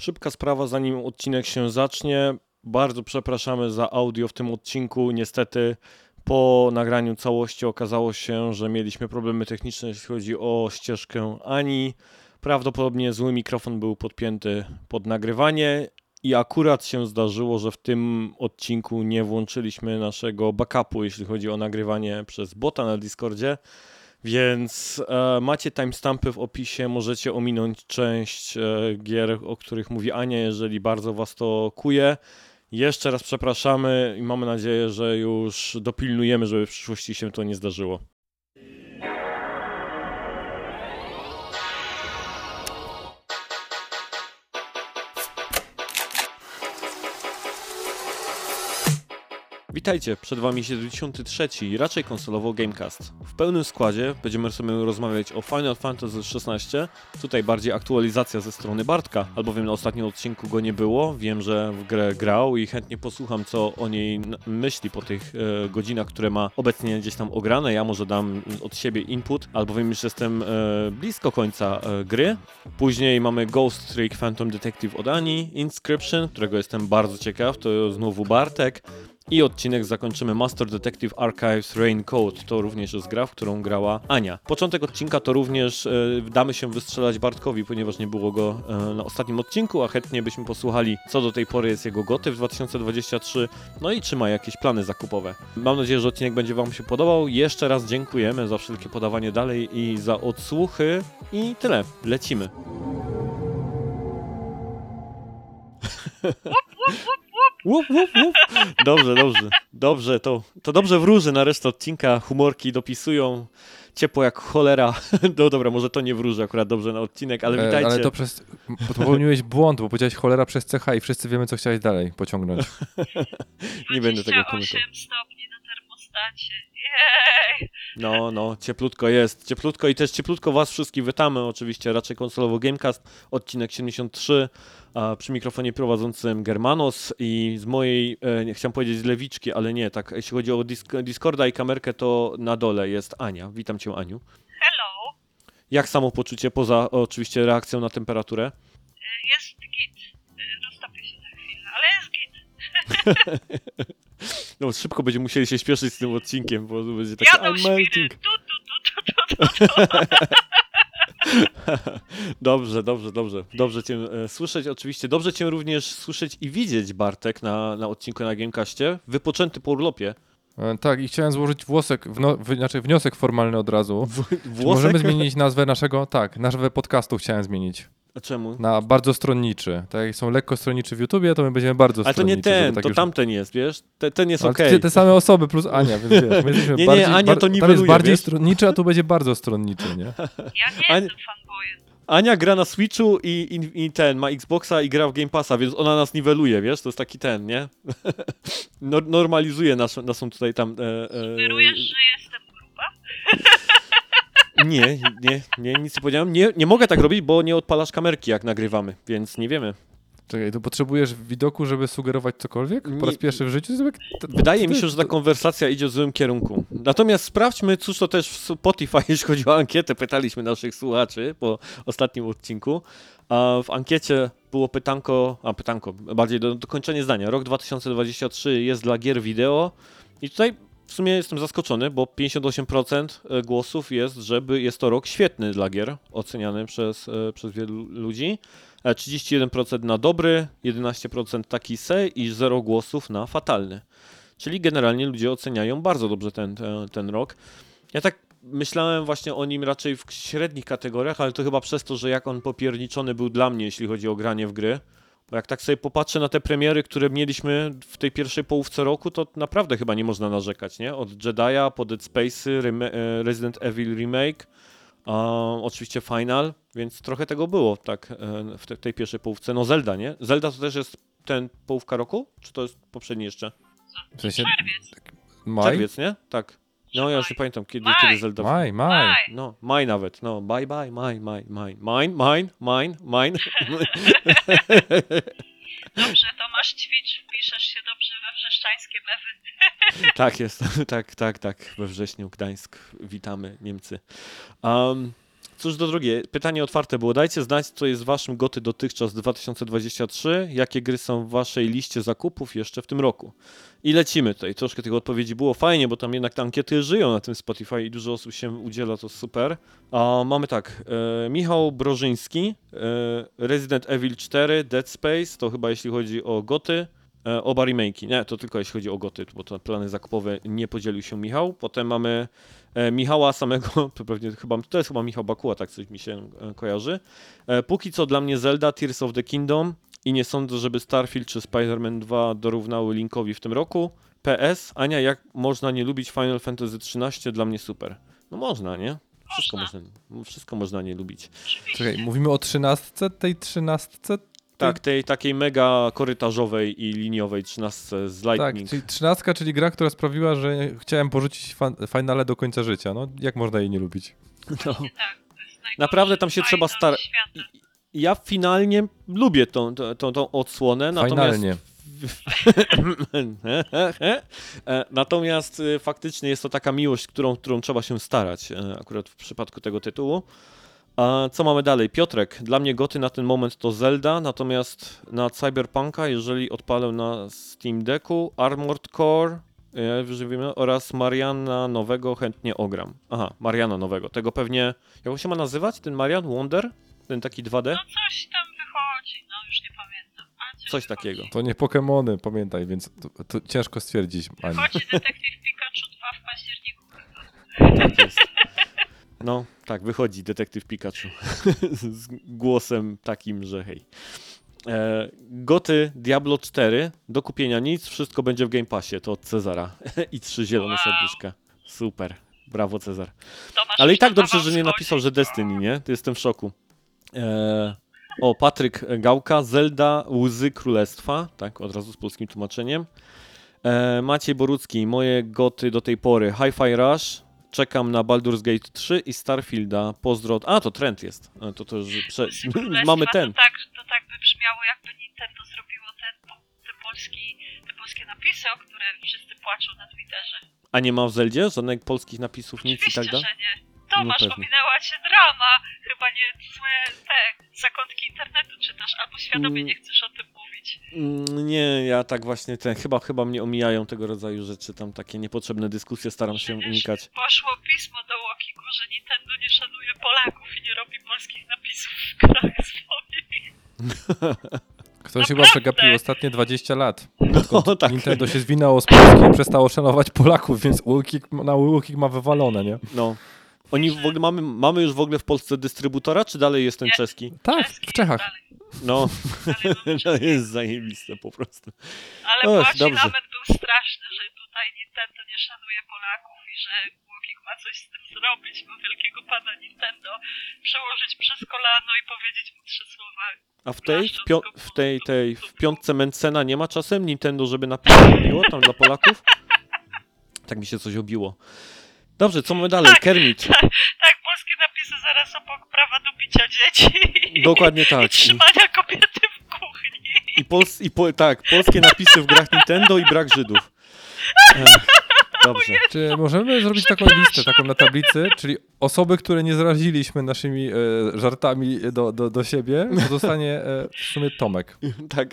Szybka sprawa, zanim odcinek się zacznie. Bardzo przepraszamy za audio w tym odcinku. Niestety po nagraniu całości okazało się, że mieliśmy problemy techniczne, jeśli chodzi o ścieżkę Ani. Prawdopodobnie zły mikrofon był podpięty pod nagrywanie i akurat się zdarzyło, że w tym odcinku nie włączyliśmy naszego backupu, jeśli chodzi o nagrywanie przez bota na Discordzie. Więc macie timestampy w opisie, możecie ominąć część gier, o których mówi Ania, jeżeli bardzo was to kuje. Jeszcze raz przepraszamy i mamy nadzieję, że już dopilnujemy, żeby w przyszłości się to nie zdarzyło. Witajcie, przed wami 73. raczej konsolowo Gamecast. W pełnym składzie będziemy sobie rozmawiać o Final Fantasy XVI, tutaj bardziej aktualizacja ze strony Bartka, albowiem na ostatnim odcinku go nie było, wiem, że w grę grał i chętnie posłucham, co o niej myśli po tych godzinach, które ma obecnie gdzieś tam ograne. Ja może dam od siebie input, albowiem już jestem blisko końca gry. Później mamy Ghost Trick Phantom Detective od Ani, Inscription, którego jestem bardzo ciekaw, to znowu Bartek. I odcinek zakończymy Master Detective Archives Raincode, to również jest gra, w którą grała Ania. Początek odcinka to również damy się wystrzelać Bartkowi, ponieważ nie było go na ostatnim odcinku, a chętnie byśmy posłuchali, co do tej pory jest jego goty w 2023, no i czy ma jakieś plany zakupowe. Mam nadzieję, że odcinek będzie wam się podobał. Jeszcze raz dziękujemy za wszelkie podawanie dalej i za odsłuchy i tyle. Lecimy. Łup, łup, łup. Dobrze, to dobrze wróży na resztę odcinka, humorki dopisują, ciepło jak cholera. No dobra, może to nie wróży akurat dobrze na odcinek, ale witajcie. Ale to popełniłeś błąd, bo powiedziałeś cholera przez CH i wszyscy wiemy, co chciałeś dalej pociągnąć. Nie będę tego komentował. 28 stopni na termostacie. Jej! No, cieplutko jest. Cieplutko i też cieplutko was wszystkich witamy. Oczywiście raczej konsolowo Gamecast, odcinek 73. Przy mikrofonie prowadzącym Germanos i z mojej, chciałem powiedzieć z lewiczki, ale nie, tak jeśli chodzi o Discorda i kamerkę, to na dole jest Ania. Witam cię, Aniu. Hello! Jak samopoczucie, poza oczywiście reakcją na temperaturę? Jest git. Roztopię się za chwilę, ale jest git. No, szybko będziemy musieli się śpieszyć z tym odcinkiem, bo będzie takie Jadą I'm świry. melting. Dobrze cię słyszeć, oczywiście. Dobrze cię również słyszeć i widzieć, Bartek, na odcinku na Gamecastie. Wypoczęty po urlopie. Tak, i chciałem złożyć wniosek formalny od razu. Włosek? Możemy zmienić nazwę nazwę podcastu chciałem zmienić. A czemu? Na bardzo stronniczy. Tak jak są lekko stronniczy w YouTubie, to my będziemy bardzo Ale to stronniczy. nie ten, tak to już... tamten jest, wiesz? Ten jest Ale okej. te same osoby plus Ania, więc wiesz, my jesteśmy Nie, bardziej, Ania to niweluje, tam jest bardziej wiesz? stronniczy, a tu będzie bardzo stronniczy, nie? Ja nie Ania- jestem fanboyem. Ania gra na Switchu i ten, ma Xboxa i gra w Game Passa, więc ona nas niweluje, wiesz? To jest taki ten, nie? Normalizuje naszą tutaj tam... Sugerujesz, że jestem gruba? Nie, nic nie powiedziałem. Nie mogę tak robić, bo nie odpalasz kamerki, jak nagrywamy, więc nie wiemy. Czekaj, to potrzebujesz widoku, żeby sugerować cokolwiek? Po raz Nie- pierwszy w życiu? Wydaje mi się, że ta konwersacja idzie w złym kierunku. Natomiast sprawdźmy, cóż to też w Spotify, jeśli chodzi o ankietę. Pytaliśmy naszych słuchaczy po ostatnim odcinku. A w ankiecie było pytanko, bardziej dokończenie zdania. Rok 2023 jest dla gier wideo i tutaj w sumie jestem zaskoczony, bo 58% głosów jest, żeby jest to rok świetny dla gier, oceniany przez wielu ludzi. 31% na dobry, 11% taki se i 0 głosów na fatalny. Czyli generalnie ludzie oceniają bardzo dobrze ten rok. Ja tak myślałem właśnie o nim raczej w średnich kategoriach, ale to chyba przez to, że jak on popierniczony był dla mnie, jeśli chodzi o granie w gry. Bo jak tak sobie popatrzę na te premiery, które mieliśmy w tej pierwszej połówce roku, to naprawdę chyba nie można narzekać, nie? Od Jedi'a po Dead Space'y, Resident Evil Remake, oczywiście Final, więc trochę tego było tak w tej pierwszej połówce. No Zelda, nie? Zelda to też jest ten połówka roku? Czy to jest poprzedni jeszcze? W sensie Czerwiec. maj? Czerwiec, nie? Tak. No ja już nie pamiętam, kiedy Zelda... Maj. No, maj nawet, no, bye, maj. Mine. Dobrze, Tomasz, ćwicz, wpiszesz się dobrze we wrzeszczańskie mewy. Tak jest, tak, we wrześniu Gdańsk, witamy Niemcy. Cóż do drugie, pytanie otwarte było. Dajcie znać, co jest waszym goty dotychczas 2023, jakie gry są w waszej liście zakupów jeszcze w tym roku. I lecimy tutaj. Troszkę tych odpowiedzi było fajnie, bo tam jednak te ankiety żyją na tym Spotify i dużo osób się udziela, to super. A mamy tak, Michał Brożyński, Resident Evil 4, Dead Space, to chyba jeśli chodzi o goty. Oba remake'i. Nie, to tylko jeśli chodzi o goty, bo to plany zakupowe nie podzielił się Michał. Potem mamy Michała samego, to jest chyba Michał Bakuła, tak coś mi się kojarzy. Póki co dla mnie Zelda, Tears of the Kingdom i nie sądzę, żeby Starfield czy Spider-Man 2 dorównały Linkowi w tym roku. PS, Ania, jak można nie lubić Final Fantasy XIII? Dla mnie super. No można, nie? Wszystko można nie lubić. Czekaj, mówimy o 13, tej 13? Tak, tej takiej mega korytarzowej i liniowej 13 z Lightning. Tak, czyli 13, czyli gra, która sprawiła, że chciałem porzucić finale do końca życia. No, jak można jej nie lubić? No. Tak, to jest najgorszy Naprawdę tam się trzeba final starać. świata. Ja finalnie lubię tą odsłonę, natomiast... Finalnie. Natomiast faktycznie jest to taka miłość, którą trzeba się starać, akurat w przypadku tego tytułu. A co mamy dalej? Piotrek, dla mnie goty na ten moment to Zelda, natomiast na Cyberpunka, jeżeli odpalę na Steam Decku, Armored Core oraz Mariana nowego chętnie ogram. Aha, Mariana nowego. Tego pewnie, jak się ma nazywać? Ten Marian Wonder? Ten taki 2D? No coś tam wychodzi, no już nie pamiętam. Ale Coś wychodzi. takiego. To nie Pokemony, pamiętaj, więc to ciężko stwierdzić. Ani. Wychodzi Detektyw Pikachu 2 w październiku chyba. Tak jest. No, tak, wychodzi Detektyw Pikachu z głosem takim, że hej. Goty Diablo 4, do kupienia nic, wszystko będzie w Game Passie, to od Cezara. I 3 zielone serduszka. Super, brawo Cezar. Tomasz Ale i już tak na dobrze, zawał że nie schodzi. napisał, że Destiny, nie? To jestem w szoku. Patryk Gałka, Zelda, Łzy Królestwa, tak, od razu z polskim tłumaczeniem. Maciej Borucki, moje goty do tej pory, Hi-Fi Rush, czekam na Baldur's Gate 3 i Starfielda, pozdro... A, to trend jest. To już Królestwa, mamy ten. To tak by brzmiało, jakby Nintendo zrobiło te polskie napisy, o które wszyscy płaczą na Twitterze. A nie ma w Zeldzie żadnych polskich napisów, nic i Oczywiście, tak dalej? że nie. Tomasz, pewnie. ominęła cię drama. Chyba nie złe zakątki internetu czytasz, albo świadomie nie chcesz o tym mówić. Nie, ja tak właśnie, chyba mnie omijają tego rodzaju rzeczy, tam takie niepotrzebne dyskusje staram się Przecież unikać. Poszło pismo do Łokiku, że Nintendo nie szanuje Polaków i nie robi polskich napisów w grach swoich. Ktoś chyba Naprawdę? przegapił ostatnie 20 lat. No, tak. Nintendo się zwinęło z Polski i przestało szanować Polaków, więc Łukik ma wywalone, nie? No. Oni w ogóle mamy już w ogóle w Polsce dystrybutora, czy dalej jest ten Nie. czeski? Tak, Czeski w Czechach. dalej. No, Dalej mamy to jest zajebiste po prostu. Ale Och, płacz i dobrze. lament był straszny, że tutaj Nintendo nie szanuje Polaków i że Łokik ma coś z tym zrobić, bo wielkiego pana Nintendo przełożyć przez kolano i powiedzieć mu 3 słowa. A w piątce Mencena nie ma czasem Nintendo, żeby napisać obiło tam dla Polaków? Tak mi się coś obiło. Dobrze, co mamy dalej? Kermit. Tak, polskie napisy zaraz obok prawa do bicia dzieci. Dokładnie tak. I trzymania kobiety w kuchni. Tak, polskie napisy w grach Nintendo i brak Żydów. Dobrze. Czy możemy zrobić taką listę, taką na tablicy, czyli osoby, które nie zaraziliśmy naszymi żartami do siebie, to zostanie w sumie Tomek. Tak.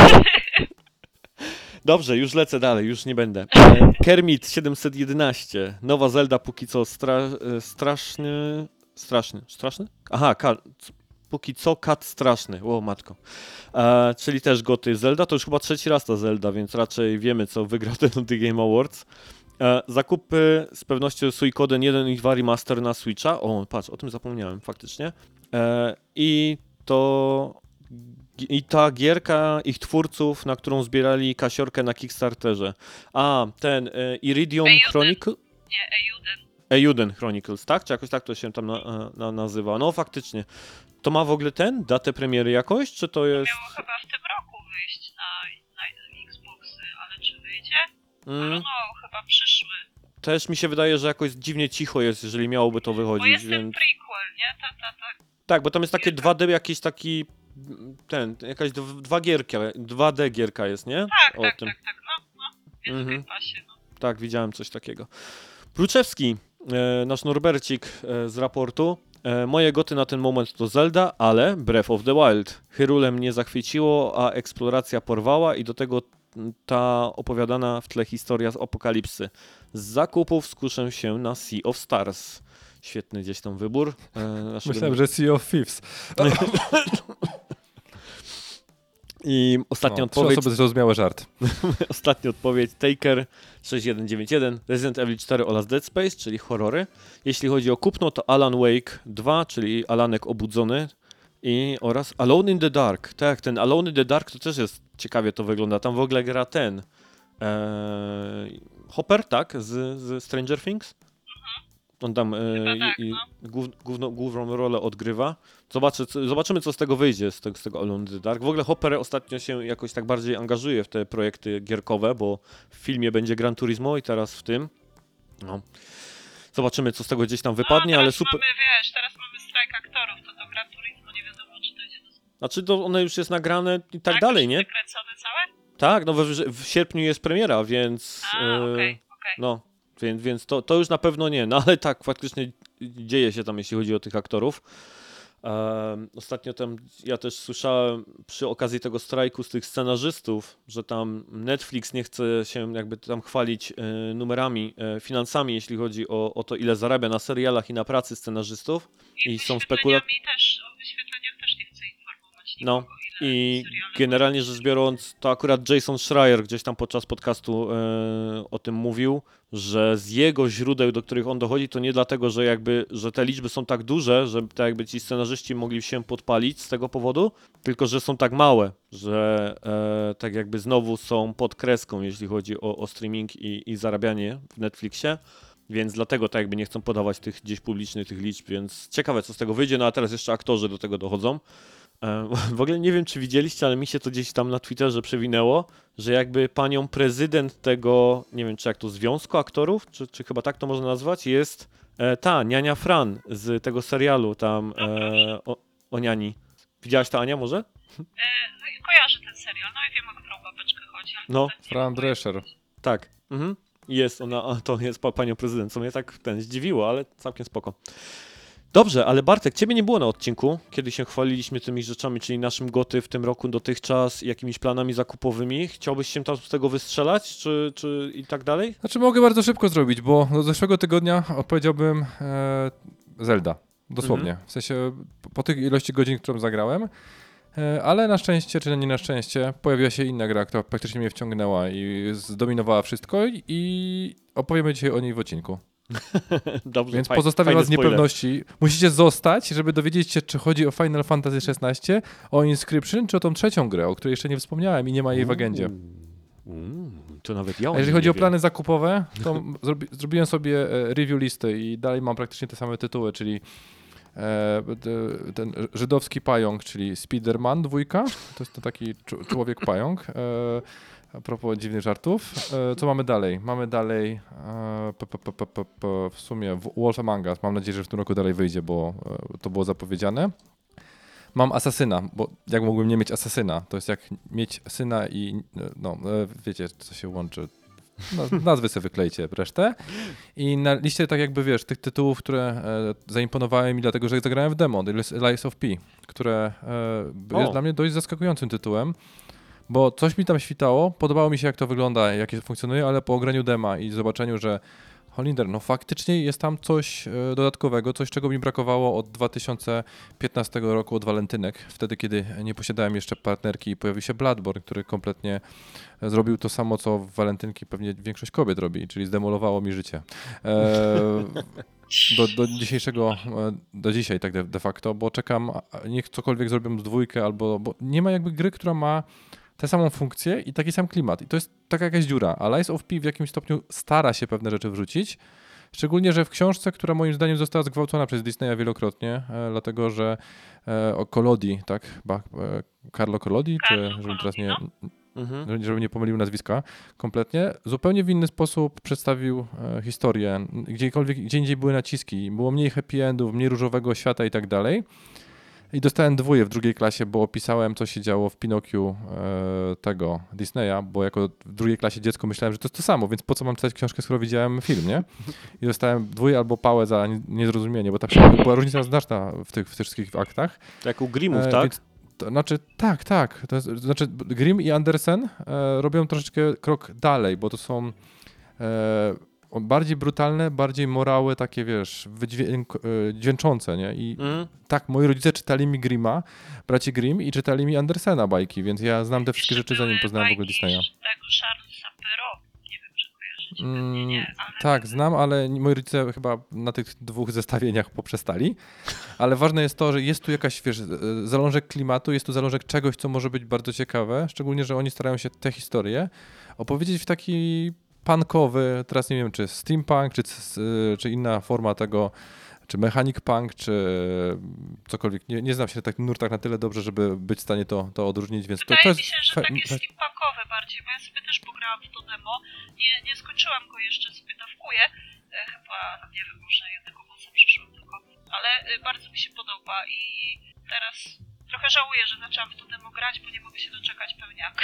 Dobrze, już lecę dalej, już nie będę. Kermit 711. Nowa Zelda póki co straszny? Aha, póki co kat straszny. O matko. Czyli też goty Zelda. To już chyba trzeci raz ta Zelda, więc raczej wiemy, co wygrał ten The Game Awards. Zakupy z pewnością Suikoden 1 i 2 Remaster na Switcha. O, patrz, o tym zapomniałem faktycznie. I ta gierka ich twórców, na którą zbierali kasiorkę na Kickstarterze. A, ten Iridium Eiyuden. Chronicle? Nie, Eiyuden. Eiyuden Chronicles, tak? Czy jakoś tak to się tam nazywa? No faktycznie. To ma w ogóle datę premiery jakoś, czy to jest... Miało chyba w tym roku wyjść na Xboxy, ale czy wyjdzie? No, chyba przyszły. Też mi się wydaje, że jakoś dziwnie cicho jest, jeżeli miałoby to Bo wychodzić, jest ten więc... prequel, nie? Tak, bo tam jest takie 2D, jakiś taki... jakaś 2D gierka jest, nie? Tak, O tak, tym. tak, no. Jest w Game Passie, no. Tak, widziałem coś takiego. Pruczewski, nasz Norbercik z raportu. Moje goty na ten moment to Zelda, ale Breath of the Wild. Hyrule mnie zachwyciło, a eksploracja porwała i do tego ta opowiadana w tle historia z apokalipsy. Z zakupów skuszę się na Sea of Stars. Świetny gdzieś tam wybór. Myślałem, że Sea of Thieves. I ostatnia Trzy odpowiedź. osoby zrozumiały żart. Ostatnia odpowiedź Taker 6191, Resident Evil 4 oraz Dead Space, czyli horrory. Jeśli chodzi o kupno, to Alan Wake 2, czyli Alanek Obudzony oraz Alone in the Dark. Tak, ten Alone in the Dark to też jest ciekawie to wygląda. Tam w ogóle gra ten Hopper, tak, z Stranger Things. On tam główną rolę odgrywa. Zobaczymy, co z tego wyjdzie, z tego Alone in the Dark. W ogóle Hopper ostatnio się jakoś tak bardziej angażuje w te projekty gierkowe, bo w filmie będzie Gran Turismo i teraz w tym. No. Zobaczymy, co z tego gdzieś tam wypadnie, ale super. Teraz mamy strajk aktorów, to Gran Turismo nie wiadomo, czy dojdzie do... Znaczy, to one już jest nagrane i tak dalej, nie? Wykręcone całe? Tak, no w sierpniu jest premiera, więc... Okej. No, więc to już na pewno nie, no ale tak, faktycznie dzieje się tam, jeśli chodzi o tych aktorów. Ostatnio tam ja też słyszałem przy okazji tego strajku z tych scenarzystów, że tam Netflix nie chce się jakby tam chwalić numerami, finansami, jeśli chodzi o to, ile zarabia na serialach i na pracy scenarzystów. I są spekulacje. O wyświetleniach też nie chcę informować No. nikogo, ile I seriale generalnie rzecz biorąc, to akurat Jason Schreier gdzieś tam podczas podcastu o tym mówił, że z jego źródeł, do których on dochodzi, to nie dlatego, że te liczby są tak duże, że tak jakby ci scenarzyści mogli się podpalić z tego powodu, tylko że są tak małe, że tak jakby znowu są pod kreską, jeśli chodzi o streaming i zarabianie w Netflixie. Więc dlatego tak jakby nie chcą podawać tych gdzieś publicznych tych liczb, więc ciekawe, co z tego wyjdzie. No a teraz jeszcze aktorzy do tego dochodzą. W ogóle nie wiem, czy widzieliście, ale mi się to gdzieś tam na Twitterze przewinęło, że jakby panią prezydent tego, nie wiem, czy jak to związku aktorów, czy chyba tak to można nazwać, jest ta Niania Fran z tego serialu tam o niani. Widziałaś to, Ania, może? Kojarzę ten serial, no i wiem, o którą babeczkę chodzi. Ale No. Fran Drescher. Tak. Mhm. Jest ona, to jest panią prezydent, co mnie tak zdziwiło, ale całkiem spoko. Dobrze, ale Bartek, ciebie nie było na odcinku, kiedy się chwaliliśmy tymi rzeczami, czyli naszym goty w tym roku dotychczas, jakimiś planami zakupowymi. Chciałbyś się tam z tego wystrzelać, czy i tak dalej? Znaczy mogę bardzo szybko zrobić, bo do zeszłego tygodnia odpowiedziałbym Zelda. Dosłownie. W sensie po tych ilości godzin, którą zagrałem. Ale na szczęście, czy nie na szczęście, pojawiła się inna gra, która praktycznie mnie wciągnęła i zdominowała wszystko i opowiemy dzisiaj o niej w odcinku. Dobrze, Więc pozostawiam was w spoiler. niepewności. Musicie zostać, żeby dowiedzieć się, czy chodzi o Final Fantasy XVI, o Inscription, czy o tą trzecią grę, o której jeszcze nie wspomniałem i nie ma jej w agendzie. To nawet ja A o jeżeli nim chodzi nie o plany zakupowe, to zrobiłem sobie review listy i dalej mam praktycznie te same tytuły, czyli ten żydowski pająk, czyli Spiderman 2, to jest to taki człowiek pająk. A propos dziwnych żartów. Co mamy dalej? Mamy dalej w sumie Wolf Among Us. Mam nadzieję, że w tym roku dalej wyjdzie, bo to było zapowiedziane. Mam Asasyna, bo jak mógłbym nie mieć Asasyna? To jest jak mieć syna i no, wiecie, co się łączy. No, nazwy sobie wyklejcie resztę. I na liście tak jakby wiesz, tych tytułów, które zaimponowały mi dlatego, że zagrałem w demo, Lies of P, które jest dla mnie dość zaskakującym tytułem. Bo coś mi tam świtało, podobało mi się jak to wygląda, jak to funkcjonuje, ale po ograniu dema i zobaczeniu, że Holinder, no faktycznie jest tam coś dodatkowego, coś czego mi brakowało od 2015 roku, od walentynek, wtedy kiedy nie posiadałem jeszcze partnerki i pojawił się Bloodborne, który kompletnie zrobił to samo, co w walentynki pewnie większość kobiet robi, czyli zdemolowało mi życie. Do dzisiaj tak de facto, bo czekam, niech cokolwiek zrobią z dwójkę albo, bo nie ma jakby gry, która ma tę samą funkcję i taki sam klimat. I to jest taka jakaś dziura. A Lies of P w jakimś stopniu stara się pewne rzeczy wrzucić. Szczególnie, że w książce, która moim zdaniem została zgwałcona przez Disneya wielokrotnie, dlatego że o Collodi, tak? Chyba Carlo Collodi, czy żebym teraz nie... Żebym nie pomylił nazwiska kompletnie, zupełnie w inny sposób przedstawił historię. Gdzie indziej były naciski, było mniej happy endów, mniej różowego świata i tak dalej. I dostałem 2 w drugiej klasie, bo opisałem, co się działo w Pinokiu tego Disneya, bo jako w drugiej klasie dziecko myślałem, że to jest to samo, więc po co mam czytać książkę, skoro widziałem film, nie? I dostałem 2 albo pałę za niezrozumienie, bo ta była różnica znaczna w tych wszystkich aktach. Jak u Grimmów, tak? Więc to znaczy, tak. To znaczy Grimm i Andersen robią troszeczkę krok dalej, bo to są bardziej brutalne, bardziej morały takie, wiesz, dźwięczące, nie? I tak, moi rodzice czytali mi Grimma, braci Grimm i czytali mi Andersena bajki, więc ja znam te wszystkie rzeczy, zanim poznałem w ogóle Disneya. Tego Charlesa Perrault, nie wiem, czy kojarzycie, pewnie nie, ale... Tak, znam, ale moi rodzice chyba na tych 2 zestawieniach poprzestali, ale ważne jest to, że jest tu jakaś, wiesz, zalążek klimatu, jest tu zalążek czegoś, co może być bardzo ciekawe, szczególnie, że oni starają się te historie opowiedzieć w taki punkowy, teraz nie wiem, czy steampunk, czy inna forma tego, czy mechanic punk, czy cokolwiek. Nie znam się na takich nurtach na tyle dobrze, żeby być w stanie to odróżnić, więc to jest... Wydaje mi się, że takie steampunkowe bardziej, bo ja sobie też pograłam w to demo. Nie skończyłam go jeszcze, sobie dawkuję. Chyba, nie wiem, może jednego bossa przyszłam tylko. Ale bardzo mi się podoba i teraz trochę żałuję, że zaczęłam w to demo grać, bo nie mogę się doczekać pełniaka.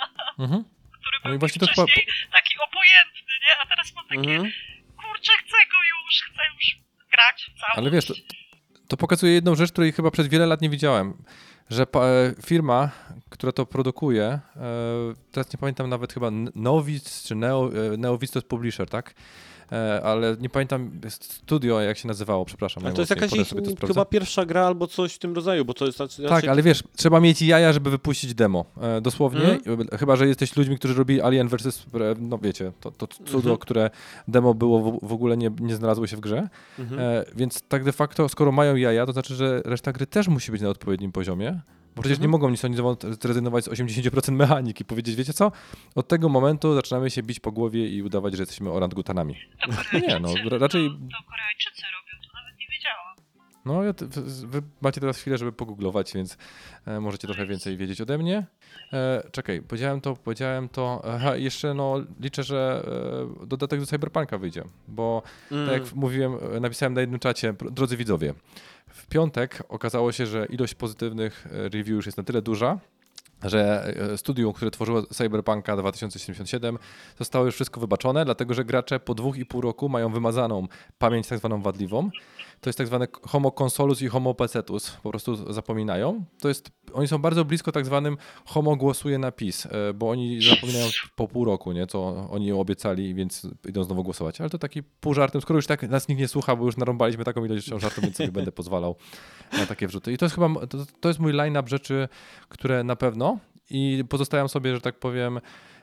Który był wcześniej taki obojętny, nie? A teraz mam takie, kurczę, chcę już grać w całość. Ale wiesz, to pokazuje jedną rzecz, której chyba przez wiele lat nie widziałem, że firma, która to produkuje, teraz nie pamiętam nawet chyba Novice czy Neoviz to jest publisher, tak? Ale nie pamiętam studio, jak się nazywało, przepraszam. Ale to jest jakaś ich chyba pierwsza gra albo coś w tym rodzaju, bo to jest... Tak, ale wiesz, trzeba mieć jaja, żeby wypuścić demo. Dosłownie, chyba, że jesteś ludźmi, którzy robili Alien vs. No wiecie, to cudo, które demo było w ogóle nie znalazło się w grze. Więc tak de facto, skoro mają jaja, to znaczy, że reszta gry też musi być na odpowiednim poziomie. Bo przecież nie mogą nic zrezygnować z 80% mechaniki. Powiedzieć, wiecie co? Od tego momentu zaczynamy się bić po głowie i udawać, że jesteśmy orangutanami. Nie, no raczej... To Koreańczycy robią, to nawet nie wiedziałam. No, wy macie teraz chwilę, żeby pogooglować, więc możecie trochę więcej wiedzieć ode mnie. Czekaj, powiedziałem to. Aha, jeszcze liczę, że dodatek do Cyberpunka wyjdzie, bo tak jak mówiłem, napisałem na jednym czacie, drodzy widzowie, w piątek okazało się, że ilość pozytywnych review już jest na tyle duża, że studium, które tworzyło Cyberpunka 2077 zostało już wszystko wybaczone, dlatego że gracze po 2,5 roku mają wymazaną pamięć tak zwaną wadliwą. To jest tak zwane homo consolus i homo pecetus, po prostu zapominają. Oni są bardzo blisko tak zwanym homo głosuje na PiS, bo oni zapominają po pół roku, nie, co oni obiecali, więc idą znowu głosować. Ale to taki pół żartem, skoro już tak nas nikt nie słucha, bo już narąbaliśmy taką ilość żartów, więc sobie będę pozwalał na takie wrzuty. I to jest chyba, to jest mój line-up rzeczy, które na pewno i pozostawiam sobie, że tak powiem,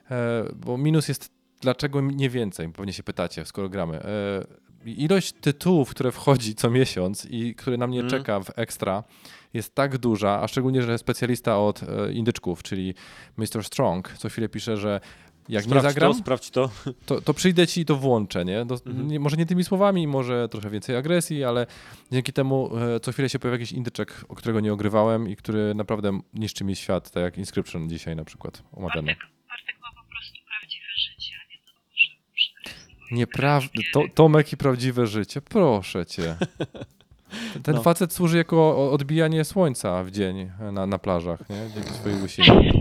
bo minus jest dlaczego nie więcej, pewnie się pytacie, skoro gramy. Ilość tytułów, które wchodzi co miesiąc i które na mnie czeka w ekstra jest tak duża, a szczególnie, że specjalista od indyczków, czyli Mr. Strong, co chwilę pisze, że jak nie zagram, sprawdź to. To przyjdę ci i to włączę, nie? Może nie tymi słowami, może trochę więcej agresji, ale dzięki temu co chwilę się pojawia jakiś indyczek, o którego nie ogrywałem i który naprawdę niszczy mi świat, tak jak Inscription dzisiaj na przykład omawiany. Bartek ma po prostu prawdziwe życie, a nie to może Nieprawda. Tomek i prawdziwe życie, proszę cię. Ten facet służy jako odbijanie słońca w dzień na plażach, nie? Dzięki swojej łysinie.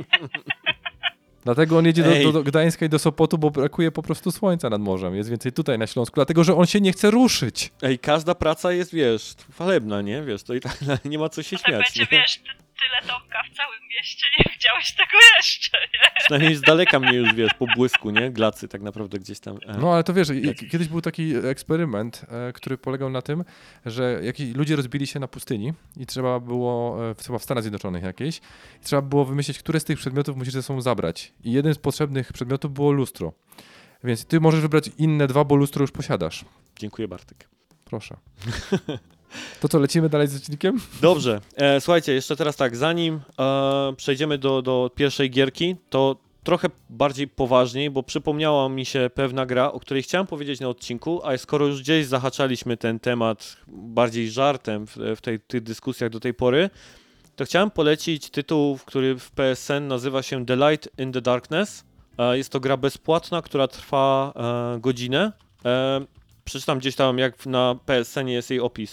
Dlatego on jedzie do Gdańska i do Sopotu, bo brakuje po prostu słońca nad morzem. Jest więcej tutaj na Śląsku, dlatego że on się nie chce ruszyć. Każda praca jest, wiesz, chwalebna, nie? Wiesz, to i tak nie ma co się śmiać. Będzie, wiesz, tyle Tomka w całym mieście, nie widziałeś tego jeszcze, nie? Przynajmniej z daleka mnie już, wiesz, po błysku, nie? Glacy tak naprawdę gdzieś tam. No, ale to wiesz, kiedyś był taki eksperyment, który polegał na tym, że ludzie rozbili się na pustyni i trzeba było, chyba w Stanach Zjednoczonych jakieś, i trzeba było wymyślić, które z tych przedmiotów musisz ze sobą zabrać. I jednym z potrzebnych przedmiotów było lustro. Więc ty możesz wybrać inne 2, bo lustro już posiadasz. Dziękuję, Bartek. Proszę. To co, lecimy dalej z odcinkiem? Dobrze. Słuchajcie, jeszcze teraz tak, zanim przejdziemy do pierwszej gierki, to trochę bardziej poważniej, bo przypomniała mi się pewna gra, o której chciałem powiedzieć na odcinku, a skoro już gdzieś zahaczaliśmy ten temat bardziej żartem w tych dyskusjach do tej pory, to chciałem polecić tytuł, który w PSN nazywa się The Light in the Darkness. Jest to gra bezpłatna, która trwa godzinę. Przeczytam gdzieś tam, jak na PSN jest jej opis.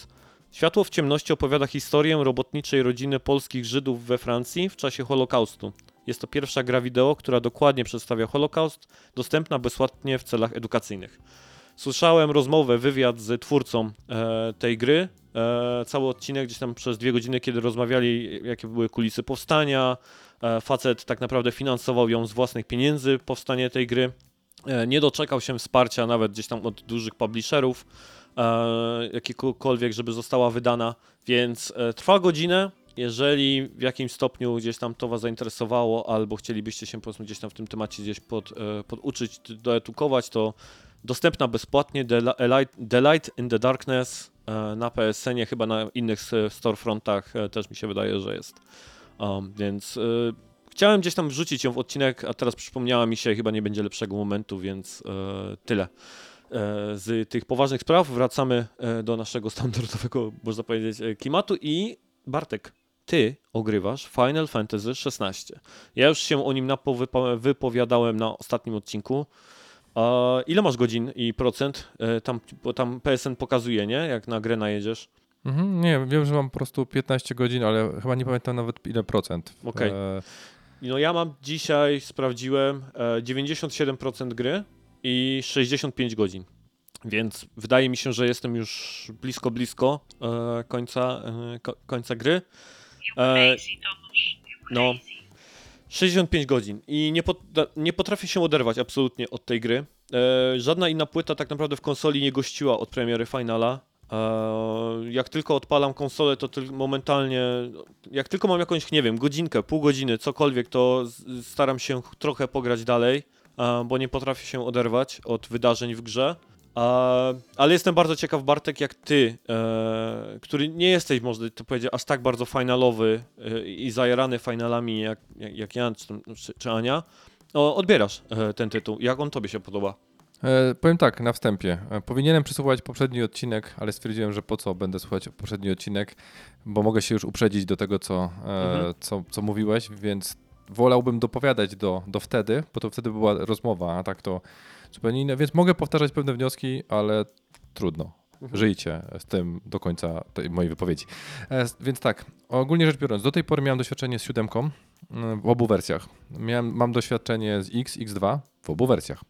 Światło w ciemności opowiada historię robotniczej rodziny polskich Żydów we Francji w czasie Holokaustu. Jest to pierwsza gra wideo, która dokładnie przedstawia Holokaust, dostępna bezpłatnie w celach edukacyjnych. Słyszałem rozmowę, wywiad z twórcą tej gry, cały odcinek gdzieś tam przez 2 godziny, kiedy rozmawiali, jakie były kulisy powstania. Facet tak naprawdę finansował ją z własnych pieniędzy, powstanie tej gry. Nie doczekał się wsparcia nawet gdzieś tam od dużych publisherów, jakiekolwiek, żeby została wydana, więc trwa godzinę. Jeżeli w jakimś stopniu gdzieś tam to was zainteresowało, albo chcielibyście się powiedzmy gdzieś tam w tym temacie gdzieś poduczyć, doedukować, to dostępna bezpłatnie The Light in the Darkness na PSN-ie, chyba na innych storefrontach też mi się wydaje, że jest. Więc chciałem gdzieś tam wrzucić ją w odcinek, a teraz przypomniała mi się, chyba nie będzie lepszego momentu, więc tyle. Z tych poważnych spraw wracamy do naszego standardowego, można powiedzieć, klimatu i Bartek, ty ogrywasz Final Fantasy XVI. Ja już się o nim wypowiadałem na ostatnim odcinku. Ile masz godzin i procent? Bo tam PSN pokazuje, nie? Jak na grę najedziesz. Nie, wiem, że mam po prostu 15 godzin, ale chyba nie pamiętam nawet ile procent. Okej. No ja mam dzisiaj, sprawdziłem, 97% gry i 65 godzin. Więc wydaje mi się, że jestem już blisko końca gry. Crazy, Tomasz. No, 65 godzin i nie potrafię się oderwać absolutnie od tej gry. Żadna inna płyta tak naprawdę w konsoli nie gościła od premiery Finala. Jak tylko odpalam konsolę, to momentalnie, jak tylko mam jakąś, nie wiem, godzinkę, pół godziny, cokolwiek, to staram się trochę pograć dalej, bo nie potrafię się oderwać od wydarzeń w grze. Ale jestem bardzo ciekaw, Bartek, jak ty, który nie jesteś, można to powiedzieć, aż tak bardzo finalowy i zajarany finalami jak ja czy Ania, odbierasz ten tytuł. Jak on tobie się podoba? Powiem tak, na wstępie. Powinienem przesłuchać poprzedni odcinek, ale stwierdziłem, że po co będę słuchać poprzedni odcinek, bo mogę się już uprzedzić do tego, co mówiłeś, więc wolałbym dopowiadać do wtedy, bo to wtedy była rozmowa, a tak to zupełnie inne, więc mogę powtarzać pewne wnioski, ale trudno. Żyjcie z tym do końca tej mojej wypowiedzi. Więc tak, ogólnie rzecz biorąc, do tej pory miałem doświadczenie z 7 w obu wersjach. Mam doświadczenie z X2 w obu wersjach.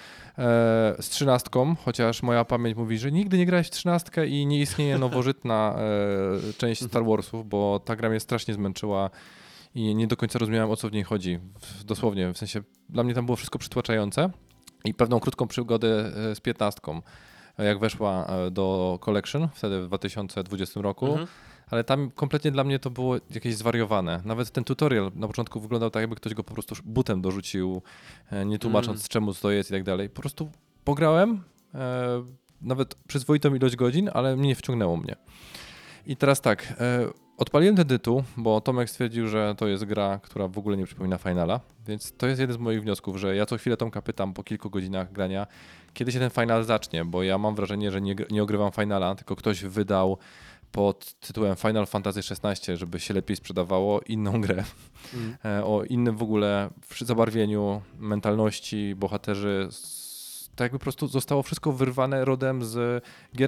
Z 13, chociaż moja pamięć mówi, że nigdy nie grałeś w 13 i nie istnieje nowożytna część Star Warsów, bo ta gra mnie strasznie zmęczyła i nie do końca rozumiałem, o co w niej chodzi. Dosłownie, w sensie dla mnie tam było wszystko przytłaczające i pewną krótką przygodę z 15, jak weszła do Collection wtedy w 2020 roku. Ale tam kompletnie dla mnie to było jakieś zwariowane. Nawet ten tutorial na początku wyglądał tak, jakby ktoś go po prostu butem dorzucił, nie tłumacząc czemu to jest i tak dalej. Po prostu pograłem nawet przyzwoitą ilość godzin, ale nie wciągnęło mnie. I teraz tak, odpaliłem ten tytuł, bo Tomek stwierdził, że to jest gra, która w ogóle nie przypomina Finala, więc to jest jeden z moich wniosków, że ja co chwilę Tomka pytam po kilku godzinach grania, kiedy się ten Final zacznie, bo ja mam wrażenie, że nie ogrywam Finala, tylko ktoś wydał pod tytułem Final Fantasy XVI, żeby się lepiej sprzedawało, inną grę. O innym w ogóle zabarwieniu, mentalności, bohaterzy. Tak jakby po prostu zostało wszystko wyrwane rodem z gier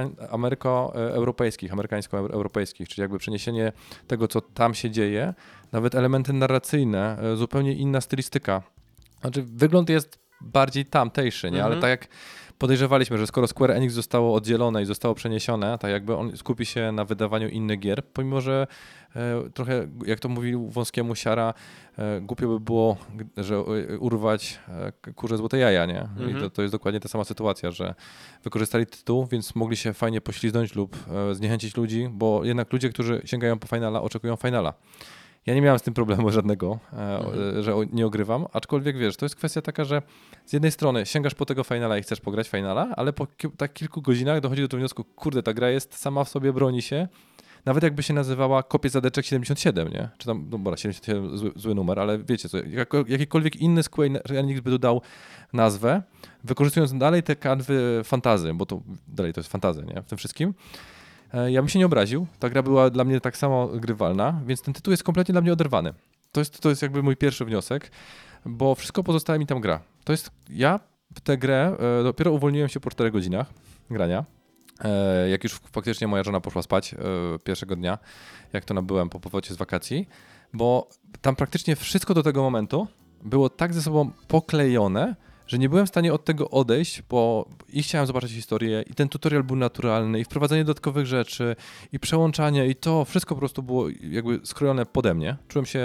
amerykańsko-europejskich, czyli jakby przeniesienie tego, co tam się dzieje, nawet elementy narracyjne, zupełnie inna stylistyka. Znaczy wygląd jest bardziej tamtejszy, nie? Ale tak jak podejrzewaliśmy, że skoro Square Enix zostało oddzielone i zostało przeniesione, tak jakby on skupi się na wydawaniu innych gier, pomimo że trochę, jak to mówił wąskiemu Siara, głupio by było, że urwać kurze złote jaja, nie? I to jest dokładnie ta sama sytuacja, że wykorzystali tytuł, więc mogli się fajnie pośliznąć lub zniechęcić ludzi, bo jednak ludzie, którzy sięgają po Finala, oczekują Finala. Ja nie miałem z tym problemu żadnego, że nie ogrywam, aczkolwiek wiesz, to jest kwestia taka, że z jednej strony sięgasz po tego Finala i chcesz pograć Finala, ale po tak kilku godzinach dochodzi do tego wniosku, kurde, ta gra jest sama w sobie, broni się, nawet jakby się nazywała Kopie Zadeczek 77, nie? Czy tam, no dobra, 77 zły numer, ale wiecie co, jakikolwiek inny Square Enix by dodał nazwę, wykorzystując dalej te kanwy fantazy, bo to dalej to jest fantazy, nie? W tym wszystkim. Ja bym się nie obraził, ta gra była dla mnie tak samo grywalna, więc ten tytuł jest kompletnie dla mnie oderwany. To jest jakby mój pierwszy wniosek, bo wszystko pozostałe mi tam gra. Ja w tę grę dopiero uwolniłem się po 4 godzinach grania. Jak już faktycznie moja żona poszła spać pierwszego dnia, jak to nabyłem po powrocie z wakacji, bo tam praktycznie wszystko do tego momentu było tak ze sobą poklejone, że nie byłem w stanie od tego odejść, bo i chciałem zobaczyć historię, i ten tutorial był naturalny, i wprowadzenie dodatkowych rzeczy, i przełączanie, i to wszystko po prostu było jakby skrojone pode mnie. Czułem się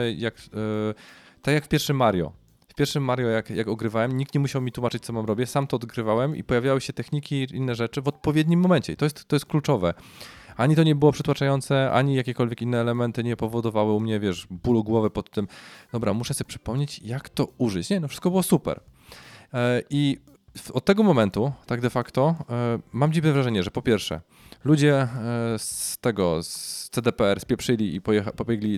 tak jak w pierwszym Mario. W pierwszym Mario, jak ogrywałem, nikt nie musiał mi tłumaczyć, co mam robić, sam to odgrywałem i pojawiały się techniki i inne rzeczy w odpowiednim momencie. I to jest kluczowe. Ani to nie było przytłaczające, ani jakiekolwiek inne elementy nie powodowały u mnie, bólu głowy pod tym, dobra, muszę sobie przypomnieć, jak to użyć. Nie, no wszystko było super. I od tego momentu, tak de facto, mam dziwne wrażenie, że po pierwsze, ludzie z CDPR spieprzyli i pobiegli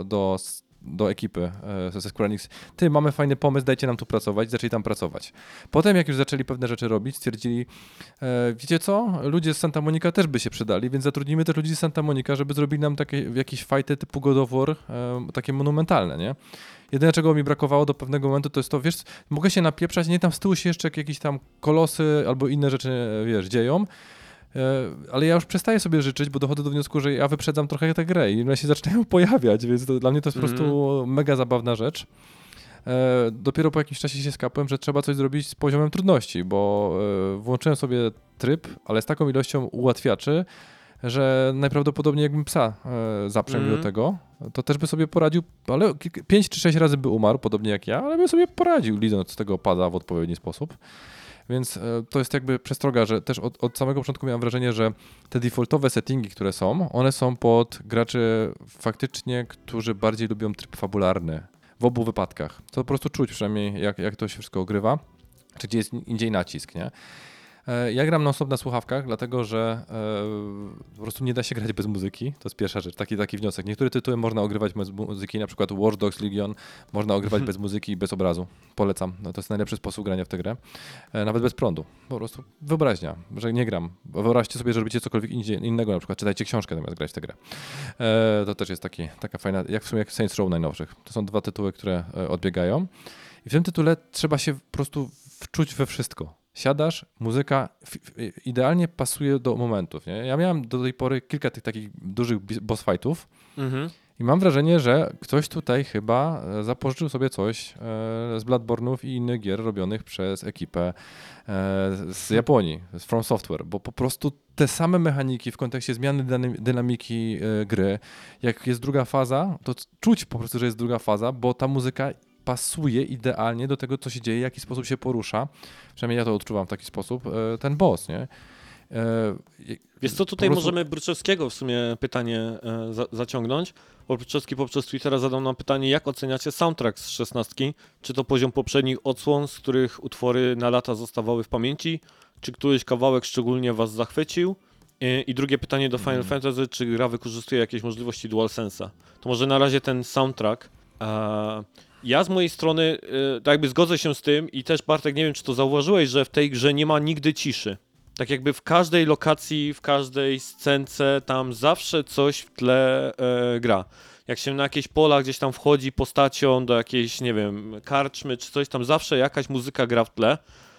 do ekipy ze Square Enix. Mamy fajny pomysł, dajcie nam tu pracować, zaczęli tam pracować. Potem jak już zaczęli pewne rzeczy robić, stwierdzili, wiecie co, ludzie z Santa Monica też by się przydali, więc zatrudnimy też ludzi z Santa Monica, żeby zrobili nam jakieś fajty typu God of War, takie monumentalne, nie? Jedyne, czego mi brakowało do pewnego momentu, to jest to, mogę się napieprzać, nie tam z tyłu się jeszcze jakieś tam kolosy albo inne rzeczy, dzieją, ale ja już przestaję sobie życzyć, bo dochodzę do wniosku, że ja wyprzedzam trochę tę grę i one się zaczynają pojawiać, więc dla mnie to jest po prostu mega zabawna rzecz. Dopiero po jakimś czasie się skapłem, że trzeba coś zrobić z poziomem trudności, bo włączyłem sobie tryb, ale z taką ilością ułatwiaczy, że najprawdopodobniej jakbym psa zaprzęgł do tego, to też by sobie poradził, ale 5 czy 6 razy by umarł, podobnie jak ja, ale by sobie poradził, lidząc tego pada w odpowiedni sposób. Więc to jest jakby przestroga, że też od samego początku miałem wrażenie, że te defaultowe settingi, które są, one są pod graczy faktycznie, którzy bardziej lubią tryb fabularny. W obu wypadkach. To po prostu czuć przynajmniej, jak to się wszystko ogrywa, czy gdzie jest indziej nacisk, nie? Ja gram non-stop na słuchawkach, dlatego że po prostu nie da się grać bez muzyki. To jest pierwsza rzecz, taki wniosek. Niektóre tytuły można ogrywać bez muzyki, na przykład Watch Dogs Legion można ogrywać bez muzyki i bez obrazu. Polecam. No, to jest najlepszy sposób grania w tę grę. Nawet bez prądu. Po prostu wyobraźnia, że nie gram. Wyobraźcie sobie, że robicie cokolwiek innego, na przykład czytajcie książkę zamiast grać w tę grę. To też jest taka fajna, jak w sumie jak Saints Row najnowszych. To są 2 tytuły, które odbiegają. I w tym tytule trzeba się po prostu wczuć we wszystko. Siadasz, muzyka idealnie pasuje do momentów. Nie? Ja miałem do tej pory kilka tych takich dużych boss fightów i mam wrażenie, że ktoś tutaj chyba zapożyczył sobie coś z Bloodborne'ów i innych gier robionych przez ekipę z Japonii, z From Software, bo po prostu te same mechaniki w kontekście zmiany dynamiki gry, jak jest druga faza, to czuć po prostu, że jest druga faza, bo ta muzyka pasuje idealnie do tego, co się dzieje, w jaki sposób się porusza. Przynajmniej ja to odczuwam w taki sposób. Ten boss, nie? Wiesz co, tutaj możemy Bryczewskiego w sumie pytanie zaciągnąć, bo Bryczewski poprzez Twittera zadał nam pytanie, jak oceniacie soundtrack z 16? Czy to poziom poprzednich odsłon, z których utwory na lata zostawały w pamięci? Czy któryś kawałek szczególnie was zachwycił? I drugie pytanie do Final Fantasy, czy gra wykorzystuje jakieś możliwości DualSense'a? To może na razie ten soundtrack. Ja z mojej strony tak jakby zgodzę się z tym i też Bartek, nie wiem czy to zauważyłeś, że w tej grze nie ma nigdy ciszy. Tak jakby w każdej lokacji, w każdej scence tam zawsze coś w tle gra. Jak się na jakieś pola gdzieś tam wchodzi postacią do jakiejś, nie wiem, karczmy czy coś, tam zawsze jakaś muzyka gra w tle.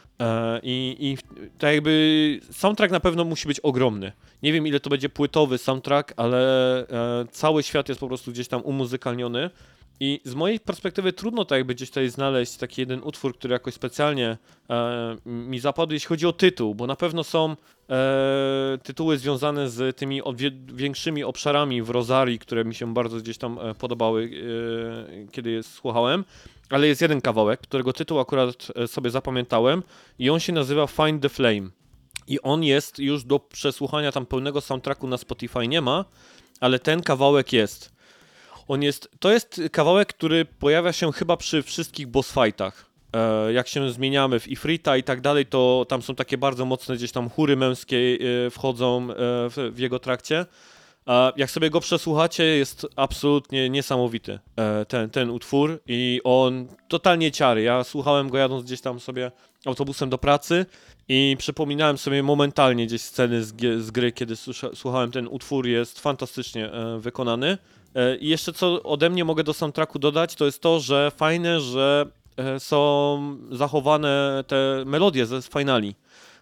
I tak jakby soundtrack na pewno musi być ogromny. Nie wiem ile to będzie płytowy soundtrack, ale cały świat jest po prostu gdzieś tam umuzykalniony. I z mojej perspektywy trudno tak jakby gdzieś tutaj znaleźć taki jeden utwór, który jakoś specjalnie mi zapadł, jeśli chodzi o tytuł, bo na pewno są tytuły związane z tymi większymi obszarami w Rosarii, które mi się bardzo gdzieś tam podobały, kiedy je słuchałem, ale jest jeden kawałek, którego tytuł akurat sobie zapamiętałem i on się nazywa Find the Flame. I on jest już do przesłuchania, tam pełnego soundtracku na Spotify nie ma, ale ten kawałek jest. To jest kawałek, który pojawia się chyba przy wszystkich boss fightach. Jak się zmieniamy w Ifrita i tak dalej, to tam są takie bardzo mocne gdzieś tam chóry męskie wchodzą w jego trakcie. Jak sobie go przesłuchacie, jest absolutnie niesamowity ten utwór i on totalnie ciary. Ja słuchałem go jadąc gdzieś tam sobie autobusem do pracy i przypominałem sobie momentalnie gdzieś sceny z gry, kiedy słuchałem ten utwór, jest fantastycznie wykonany. I jeszcze co ode mnie mogę do soundtracku dodać, to jest to, że fajne, że są zachowane te melodie ze finali,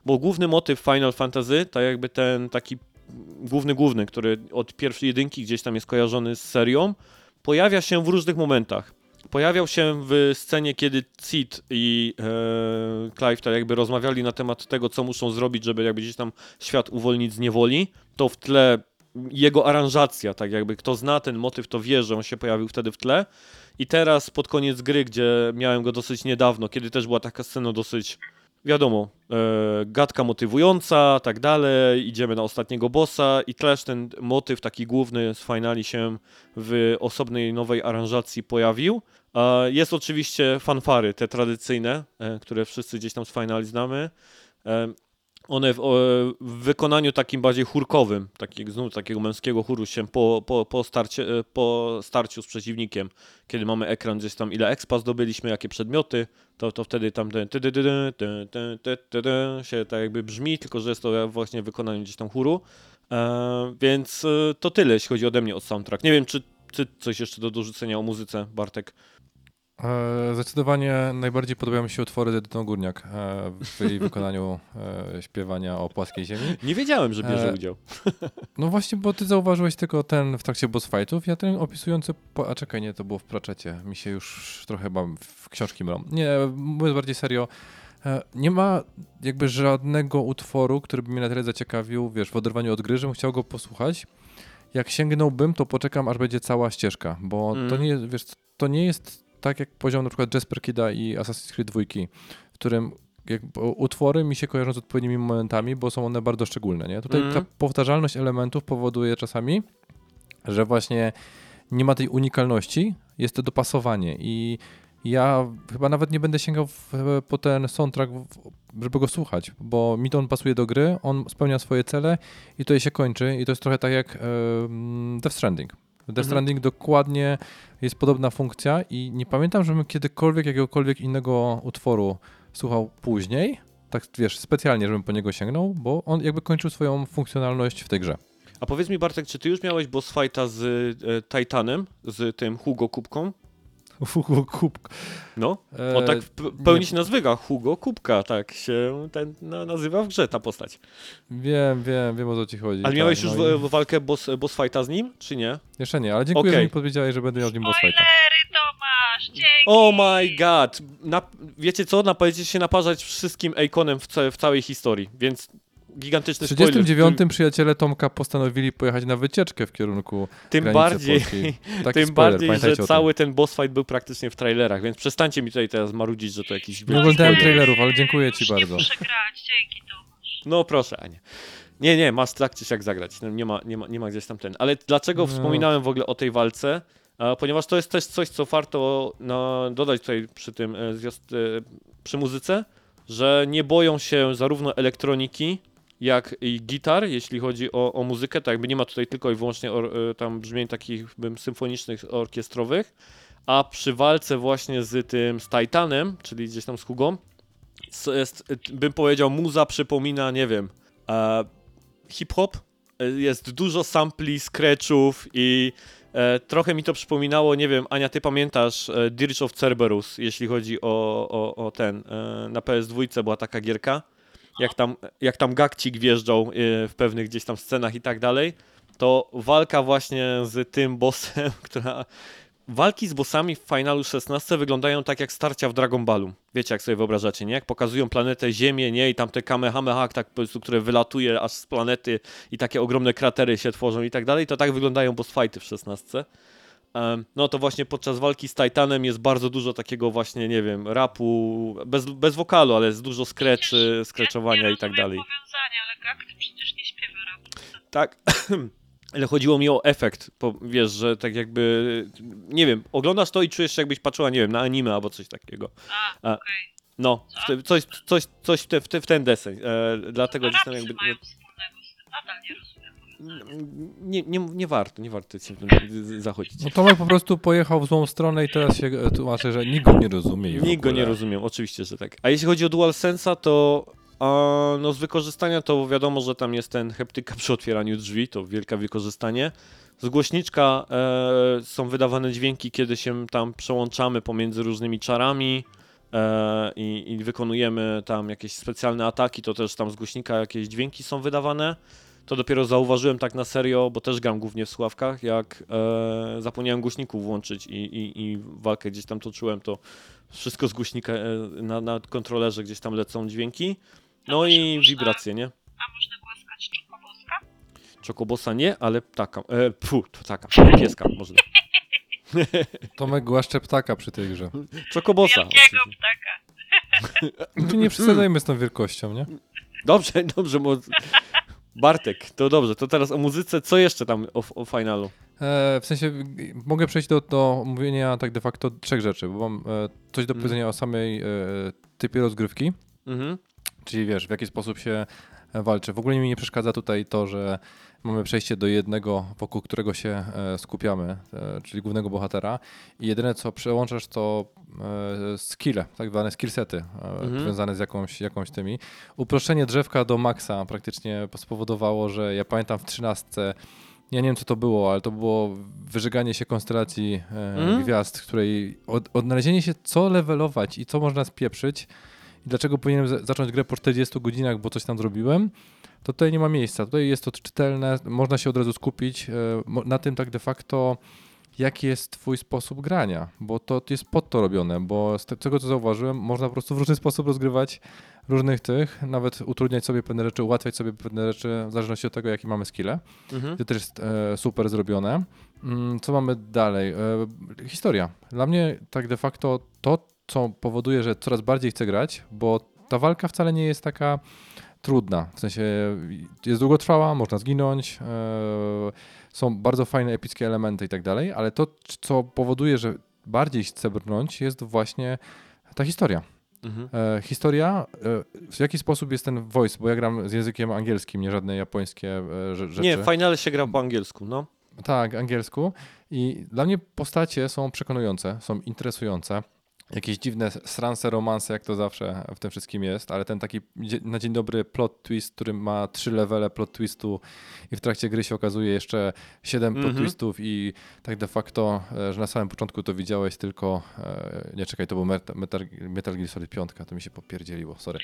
bo główny motyw Final Fantasy, tak jakby ten taki główny, który od pierwszej jedynki gdzieś tam jest kojarzony z serią, pojawia się w różnych momentach. Pojawiał się w scenie, kiedy Cid i Clive tak jakby rozmawiali na temat tego, co muszą zrobić, żeby jakby gdzieś tam świat uwolnić z niewoli. To w tle jego aranżacja, tak jakby kto zna ten motyw, to wie, że on się pojawił wtedy w tle. I teraz pod koniec gry, gdzie miałem go dosyć niedawno, kiedy też była taka scena dosyć, wiadomo, gadka motywująca, tak dalej, idziemy na ostatniego bossa i też ten motyw taki główny z finali się w osobnej nowej aranżacji pojawił. Jest oczywiście fanfary, te tradycyjne, które wszyscy gdzieś tam z finali znamy. One w wykonaniu takim bardziej chórkowym, znów takiego męskiego chóru się po starciu z przeciwnikiem, kiedy mamy ekran gdzieś tam, ile expa zdobyliśmy, jakie przedmioty, to wtedy tam się tak jakby brzmi, tylko że jest to właśnie w wykonaniu gdzieś tam chóru. Więc to tyle, jeśli chodzi ode mnie o soundtrack. Nie wiem, czy ty coś jeszcze do dorzucenia o muzyce, Bartek? Zdecydowanie najbardziej podobają mi się utwory Edyty Górniak w jej wykonaniu śpiewania o płaskiej ziemi. Nie wiedziałem, że bierze udział. No właśnie, bo ty zauważyłeś tylko ten w trakcie boss fightów, ja ten opisujący... A czekaj, nie, to było w Pratchecie. Mi się już trochę chyba w książki mylą. Nie, mówiąc bardziej serio, nie ma jakby żadnego utworu, który by mnie na tyle zaciekawił, wiesz, w oderwaniu od gry, żebym chciał go posłuchać. Jak sięgnąłbym, to poczekam, aż będzie cała ścieżka, bo to nie jest, wiesz, to nie jest tak jak poziom na przykład Jasper Kida i Assassin's Creed 2, w którym utwory mi się kojarzą z odpowiednimi momentami, bo są one bardzo szczególne, nie? Tutaj ta powtarzalność elementów powoduje czasami, że właśnie nie ma tej unikalności, jest to dopasowanie i ja chyba nawet nie będę sięgał po ten soundtrack, żeby go słuchać, bo mi to on pasuje do gry, on spełnia swoje cele i tutaj się kończy i to jest trochę tak jak Death Stranding. W Death Stranding dokładnie jest podobna funkcja i nie pamiętam, żebym kiedykolwiek jakiegokolwiek innego utworu słuchał później, tak wiesz, specjalnie, żebym po niego sięgnął, bo on jakby kończył swoją funkcjonalność w tej grze. A powiedz mi, Bartek, czy ty już miałeś boss fighta z Titanem, z tym Hugo Kubką? Hugo Kubka. No, on tak w pełni się nazywa Hugo Kubka, tak się ten nazywa w grze ta postać. Wiem o co ci chodzi. Ale miałeś już walkę boss fighta z nim, czy nie? Jeszcze nie, ale dziękuję, że mi powiedziałeś, że będę miał z nim boss fighta. Spoilery, Tomasz, dzięki! Oh my god! Wiecie co? Będziecie się naparzać wszystkim Aconem w całej historii, więc gigantyczny W spoiler. 39 przyjaciele Tomka postanowili pojechać na wycieczkę w kierunku Tym granicy bardziej, polskiej. Taki tym spoiler, bardziej, że pamiętajcie o tym. cały ten boss fight był praktycznie w trailerach, więc przestańcie mi tutaj teraz marudzić, że to jakiś... Nie oglądałem trailerów, ale dziękuję ci Już bardzo. Nie muszę grać, dzięki Tomasz. No proszę, Ania. Nie, masz tak czy siak zagrać. No, nie ma gdzieś tam ten. Ale dlaczego wspominałem w ogóle o tej walce? Ponieważ to jest też coś, co warto dodać tutaj przy muzyce, że nie boją się zarówno elektroniki, jak i gitar, jeśli chodzi o muzykę. Tak jakby nie ma tutaj tylko i wyłącznie tam brzmień takich symfonicznych, orkiestrowych. A przy walce właśnie z Titanem, czyli gdzieś tam z Hugą, bym powiedział, muza przypomina, nie wiem, hip-hop. Jest dużo sampli, scratchów i trochę mi to przypominało, nie wiem, Ania, ty pamiętasz Dirge of Cerberus, jeśli chodzi o ten, na PS2 była taka gierka, jak tam gakcik wjeżdżał w pewnych gdzieś tam scenach i tak dalej, to walka właśnie z tym bossem, Walki z bossami w Finalu 16 wyglądają tak jak starcia w Dragon Ballu. Wiecie, jak sobie wyobrażacie, nie? Jak pokazują planetę Ziemię, nie? I tam te Kamehameha, tak po prostu, które wylatuje aż z planety i takie ogromne kratery się tworzą i tak dalej, to tak wyglądają boss fighty w 16. No to właśnie podczas walki z Titanem jest bardzo dużo takiego właśnie, nie wiem, rapu, bez wokalu, ale jest dużo skreczowania i tak dalej. Ja powiązania, ale Gak to przecież nie śpiewa rapu. Tak, ale chodziło mi o efekt, wiesz, że tak jakby, nie wiem, oglądasz to i czujesz się jakbyś patrzyła, nie wiem, na anime albo coś takiego. Okej. No, coś w ten deseń, dlatego gdzieś tam jakby... mają wspólnego z tym? Nadal nie rozumiem powiązania. Nie warto się w tym zachodzić. No Tomek po prostu pojechał w złą stronę i teraz się tłumaczy, że nikt go nie rozumie. Nikt go nie rozumiem, oczywiście, że tak. A jeśli chodzi o DualSense'a, to no z wykorzystania to wiadomo, że tam jest ten heptyka przy otwieraniu drzwi, to wielkie wykorzystanie. Z głośniczka są wydawane dźwięki, kiedy się tam przełączamy pomiędzy różnymi czarami. i wykonujemy tam jakieś specjalne ataki, to też tam z głośnika jakieś dźwięki są wydawane. To dopiero zauważyłem tak na serio, bo też gram głównie w słuchawkach, jak zapomniałem głośników włączyć i walkę gdzieś tam toczyłem, to wszystko z głośnika na kontrolerze gdzieś tam lecą dźwięki. No i wibracje, nie? A można głaskać czokoboska? Czokobosa nie, ale ptaka. Ptaka, pieska można. Tomek głaszcze ptaka przy tej grze. Czokobosa. Wielkiego oczywiście. ptaka. Tu nie przesadzajmy z tą wielkością, nie? Dobrze. Bartek, to dobrze, to teraz o muzyce, co jeszcze tam o finalu? W sensie mogę przejść do mówienia tak de facto 3 rzeczy, bo mam coś do powiedzenia o samej typie rozgrywki, Mhm. czyli wiesz, w jaki sposób się walczy. W ogóle mi nie przeszkadza tutaj to, że mamy przejście do jednego, wokół którego się skupiamy, czyli głównego bohatera i jedyne co przełączasz to skille, tak zwane skillsety powiązane z jakąś tymi. Uproszczenie drzewka do maksa praktycznie spowodowało, że ja pamiętam w 13 ja nie wiem co to było, ale to było wyżeganie się konstelacji gwiazd, której odnalezienie się co levelować i co można spieprzyć i dlaczego powinienem zacząć grę po 40 godzinach, bo coś tam zrobiłem, to tutaj nie ma miejsca. Tutaj jest to czytelne, można się od razu skupić na tym tak de facto, jaki jest twój sposób grania, bo to jest pod to robione, bo z tego co zauważyłem, można po prostu w różny sposób rozgrywać różnych tych, nawet utrudniać sobie pewne rzeczy, ułatwiać sobie pewne rzeczy w zależności od tego, jakie mamy skille. To też jest super zrobione. Co mamy dalej? Historia. Dla mnie tak de facto to, co powoduje, że coraz bardziej chcę grać, bo ta walka wcale nie jest taka trudna. W sensie jest długotrwała, można zginąć, są bardzo fajne, epickie elementy i tak dalej, ale to, co powoduje, że bardziej chcę brnąć, jest właśnie ta historia. Historia, w jaki sposób jest ten voice, bo ja gram z językiem angielskim, nie żadne japońskie rzeczy. Nie, w finale się gra po angielsku, no. Tak, angielsku. I dla mnie postacie są przekonujące, są interesujące. Jakieś dziwne sranse, romanse, jak to zawsze w tym wszystkim jest, ale ten taki na dzień dobry plot twist, który ma 3 levele plot twistu i w trakcie gry się okazuje jeszcze 7 plot twistów i tak de facto, że na samym początku to widziałeś tylko, nie czekaj, to był Metal Gear Solid 5, to mi się popierdzieliło, sorry.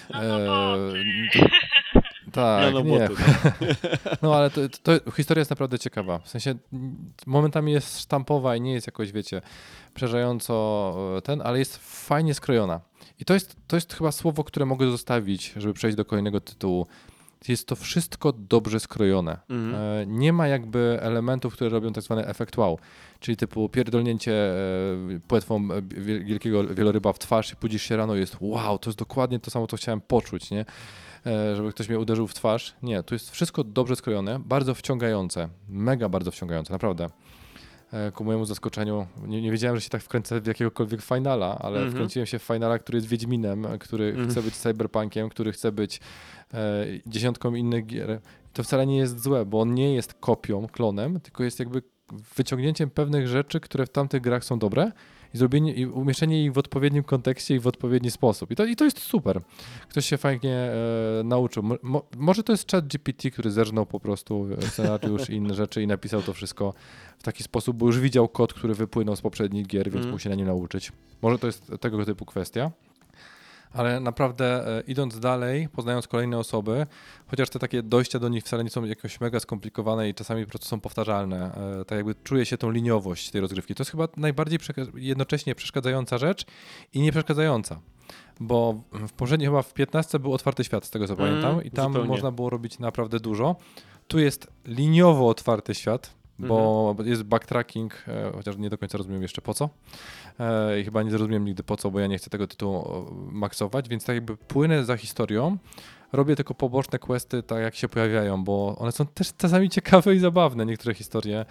Tak, nie. No ale to historia jest naprawdę ciekawa. W sensie momentami jest sztampowa i nie jest jakoś, wiecie, przerażająco ale jest fajnie skrojona. I to jest chyba słowo, które mogę zostawić, żeby przejść do kolejnego tytułu. Jest to wszystko dobrze skrojone. Nie ma jakby elementów, które robią tak zwany efekt wow, czyli typu pierdolnięcie płetwą wielkiego wieloryba w twarz i budzisz się rano i jest wow, to jest dokładnie to samo, co chciałem poczuć, nie? Żeby ktoś mnie uderzył w twarz. Nie, tu jest wszystko dobrze skrojone, bardzo wciągające, mega bardzo wciągające, naprawdę. Ku mojemu zaskoczeniu, nie wiedziałem, że się tak wkręcę w jakiegokolwiek finala, ale wkręciłem się w finala, który jest Wiedźminem, który chce być cyberpunkiem, który chce być dziesiątką innych gier. To wcale nie jest złe, bo on nie jest kopią, klonem, tylko jest jakby wyciągnięciem pewnych rzeczy, które w tamtych grach są dobre i umieszczenie ich w odpowiednim kontekście i w odpowiedni sposób. I to jest super. Ktoś się fajnie nauczył. Może to jest ChatGPT, który zerżnął po prostu scenariusz i inne rzeczy i napisał to wszystko w taki sposób, bo już widział kod, który wypłynął z poprzednich gier, więc mógł się na nim nauczyć. Może to jest tego typu kwestia. Ale naprawdę idąc dalej, poznając kolejne osoby, chociaż te takie dojścia do nich wcale nie są jakoś mega skomplikowane i czasami po prostu są powtarzalne, tak jakby czuje się tą liniowość tej rozgrywki. To jest chyba najbardziej jednocześnie przeszkadzająca rzecz i nie przeszkadzająca. Bo w poprzedniej chyba w 15 był otwarty świat, z tego co pamiętam, i tam zupełnie. można było robić naprawdę dużo. Tu jest liniowo otwarty świat, bo jest backtracking, chociaż nie do końca rozumiem jeszcze po co. I chyba nie zrozumiem nigdy po co, bo ja nie chcę tego tytułu maksować, więc tak jakby płynę za historią, robię tylko poboczne questy tak jak się pojawiają, bo one są też czasami ciekawe i zabawne. Niektóre historie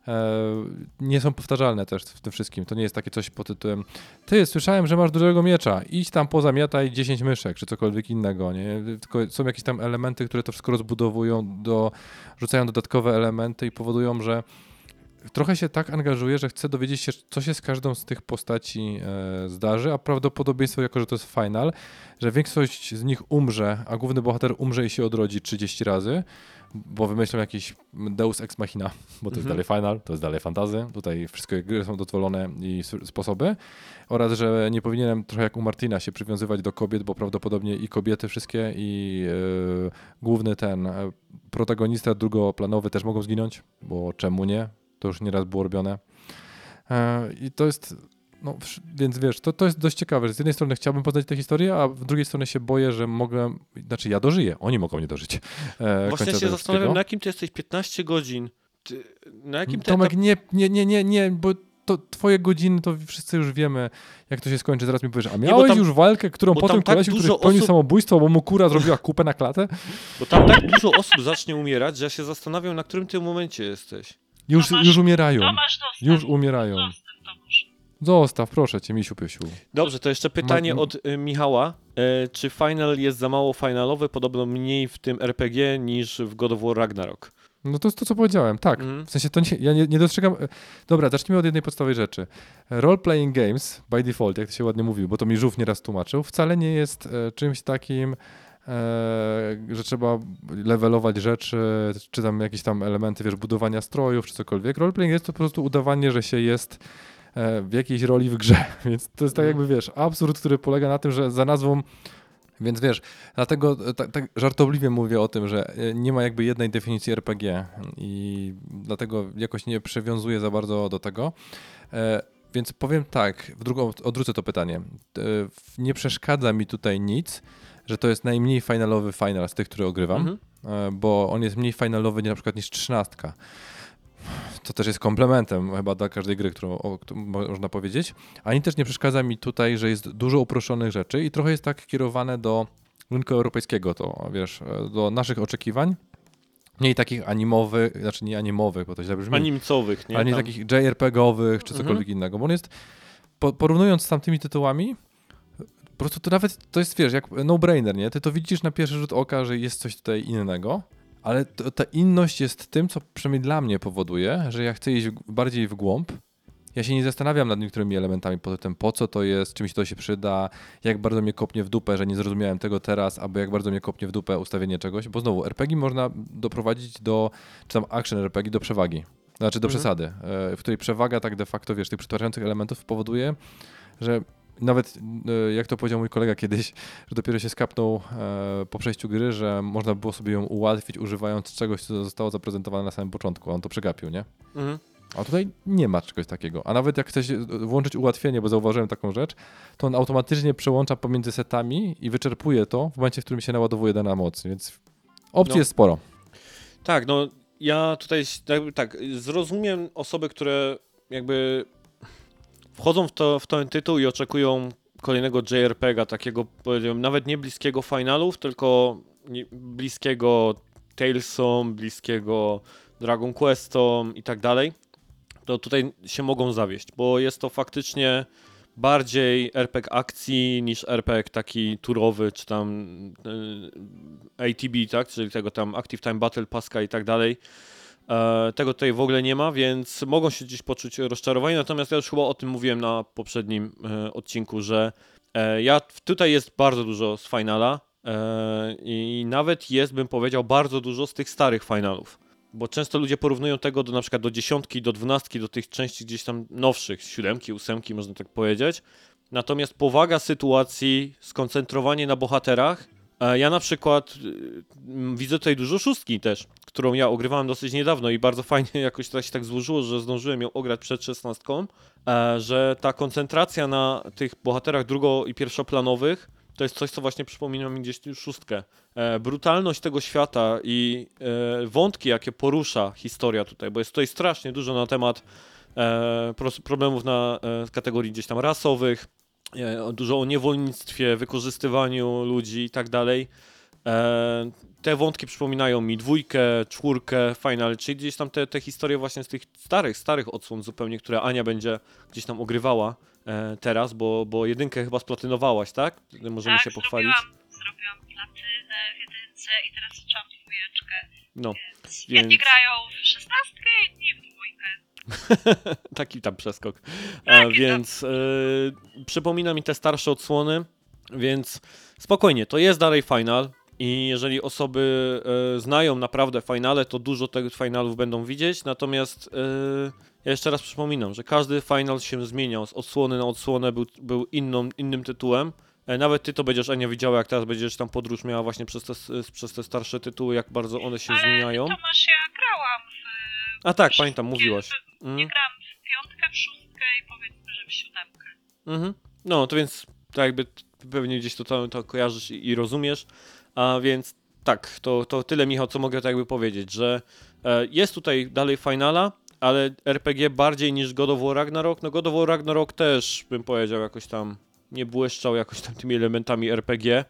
nie są powtarzalne też w tym wszystkim. To nie jest takie coś pod tytułem ty, słyszałem, że masz dużego miecza, idź tam pozamiataj 10 myszek, czy cokolwiek innego, nie? Tylko są jakieś tam elementy, które to wszystko rozbudowują, rzucają dodatkowe elementy i powodują, że trochę się tak angażuję, że chcę dowiedzieć się, co się z każdą z tych postaci zdarzy, a prawdopodobieństwo, jako że to jest final, że większość z nich umrze, a główny bohater umrze i się odrodzi 30 razy, bo wymyślą jakiś Deus Ex Machina, bo to jest dalej Final, to jest dalej fantasy, tutaj wszystkie gry są dozwolone i sposoby, oraz, że nie powinienem trochę jak u Martina się przywiązywać do kobiet, bo prawdopodobnie i kobiety wszystkie i główny protagonista drugoplanowy też mogą zginąć, bo czemu nie? To już nieraz było robione. I to jest, no więc wiesz, to jest dość ciekawe, że z jednej strony chciałbym poznać tę historię, a z drugiej strony się boję, że mogę, znaczy ja dożyję, oni mogą nie dożyć. Właśnie się zastanawiam, na jakim ty jesteś 15 godzin? Na jakim ty Tomek, nie, bo to twoje godziny, to wszyscy już wiemy, jak to się skończy. Zaraz mi powiesz, a miałeś tam, już walkę, którą potem tak kolesiu, który popełnił samobójstwo, bo mu kura zrobiła kupę na klatę? Bo tam tak dużo osób zacznie umierać, że ja się zastanawiam, na którym ty momencie jesteś. Już umierają. Tomasz, Już umierają. Zostaw, proszę cię, misiu pysiu. Dobrze, to jeszcze pytanie od Michała. Czy final jest za mało finalowy? Podobno mniej w tym RPG niż w God of War Ragnarok. No to jest to, co powiedziałem, tak. W sensie to ja nie dostrzegam... Dobra, zacznijmy od jednej podstawowej rzeczy. Role-playing games, by default, jak to się ładnie mówił, bo to mi Żółw nieraz tłumaczył, wcale nie jest czymś takim, że trzeba levelować rzeczy, czy tam jakieś tam elementy, wiesz, budowania strojów, czy cokolwiek. Role-playing jest to po prostu udawanie, że się jest w jakiejś roli w grze. Więc to jest tak jakby, wiesz, absurd, który polega na tym, że za nazwą... Więc wiesz, dlatego tak żartobliwie mówię o tym, że nie ma jakby jednej definicji RPG i dlatego jakoś nie przywiązuję za bardzo do tego. Więc powiem tak, odwrócę to pytanie. Nie przeszkadza mi tutaj nic, że to jest najmniej finalowy final z tych, które ogrywam, bo on jest mniej finalowy na przykład niż 13. To też jest komplementem chyba dla każdej gry, którą można powiedzieć. Ani też nie przeszkadza mi tutaj, że jest dużo uproszczonych rzeczy i trochę jest tak kierowane do rynku europejskiego, to wiesz, do naszych oczekiwań. Mniej takich animowych, znaczy nie animowych, bo to źle brzmi. Animcowych, nie? Ale nie tam. takich JRPG-owych czy cokolwiek innego, bo on jest, porównując z tamtymi tytułami, po prostu to nawet, to jest, wiesz, jak no-brainer, nie? Ty to widzisz na pierwszy rzut oka, że jest coś tutaj innego, ale ta inność jest tym, co przynajmniej dla mnie powoduje, że ja chcę iść bardziej w głąb. Ja się nie zastanawiam nad niektórymi elementami poza tym, po co to jest, czym się to się przyda, jak bardzo mnie kopnie w dupę, że nie zrozumiałem tego teraz, albo jak bardzo mnie kopnie w dupę ustawienie czegoś, bo znowu RPG można doprowadzić do, czy tam action RPG do przewagi, znaczy do przesady, w której przewaga tak de facto, wiesz, tych przytwarzających elementów powoduje, że nawet, jak to powiedział mój kolega kiedyś, że dopiero się skapnął po przejściu gry, że można było sobie ją ułatwić używając czegoś, co zostało zaprezentowane na samym początku, a on to przegapił, nie? A tutaj nie ma czegoś takiego. A nawet jak chcesz włączyć ułatwienie, bo zauważyłem taką rzecz, to on automatycznie przełącza pomiędzy setami i wyczerpuje to w momencie, w którym się naładowuje dana moc, więc opcji jest sporo. Tak, no ja tutaj tak zrozumiem osoby, które jakby wchodzą w ten tytuł i oczekują kolejnego JRPG-a, takiego, powiedziałem, nawet nie bliskiego finalów, tylko bliskiego Talesom, bliskiego Dragon Questom i tak dalej, to tutaj się mogą zawieść, bo jest to faktycznie bardziej RPG akcji niż RPG taki turowy, czy tam ATB, tak, czyli tego tam Active Time Battle Passka i tak dalej. Tego tutaj w ogóle nie ma, więc mogą się gdzieś poczuć rozczarowani, natomiast ja już chyba o tym mówiłem na poprzednim odcinku, że tutaj jest bardzo dużo z finala i nawet jest, bym powiedział, bardzo dużo z tych starych finalów, bo często ludzie porównują tego na przykład do 10, do 12, do tych części gdzieś tam nowszych, 7, 8, można tak powiedzieć, natomiast powaga sytuacji, skoncentrowanie na bohaterach. Ja na przykład widzę tutaj dużo 6 też, którą ja ogrywałem dosyć niedawno i bardzo fajnie jakoś tak się tak złożyło, że zdążyłem ją ograć przed 16, że ta koncentracja na tych bohaterach drugo- i pierwszoplanowych to jest coś, co właśnie przypomina mi gdzieś już 6. Brutalność tego świata i wątki, jakie porusza historia tutaj, bo jest tutaj strasznie dużo na temat problemów na kategorii gdzieś tam rasowych, dużo o niewolnictwie, wykorzystywaniu ludzi i tak dalej. Te wątki przypominają mi 2, 4, Final, czyli gdzieś tam te historie właśnie z tych starych odsłon zupełnie, które Ania będzie gdzieś tam ogrywała teraz, bo 1 chyba splatynowałaś, tak? Możemy się pochwalić. Zrobiłam platynę w 1 i teraz zaczęłam 2. No, więc jedni grają w 16, inni w 2. Taki tam przeskok. Więc przypomina mi te starsze odsłony, więc spokojnie, to jest dalej final. I jeżeli osoby znają naprawdę finale, to dużo tych finalów będą widzieć, natomiast ja jeszcze raz przypominam, że każdy final się zmieniał, z odsłony na odsłonę był innym tytułem. Nawet ty to będziesz, Ania, widziała, jak teraz będziesz tam podróż miała właśnie przez te starsze tytuły, jak bardzo one się Ale zmieniają. Tomasz, ja grałam w... A tak, wszystkie- pamiętam, mówiłaś. Nie grałam w 5, w 6 i powiedzmy, że w 7. Mhm. No, to więc tak jakby pewnie gdzieś to kojarzysz i rozumiesz, a więc tak, to tyle, Michał, co mogę tak jakby powiedzieć, że jest tutaj dalej finala, ale RPG bardziej niż God of War Ragnarok. No God of War Ragnarok też, bym powiedział, jakoś tam nie błyszczał jakoś tam tymi elementami RPG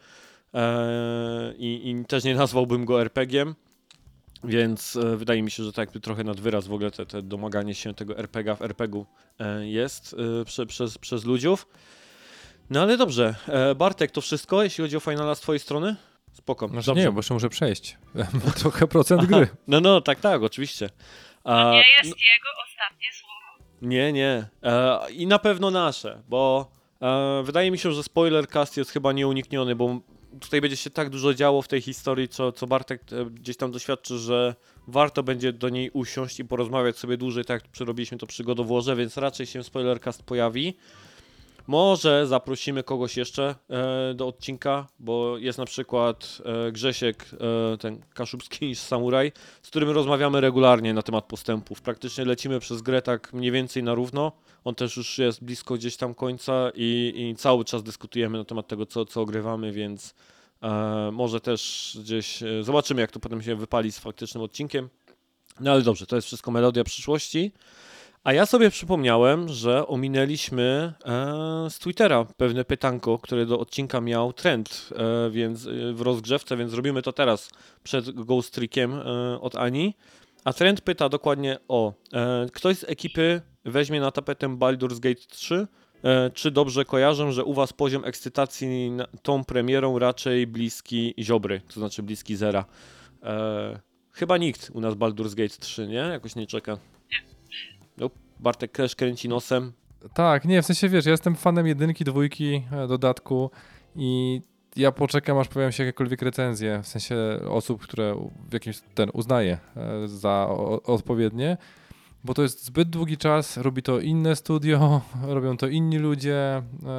i też nie nazwałbym go RPG-iem. Więc wydaje mi się, że tak jakby trochę nad wyraz w ogóle te domaganie się tego RPG w RPG-u jest przez ludziów. No ale dobrze. Bartek, to wszystko, jeśli chodzi o finala z twojej strony? Spoko. Znaczy Dobrze. nie, bo jeszcze muszę przejść. Mam trochę procent gry. No, tak, oczywiście. To nie jest jego ostatnie słowo. Nie. I na pewno nasze, bo wydaje mi się, że spoiler cast jest chyba nieunikniony, bo tutaj będzie się tak dużo działo w tej historii, co Bartek gdzieś tam doświadczy, że warto będzie do niej usiąść i porozmawiać sobie dłużej, tak jak przerobiliśmy to przy God of Warze, więc raczej się spoilercast pojawi. Może zaprosimy kogoś jeszcze do odcinka, bo jest na przykład Grzesiek, ten kaszubski samuraj, z którym rozmawiamy regularnie na temat postępów. Praktycznie lecimy przez grę tak mniej więcej na równo. On też już jest blisko gdzieś tam końca i cały czas dyskutujemy na temat tego, co ogrywamy, więc może też gdzieś zobaczymy, jak to potem się wypali z faktycznym odcinkiem. No ale dobrze, to jest wszystko melodia przyszłości. A ja sobie przypomniałem, że ominęliśmy z Twittera pewne pytanko, które do odcinka miał trend, więc w rozgrzewce, więc robimy to teraz przed Ghost Trickiem od Ani. A trend pyta dokładnie ktoś z ekipy weźmie na tapetę Baldur's Gate 3? Czy dobrze kojarzę, że u was poziom ekscytacji tą premierą raczej bliski Ziobry, to znaczy bliski zera? Chyba nikt u nas Baldur's Gate 3, nie? Jakoś nie czeka. No, Bartek też kręci nosem. Tak, nie, w sensie wiesz, ja jestem fanem 1, 2 dodatku i ja poczekam, aż pojawią się jakiekolwiek recenzje, w sensie osób, które w jakimś uznaję za odpowiednie, bo to jest zbyt długi czas, robi to inne studio, robią to inni ludzie,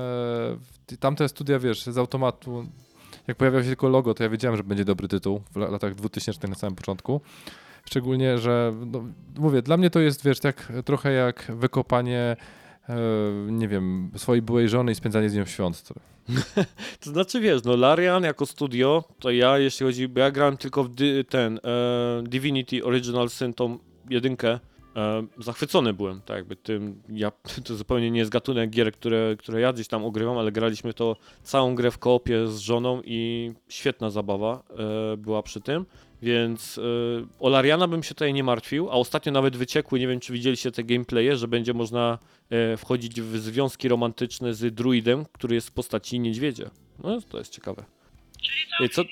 tamte studia, wiesz, z automatu, jak pojawiało się tylko logo, to ja wiedziałem, że będzie dobry tytuł w latach 2000 na samym początku. Szczególnie, że no, mówię, dla mnie to jest, wiesz, tak trochę jak wykopanie, nie wiem, swojej byłej żony i spędzanie z nią świąt. To znaczy, wiesz, no Larian jako studio, to ja, jeśli chodzi, bo ja grałem tylko w Divinity Original Sin, tą jedynkę, zachwycony byłem, tak jakby tym, to zupełnie nie jest gatunek gier, które ja gdzieś tam ogrywam, ale graliśmy to całą grę w koopie z żoną i świetna zabawa była przy tym. Więc o Lariana bym się tutaj nie martwił, a ostatnio nawet wyciekły, nie wiem czy widzieliście te gameplaye, że będzie można wchodzić w związki romantyczne z druidem, który jest w postaci niedźwiedzia. No to jest ciekawe. Czyli co?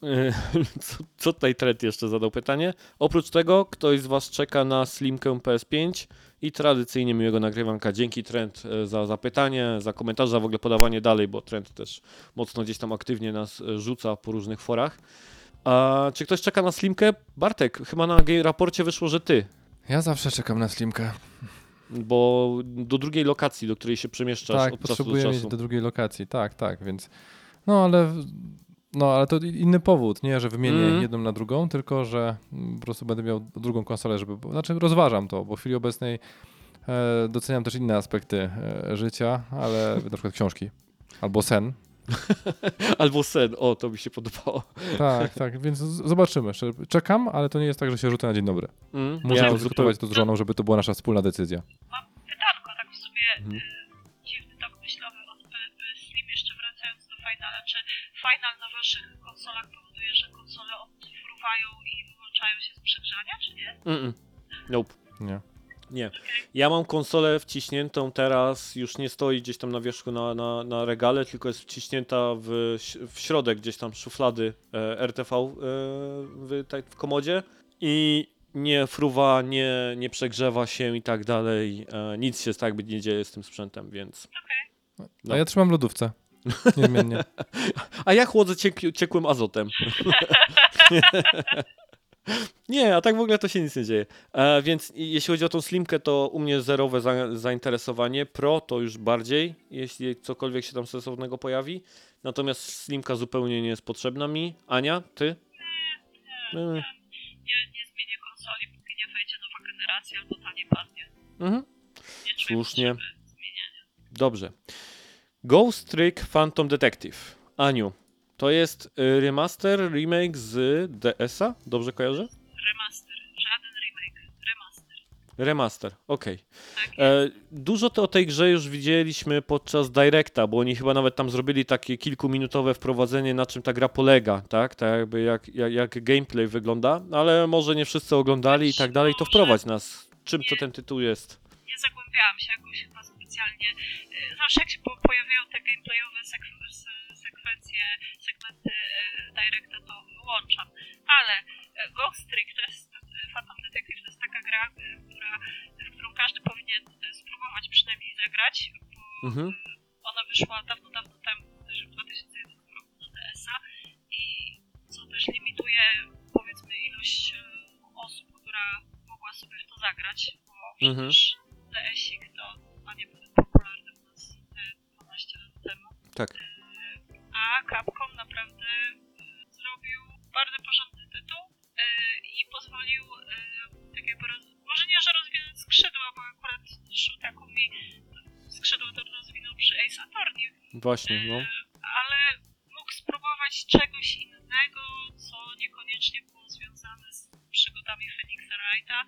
Co tutaj Trend jeszcze zadał pytanie? Oprócz tego ktoś z was czeka na Slimkę PS5 i tradycyjnie miłego nagrywanka. Dzięki Trend za zapytanie, za komentarze, za w ogóle podawanie dalej, bo Trend też mocno gdzieś tam aktywnie nas rzuca po różnych forach. A czy ktoś czeka na Slimkę? Bartek, chyba na raporcie wyszło, że ty. Ja zawsze czekam na Slimkę. Bo do drugiej lokacji, do której się przemieszczasz Tak, od czasu do potrzebuję mieć czasu. do drugiej lokacji, tak, więc ale to inny powód, nie, że wymienię jedną na drugą, tylko że po prostu będę miał drugą konsolę, znaczy rozważam to, bo w chwili obecnej doceniam też inne aspekty życia, ale na przykład książki albo sen. Albo sen, to mi się podobało. Tak, więc zobaczymy. Czekam, ale to nie jest tak, że się rzucę na dzień dobry. Muszę dyskutować to z żoną, żeby to była nasza wspólna decyzja. Mam pytanko, tak w sumie dziwny tok myślowy od Slim, jeszcze wracając do Finala. Czy Final na waszych konsolach powoduje, że konsole odfruwają i wyłączają się z przegrzania, czy nie? Nope. Nie. Ja mam konsolę wciśniętą teraz, już nie stoi gdzieś tam na wierzchu na regale, tylko jest wciśnięta w środek gdzieś tam szuflady RTV w komodzie i nie fruwa, nie przegrzewa się i tak dalej. Nic się tak jakby nie dzieje z tym sprzętem, więc... A ja trzymam w lodówce. Niezmiennie. A ja chłodzę ciekłym azotem. Nie, a tak w ogóle to się nic nie dzieje. Więc jeśli chodzi o tą slimkę, to u mnie zerowe zainteresowanie. Pro to już bardziej, jeśli cokolwiek się tam sensownego pojawi. Natomiast slimka zupełnie nie jest potrzebna mi. Ania, ty? Nie zmienię konsoli, póki nie wejdzie nowa generacja albo ta nie padnie. Mhm. Nie czuję Słusznie. potrzeby zmieniania. Dobrze. Ghost Trick Phantom Detective. Aniu, to jest remaster, remake z DS-a? Dobrze kojarzę? Remaster, żaden remake, remaster. Remaster, okej. Tak jest. Dużo to o tej grze już widzieliśmy podczas Directa, bo oni chyba nawet tam zrobili takie kilkuminutowe wprowadzenie, na czym ta gra polega, tak? Tak jakby jak gameplay wygląda, ale może nie wszyscy oglądali i tak dalej, to wprowadź nas. Czym to ten tytuł jest? Nie zagłębiałam się jakoś chyba specjalnie. Zawsze jak się pojawiają te gameplayowe sekwencje, segmenty Directa, to wyłączam. Ale Ghost Trick to jest, Phantom Detective to jest taka gra, w którą każdy powinien spróbować przynajmniej zagrać, bo Mhm. ona wyszła dawno temu, też w 2011 roku na DS-a i co też limituje, powiedzmy, ilość osób, która mogła sobie w to zagrać, bo przecież DS-ik to chyba nie był popularny u nas te 12 lat temu. Tak. A Capcom naprawdę zrobił bardzo porządny tytuł i pozwolił tak jakby, może nie, że rozwinąć skrzydła, bo akurat Shu Takumi skrzydła to rozwinął przy Ace Attorney, Właśnie, no. ale mógł spróbować czegoś innego, co niekoniecznie było związane z przygodami Phoenixa Wrighta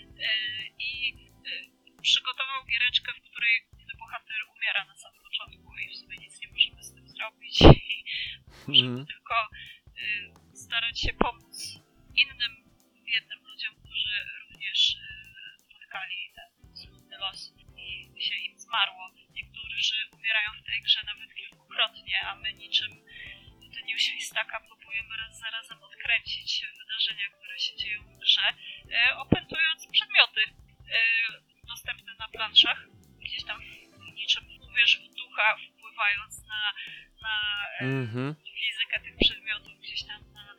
i przygotował giereczkę, w której główny bohater umiera na samym początku i w sumie nic nie możemy z tym zrobić i możemy tylko starać się pomóc innym biednym ludziom, którzy również spotkali ten smutny los i się im zmarło. Niektórzy umierają w tej grze nawet kilkukrotnie, a my niczym dniu świstaka próbujemy raz za razem odkręcić wydarzenia, które się dzieją w grze, opętując przedmioty dostępne na planszach, gdzieś tam niczym, wiesz, w ducha wpływając na fizykę tych przedmiotów, gdzieś tam na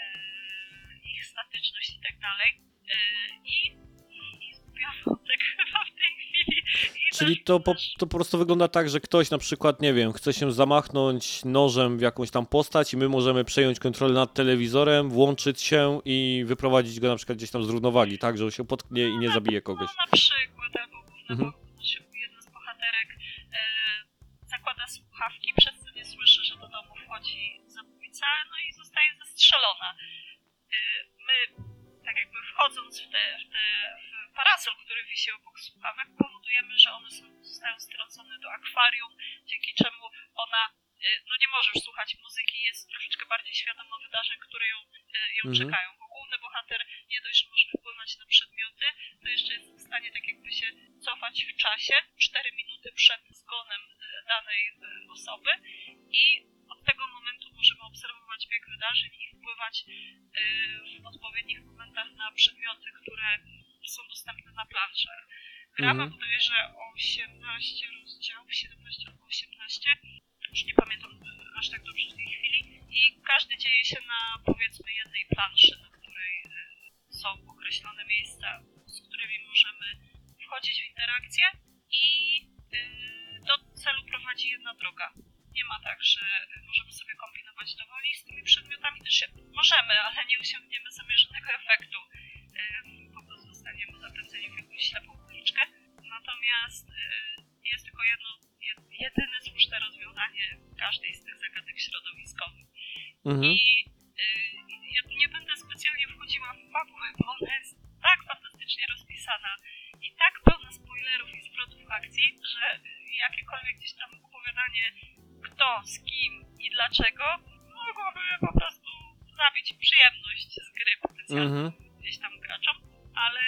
ich statyczność i tak dalej. I zgubiłam wątek chyba w tej chwili. Czyli to po prostu wygląda tak, że ktoś na przykład, nie wiem, chce się zamachnąć nożem w jakąś tam postać i my możemy przejąć kontrolę nad telewizorem, włączyć się i wyprowadzić go na przykład gdzieś tam z równowagi, tak, że on się potknie i nie zabije kogoś. No na przykład, albo jedna z bohaterek zakłada słuchawki, przez co nie słyszy, że do domu wchodzi zabójca, no i zostaje zastrzelona. My, tak jakby wchodząc w parasol, który wisi obok słuchawek, powodujemy, że one zostają strącone do akwarium, dzięki czemu ona nie może już słuchać muzyki, jest troszeczkę bardziej świadoma wydarzeń, które ją czekają. Bo główny bohater nie dość, że może wpływać na przedmioty, to jeszcze jest w stanie tak jakby się cofać w czasie, 4 minuty przed zgonem danej osoby i od tego momentu możemy obserwować bieg wydarzeń i wpływać w odpowiednich momentach na przedmioty, które są dostępne na planszach. Gra ma bodajże 18 rozdziałów, 17 albo 18, już nie pamiętam aż tak dobrze w tej chwili, i każdy dzieje się na, powiedzmy, jednej planszy, na której są określone miejsca, z którymi możemy wchodzić w interakcję i do celu prowadzi jedna droga. Nie ma tak, że możemy sobie kombinować dowoli z tymi przedmiotami, też możemy, ale nie osiągniemy zamierzonego efektu. Po prostu zostaniemy zapędzeni w jakąś ślepą uliczkę. Natomiast jest tylko jedyne słuszne rozwiązanie każdej z tych zagadek środowiskowych. I ja nie będę specjalnie wchodziła w fabułę, bo ona jest tak fantastycznie rozpisana i tak pełna spoilerów i zwrotów akcji, że jakiekolwiek gdzieś tam opowiadanie kto, z kim i dlaczego mogłoby po prostu zabić przyjemność z gry potencjalnym gdzieś tam graczom, ale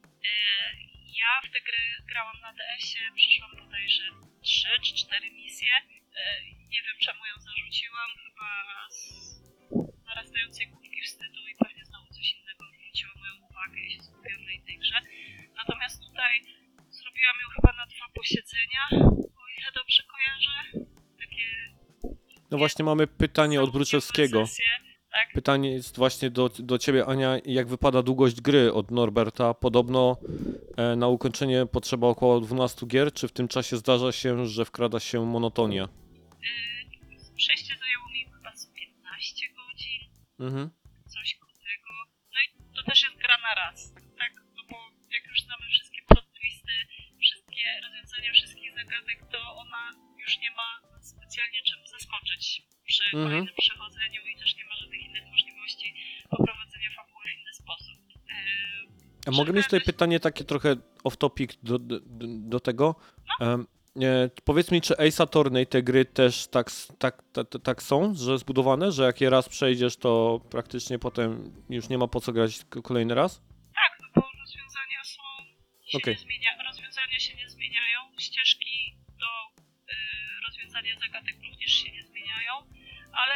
ja w tę grę grałam na DS-ie, przeszłam bodajże 3 czy 4 misje, nie wiem czemu ją zarzuciłam, chyba z narastającej kubki wstydu i pewnie znowu coś innego zwróciło moją uwagę i się skupiłam na innej grze. Natomiast tutaj zrobiłam ją chyba na 2 posiedzenia, o ile dobrze kojarzę. Takie No właśnie mamy pytanie od Bruczewskiego. Sesję, tak? Pytanie jest właśnie do ciebie, Ania, jak wypada długość gry od Norberta? Podobno na ukończenie potrzeba około 12 gier, czy w tym czasie zdarza się, że wkrada się monotonia? Przejście zajęło mi chyba z 15 godzin, Mhm. coś koło tego. No i to też jest gra na raz, tak? No bo jak już znamy wszystkie plot twisty, wszystkie rozwiązania wszystkich zagadek, to ona już nie ma specjalnie czym zaskoczyć przy kolejnym przechodzeniu i też nie ma żadnych innych możliwości poprowadzenia fabuły w inny sposób. A mogę mieć tutaj pytanie takie trochę off-topic do tego? Powiedz mi, czy Ace Attorney te gry też tak są, że zbudowane, że jak je raz przejdziesz, to praktycznie potem już nie ma po co grać kolejny raz? Tak, no bo rozwiązania Okej. rozwiązania się nie zmieniają, ścieżki do rozwiązania zagadek również się nie zmieniają, ale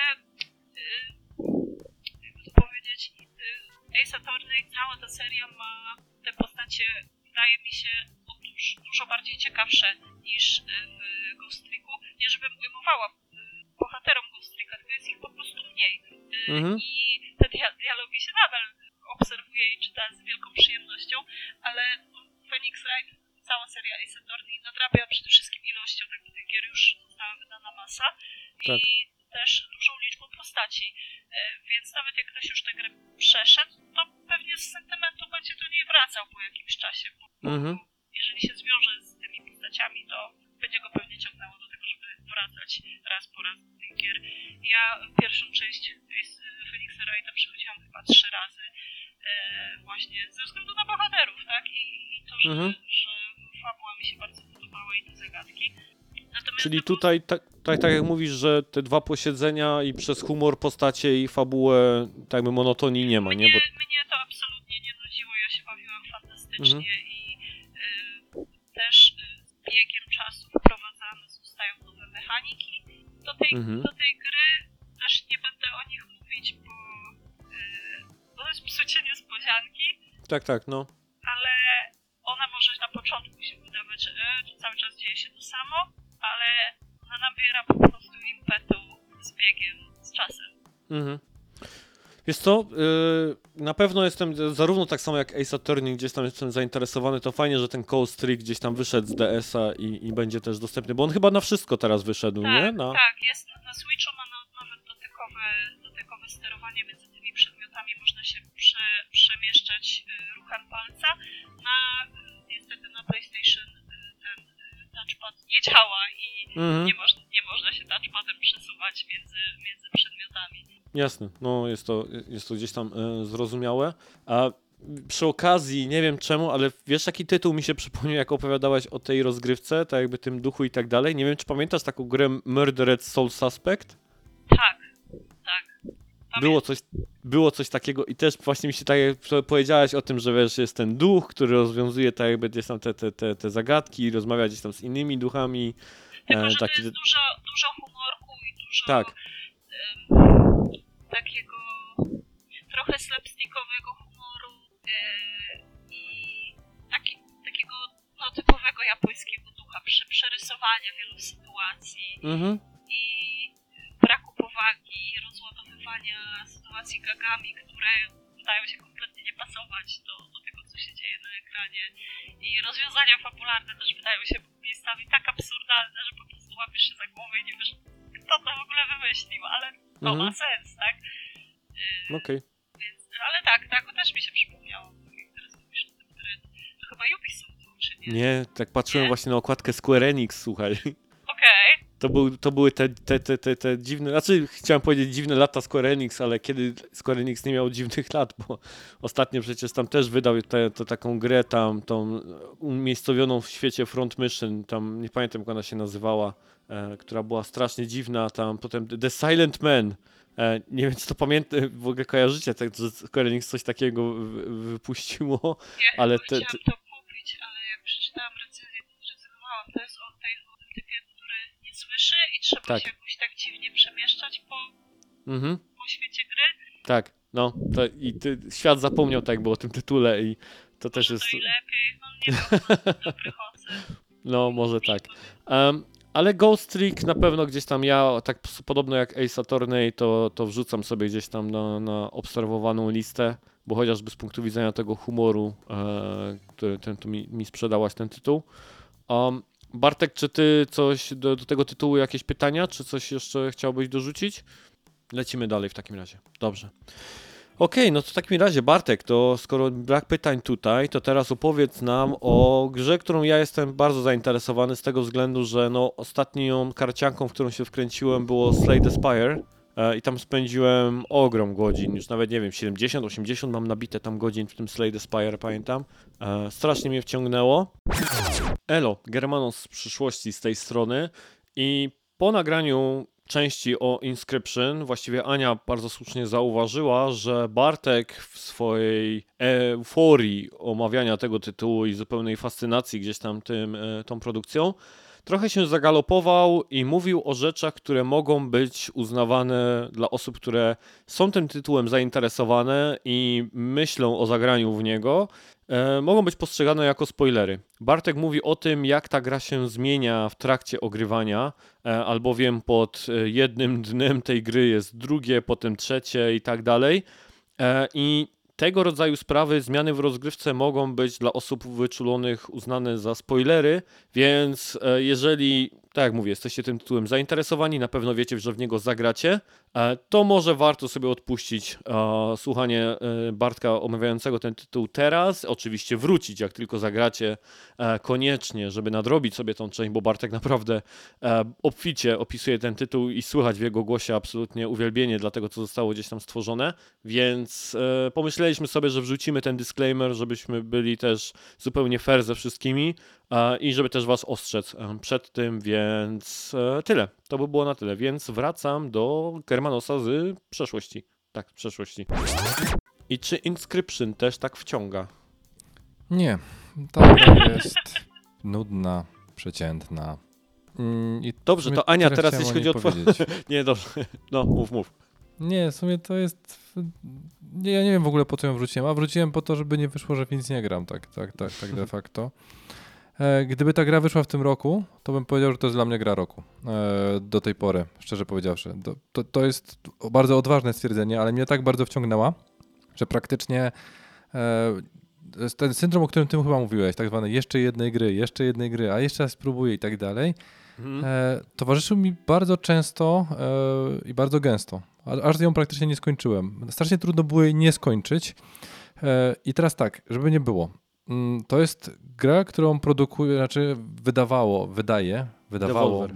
jakby to powiedzieć, Ace Attorney, cała ta seria ma te postacie, wydaje mi się, dużo bardziej ciekawsze niż w Ghost Tricku. Nie żebym ujmowała bohaterom Ghost Tricka, tylko jest ich po prostu mniej. I te dialogi się nadal obserwuje i czyta z wielką przyjemnością, ale Phoenix Wright, cała seria Ace Attorney nadrabia przede wszystkim ilością, tak tych gier już została wydana masa Tak. i też dużą liczbą postaci, więc nawet jak ktoś już tę grę przeszedł, to pewnie z sentymentu będzie do niej wracał po jakimś czasie, bo jeżeli się zwiąże z tymi postaciami, to będzie go pewnie ciągnęło do tego, żeby wracać raz po raz do tych gier. Ja pierwszą część Phoenixa Wrighta przechodziłam chyba 3 razy, właśnie ze względu na bohaterów, tak? I to, że fabuła mi się bardzo podobała i te zagadki. Natomiast Czyli tutaj, tak jak mówisz, że te 2 posiedzenia i przez humor postacie i fabułę, tak jakby monotonii nie ma, nie? Bo... Mnie to absolutnie nie nudziło, ja się bawiłam fantastycznie i też z biegiem czasu wprowadzane zostają nowe mechaniki do tej gry. Też nie będę o nich mówić, bo to jest psucie niespodzianki, Tak, no. ale ona może na początku się wydawać, że cały czas dzieje się to samo, ale ona nabiera po prostu impetu z biegiem, z czasem. Wiesz co, na pewno jestem, zarówno tak samo jak Ace Attorney, gdzieś tam jestem zainteresowany, to fajnie, że ten Ghost Trick gdzieś tam wyszedł z DS-a i będzie też dostępny, bo on chyba na wszystko teraz wyszedł, tak, nie? Tak, jest na Switchu, ma nawet dotykowe sterowanie między tymi przedmiotami, można się przemieszczać ruchem palca. Niestety na PlayStation ten touchpad nie działa i nie można się touchpadem przesuwać między przedmiotami. Jasne, no jest to gdzieś tam zrozumiałe. A przy okazji, nie wiem czemu, ale wiesz jaki tytuł mi się przypomniał, jak opowiadałaś o tej rozgrywce, tak jakby tym duchu i tak dalej? Nie wiem, czy pamiętasz taką grę Murdered Soul Suspect? Tak. Było coś takiego i też właśnie mi się tak jak powiedziałaś o tym, że wiesz, jest ten duch, który rozwiązuje tak jakby gdzieś tam te zagadki i rozmawia gdzieś tam z innymi duchami. Tylko, że to jest dużo humorku i dużo takiego trochę slapstickowego humoru i takiego typowego japońskiego ducha, przerysowania wielu sytuacji i braku powagi, rozładowywania sytuacji gagami, które wydają się kompletnie nie pasować do tego, co się dzieje na ekranie. I rozwiązania fabularne też wydają się miejscami tak absurdalne, że po prostu łapiesz się za głowę i nie wiesz, kto to w ogóle wymyślił, ale to ma sens, tak? Okej. Ale tak, to też mi się przypomniało, jak teraz mówisz o tym, to chyba Ubisoft, czy nie? Nie, tak patrzyłem właśnie na okładkę Square Enix, słuchaj. Okej. To były te dziwne, znaczy chciałem powiedzieć dziwne lata Square Enix, ale kiedy Square Enix nie miał dziwnych lat, bo ostatnio przecież tam też wydał taką grę tam, tą umiejscowioną w świecie Front Mission, tam nie pamiętam jak ona się nazywała, która była strasznie dziwna, tam potem The Silent Man. Nie wiem, czy to w ogóle kojarzycie, tak, że Square Enix coś takiego wypuściło, Ja ale chciałam to kupić, ale jak przeczytałam recenzję, to zrezygnowałam. To jest o tym typie, który nie słyszy i trzeba się jakoś tak dziwnie przemieszczać po świecie gry. Tak, no, świat zapomniał tak było o tym tytule i to też może jest... to i lepiej, no nie wiem, dobry ocen. No, może tak. Ale Ghost Trick na pewno gdzieś tam ja, tak podobno jak Ace Attorney, to wrzucam sobie gdzieś tam na obserwowaną listę, bo chociażby z punktu widzenia tego humoru, który tu mi sprzedałaś ten tytuł. Bartek, czy ty coś do tego tytułu, jakieś pytania, czy coś jeszcze chciałbyś dorzucić? Lecimy dalej w takim razie. Dobrze. Okej, no to w takim razie Bartek, to skoro brak pytań tutaj, to teraz opowiedz nam o grze, którą ja jestem bardzo zainteresowany z tego względu, że no ostatnią karcianką, w którą się wkręciłem, było Slay the Spire i tam spędziłem ogrom godzin, już nawet nie wiem, 70, 80 mam nabite tam godzin w tym Slay the Spire, pamiętam. Strasznie mnie wciągnęło. Elo, Germanos z przyszłości z tej strony i po nagraniu części o Inscription, właściwie Ania bardzo słusznie zauważyła, że Bartek w swojej euforii omawiania tego tytułu i zupełnej fascynacji gdzieś tam tą produkcją, trochę się zagalopował i mówił o rzeczach, które mogą być uznawane dla osób, które są tym tytułem zainteresowane i myślą o zagraniu w niego, mogą być postrzegane jako spoilery. Bartek mówi o tym, jak ta gra się zmienia w trakcie ogrywania, albowiem pod jednym dnem tej gry jest drugie, potem trzecie i tak dalej. I tego rodzaju sprawy, zmiany w rozgrywce mogą być dla osób wyczulonych uznane za spoilery, więc jeżeli, tak jak mówię, jesteście tym tytułem zainteresowani, na pewno wiecie, że w niego zagracie, to może warto sobie odpuścić słuchanie Bartka omawiającego ten tytuł teraz, oczywiście wrócić, jak tylko zagracie koniecznie, żeby nadrobić sobie tą część, bo Bartek naprawdę obficie opisuje ten tytuł i słychać w jego głosie absolutnie uwielbienie dla tego, co zostało gdzieś tam stworzone, więc pomyśleliśmy sobie, że wrzucimy ten disclaimer, żebyśmy byli też zupełnie fair ze wszystkimi i żeby też was ostrzec przed tym, więc tyle. To by było na tyle, więc wracam do Germanosa z przeszłości. Tak, z przeszłości. I czy Inscription też tak wciąga? Nie, ta gra jest nudna, przeciętna. I Dobrze, to Ania, teraz jeśli chodzi o twoje... powiedzieć. Nie, dobrze. No, mów. Nie, w sumie to jest... Ja nie wiem w ogóle po co ją wróciłem, a wróciłem po to, żeby nie wyszło, że w nic nie gram, tak de facto. Gdyby ta gra wyszła w tym roku, to bym powiedział, że to jest dla mnie gra roku. Do tej pory, szczerze powiedziawszy. To jest bardzo odważne stwierdzenie, ale mnie tak bardzo wciągnęła, że praktycznie ten syndrom, o którym ty chyba mówiłeś, tak zwany jeszcze jednej gry, a jeszcze raz spróbuję i tak dalej, towarzyszył mi bardzo często i bardzo gęsto. Aż ją praktycznie nie skończyłem. Strasznie trudno było jej nie skończyć. I teraz tak, żeby nie było. To jest gra, którą produkuje, wydawało, Devolver.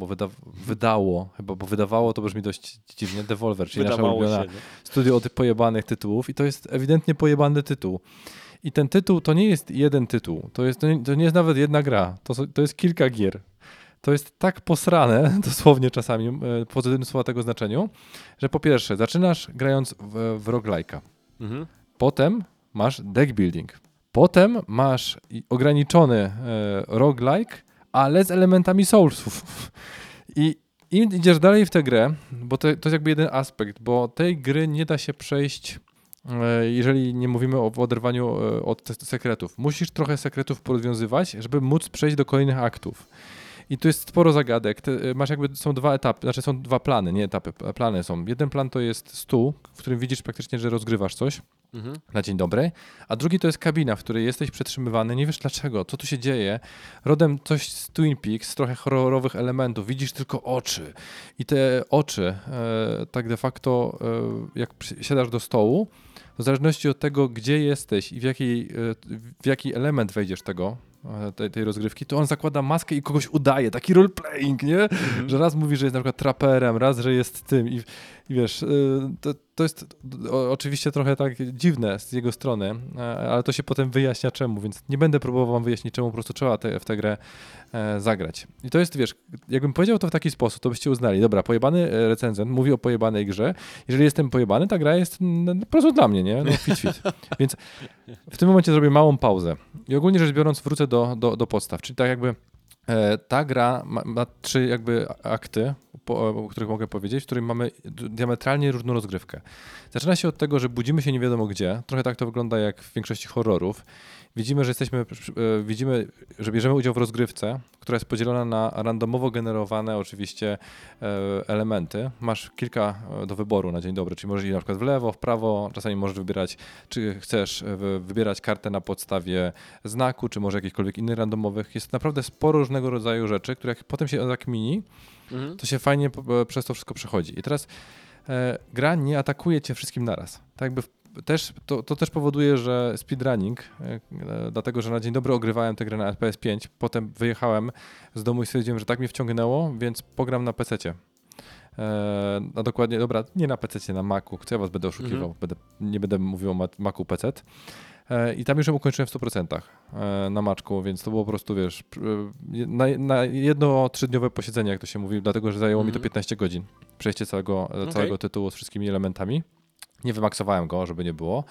bo wydawało to brzmi dość dziwnie, Devolver, czyli nasza Wydawało ulubiona się, studio o tych pojebanych tytułów i to jest ewidentnie pojebany tytuł. I ten tytuł to nie jest jeden tytuł, to nie jest nawet jedna gra, to jest kilka gier. To jest tak posrane, dosłownie czasami, w pozytywnym słowa tego znaczeniu, że po pierwsze zaczynasz grając w roguelike'a, potem masz deck building, potem masz ograniczony roguelike, ale z elementami Soulsów. I im idziesz dalej w tę grę, bo to jest jakby jeden aspekt, bo tej gry nie da się przejść, jeżeli nie mówimy o oderwaniu od sekretów. Musisz trochę sekretów porozwiązywać, żeby móc przejść do kolejnych aktów. I tu jest sporo zagadek. Masz są dwa etapy, znaczy są dwa plany, nie etapy, plany są. Jeden plan to jest stół, w którym widzisz praktycznie, że rozgrywasz coś na dzień dobry, a drugi to jest kabina, w której jesteś przetrzymywany, nie wiesz dlaczego, co tu się dzieje. Rodem coś z Twin Peaks, trochę horrorowych elementów, widzisz tylko oczy. I te oczy, tak de facto, jak siadasz do stołu, w zależności od tego, gdzie jesteś i w jaki element wejdziesz tej rozgrywki, to on zakłada maskę i kogoś udaje, taki roleplaying, nie? Że raz mówi, że jest na przykład traperem, raz, że jest tym i wiesz, to jest oczywiście trochę tak dziwne z jego strony, ale to się potem wyjaśnia czemu, więc nie będę próbował wam wyjaśnić czemu, po prostu trzeba w tę grę zagrać. I to jest, wiesz, jakbym powiedział to w taki sposób, to byście uznali, dobra, pojebany recenzent mówi o pojebanej grze, jeżeli jestem pojebany, ta gra jest po prostu dla mnie, nie? No fit. Więc w tym momencie zrobię małą pauzę i ogólnie rzecz biorąc wrócę do podstaw, czyli tak jakby Ta gra ma 3 jakby akty, o których mogę powiedzieć, w których mamy diametralnie różną rozgrywkę. Zaczyna się od tego, że budzimy się nie wiadomo gdzie. Trochę tak to wygląda jak w większości horrorów. Widzimy, że bierzemy udział w rozgrywce, która jest podzielona na randomowo generowane oczywiście elementy. Masz kilka do wyboru na dzień dobry, czyli możesz iść na przykład w lewo, w prawo, czasami możesz wybierać, czy chcesz wybierać kartę na podstawie znaku, czy może jakichkolwiek innych randomowych. Jest naprawdę sporo różnego rodzaju rzeczy, które jak potem się zakmini, to się fajnie przez to wszystko przechodzi. I teraz gra nie atakuje cię wszystkim naraz. Tak jakby to też powoduje, że speedrunning, dlatego że na dzień dobry ogrywałem tę grę na PS5, potem wyjechałem z domu i stwierdziłem, że tak mnie wciągnęło, więc pogram na PC-cie. A dokładnie, dobra, nie na PC-cie, na Macu, co ja was będę oszukiwał, nie będę mówił o Macu PC. I tam już ją ukończyłem w 100% na Maczku, więc to było po prostu, wiesz, na jedno 3-dniowe posiedzenie, jak to się mówi, dlatego że zajęło mi to 15 godzin przejście całego tytułu z wszystkimi elementami. Nie wymaksowałem go, żeby nie było.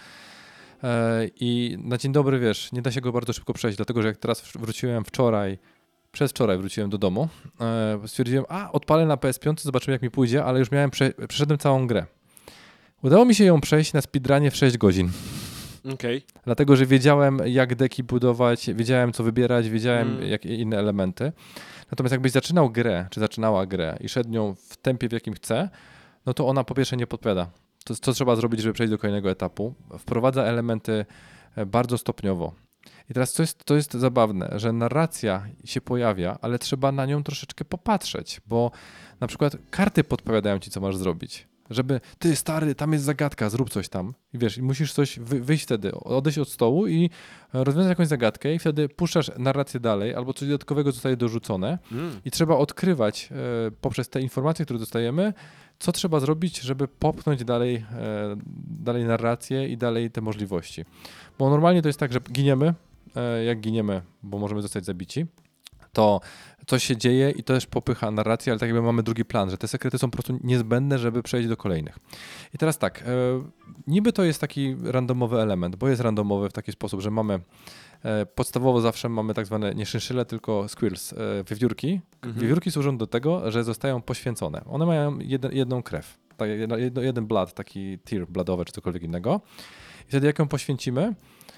I na dzień dobry, wiesz, nie da się go bardzo szybko przejść, dlatego że jak teraz przedwczoraj wróciłem do domu, stwierdziłem, odpalę na PS5, zobaczymy jak mi pójdzie, ale już przeszedłem całą grę. Udało mi się ją przejść na speedrunie w 6 godzin. Okay. Dlatego, że wiedziałem jak deki budować, wiedziałem co wybierać, wiedziałem jakie inne elementy. Natomiast jakbyś zaczynała grę i szedł nią w tempie w jakim chce, no to ona po pierwsze nie podpowiada. To co trzeba zrobić, żeby przejść do kolejnego etapu. Wprowadza elementy bardzo stopniowo. I teraz to jest zabawne, że narracja się pojawia, ale trzeba na nią troszeczkę popatrzeć, bo na przykład karty podpowiadają ci, co masz zrobić. Żeby, ty stary, tam jest zagadka, zrób coś tam. I wiesz, musisz coś wyjść wtedy, odejść od stołu i rozwiązać jakąś zagadkę i wtedy puszczasz narrację dalej, albo coś dodatkowego zostaje dorzucone i trzeba odkrywać poprzez te informacje, które dostajemy, co trzeba zrobić, żeby popchnąć dalej narrację i dalej te możliwości. Bo normalnie to jest tak, że jak giniemy, bo możemy zostać zabici, to coś się dzieje i to też popycha narrację, ale tak jakby mamy drugi plan, że te sekrety są po prostu niezbędne, żeby przejść do kolejnych. I teraz tak, niby to jest taki randomowy element, bo jest randomowy w taki sposób, że mamy podstawowo zawsze mamy tak zwane nie szynszyle, tylko squirrels, wiewiórki. Wiewiórki służą do tego, że zostają poświęcone. One mają jedną krew, jeden blood, taki tear blodowy czy cokolwiek innego. I wtedy jak ją poświęcimy,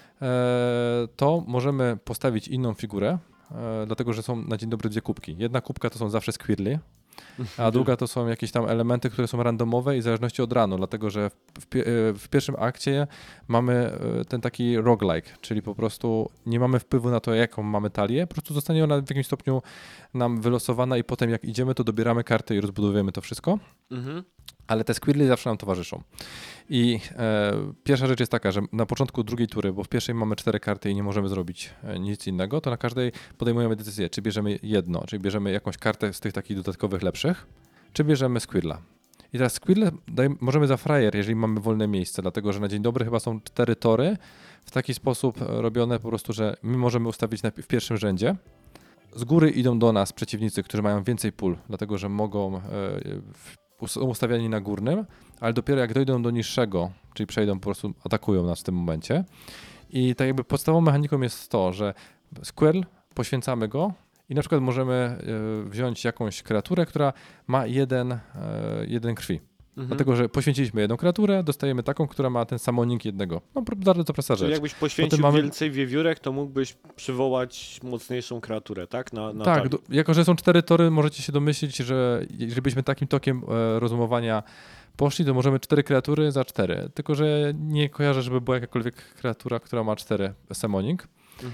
to możemy postawić inną figurę, dlatego że są na dzień dobry 2 kubki. Jedna kubka to są zawsze squirrely, a druga to są jakieś tam elementy, które są randomowe i w zależności od ranu, dlatego że w pierwszym akcie mamy ten taki roguelike, czyli po prostu nie mamy wpływu na to, jaką mamy talię, po prostu zostanie ona w jakimś stopniu nam wylosowana i potem jak idziemy, to dobieramy kartę i rozbudowujemy to wszystko. Ale te squirrely zawsze nam towarzyszą. I pierwsza rzecz jest taka, że na początku drugiej tury, bo w pierwszej mamy 4 karty i nie możemy zrobić nic innego, to na każdej podejmujemy decyzję, czy bierzemy jedno, czyli bierzemy jakąś kartę z tych takich dodatkowych lepszych, czy bierzemy squirrela. I teraz squirrel możemy za frajer, jeżeli mamy wolne miejsce, dlatego że na dzień dobry chyba są 4 tory w taki sposób robione po prostu, że my możemy ustawić w pierwszym rzędzie. Z góry idą do nas przeciwnicy, którzy mają więcej pól, dlatego że mogą są ustawiani na górnym, ale dopiero jak dojdą do niższego, czyli przejdą, po prostu atakują nas w tym momencie. I tak jakby podstawową mechaniką jest to, że squirrel, poświęcamy go i na przykład możemy wziąć jakąś kreaturę, która ma jeden krwi. Dlatego, że poświęciliśmy jedną kreaturę, dostajemy taką, która ma ten summoning jednego. No bardzo prosta rzecz. Czyli jakbyś poświęcił więcej wiewiórek, to mógłbyś przywołać mocniejszą kreaturę, tak? Tak, jako że są 4 tory, możecie się domyślić, że jeżeli byśmy takim tokiem rozumowania poszli, to możemy 4 kreatury za 4. Tylko, że nie kojarzę, żeby była jakakolwiek kreatura, która ma 4 summoning.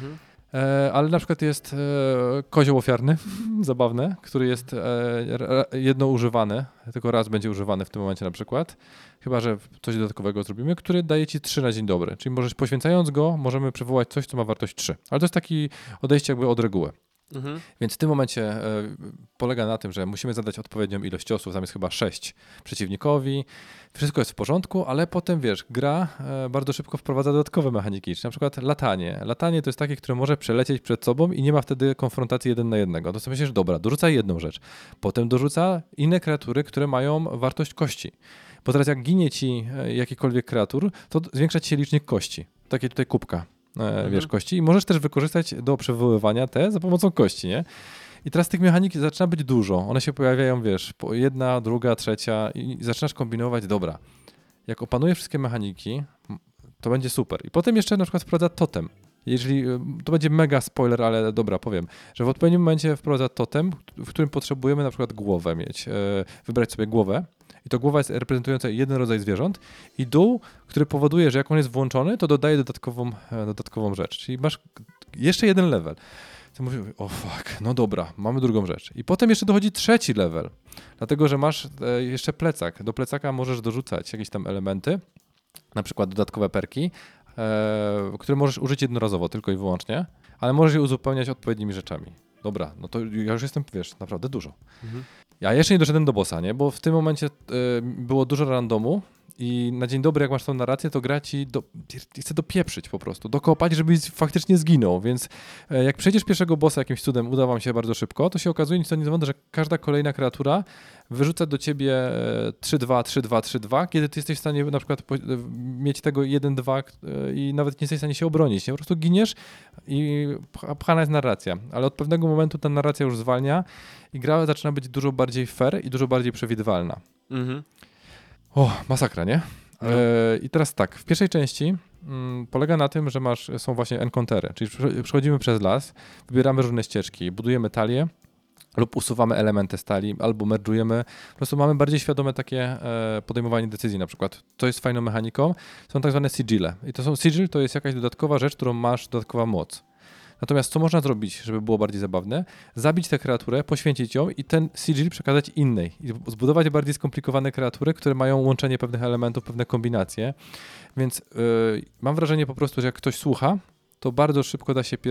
Ale na przykład jest kozioł ofiarny, zabawne, który jest jedno używany, tylko raz będzie używany w tym momencie na przykład, chyba że coś dodatkowego zrobimy, który daje ci 3 na dzień dobry, czyli możesz poświęcając go, możemy przywołać coś, co ma wartość 3, ale to jest taki odejście jakby od reguły. Więc w tym momencie polega na tym, że musimy zadać odpowiednią ilość ciosów, tam jest chyba 6 przeciwnikowi, wszystko jest w porządku, ale potem wiesz, gra bardzo szybko wprowadza dodatkowe mechaniki, czyli na przykład latanie. Latanie to jest takie, które może przelecieć przed sobą i nie ma wtedy konfrontacji 1 na 1. To sobie myślisz, dobra, dorzuca jedną rzecz, potem dorzuca inne kreatury, które mają wartość kości. Bo teraz jak ginie ci jakikolwiek kreatur, to zwiększa ci się licznik kości. Takie tutaj kubka. Wiesz, kości i możesz też wykorzystać do przywoływania te za pomocą kości, nie? I teraz tych mechanik zaczyna być dużo. One się pojawiają, wiesz, jedna, druga, trzecia i zaczynasz kombinować, dobra, jak opanuję wszystkie mechaniki, to będzie super. I potem jeszcze na przykład wprowadza totem. Jeżeli, to będzie mega spoiler, ale dobra, powiem, że w odpowiednim momencie wprowadza totem, w którym potrzebujemy na przykład głowę mieć, wybrać sobie głowę i to głowa jest reprezentująca jeden rodzaj zwierząt i dół, który powoduje, że jak on jest włączony, to dodaje dodatkową rzecz. Czyli masz jeszcze jeden level. Ty mówisz, o fuck, no dobra, mamy drugą rzecz. I potem jeszcze dochodzi trzeci level, dlatego że masz jeszcze plecak. Do plecaka możesz dorzucać jakieś tam elementy, na przykład dodatkowe perki, które możesz użyć jednorazowo tylko i wyłącznie, ale możesz je uzupełniać odpowiednimi rzeczami. Dobra, no to ja już jestem, wiesz, naprawdę dużo. Ja jeszcze nie doszedłem do bossa, nie? Bo w tym momencie było dużo randomu i na dzień dobry, jak masz tą narrację, to gra ci chce dopieprzyć po prostu, dokopać, żebyś faktycznie zginął, więc jak przejdziesz pierwszego bossa jakimś cudem, uda wam się bardzo szybko, to się okazuje nic nie że każda kolejna kreatura wyrzuca do ciebie 3-2, 3-2, 3-2, kiedy ty jesteś w stanie na przykład mieć tego 1-2 i nawet nie jesteś w stanie się obronić, nie? Po prostu giniesz i pchana jest narracja, ale od pewnego momentu ta narracja już zwalnia i gra zaczyna być dużo bardziej fair i dużo bardziej przewidywalna. O, masakra, nie? No. I teraz tak, w pierwszej części polega na tym, że są właśnie encountery, czyli przechodzimy przez las, wybieramy różne ścieżki, budujemy talię lub usuwamy elementy stali, albo merdżujemy. Po prostu mamy bardziej świadome takie podejmowanie decyzji na przykład. To jest fajną mechaniką. Są tak zwane sigille. I sigil to jest jakaś dodatkowa rzecz, którą masz, dodatkowa moc. Natomiast co można zrobić, żeby było bardziej zabawne? Zabić tę kreaturę, poświęcić ją i ten sigil przekazać innej. I zbudować bardziej skomplikowane kreatury, które mają łączenie pewnych elementów, pewne kombinacje. Więc mam wrażenie po prostu, że jak ktoś słucha, to bardzo szybko da się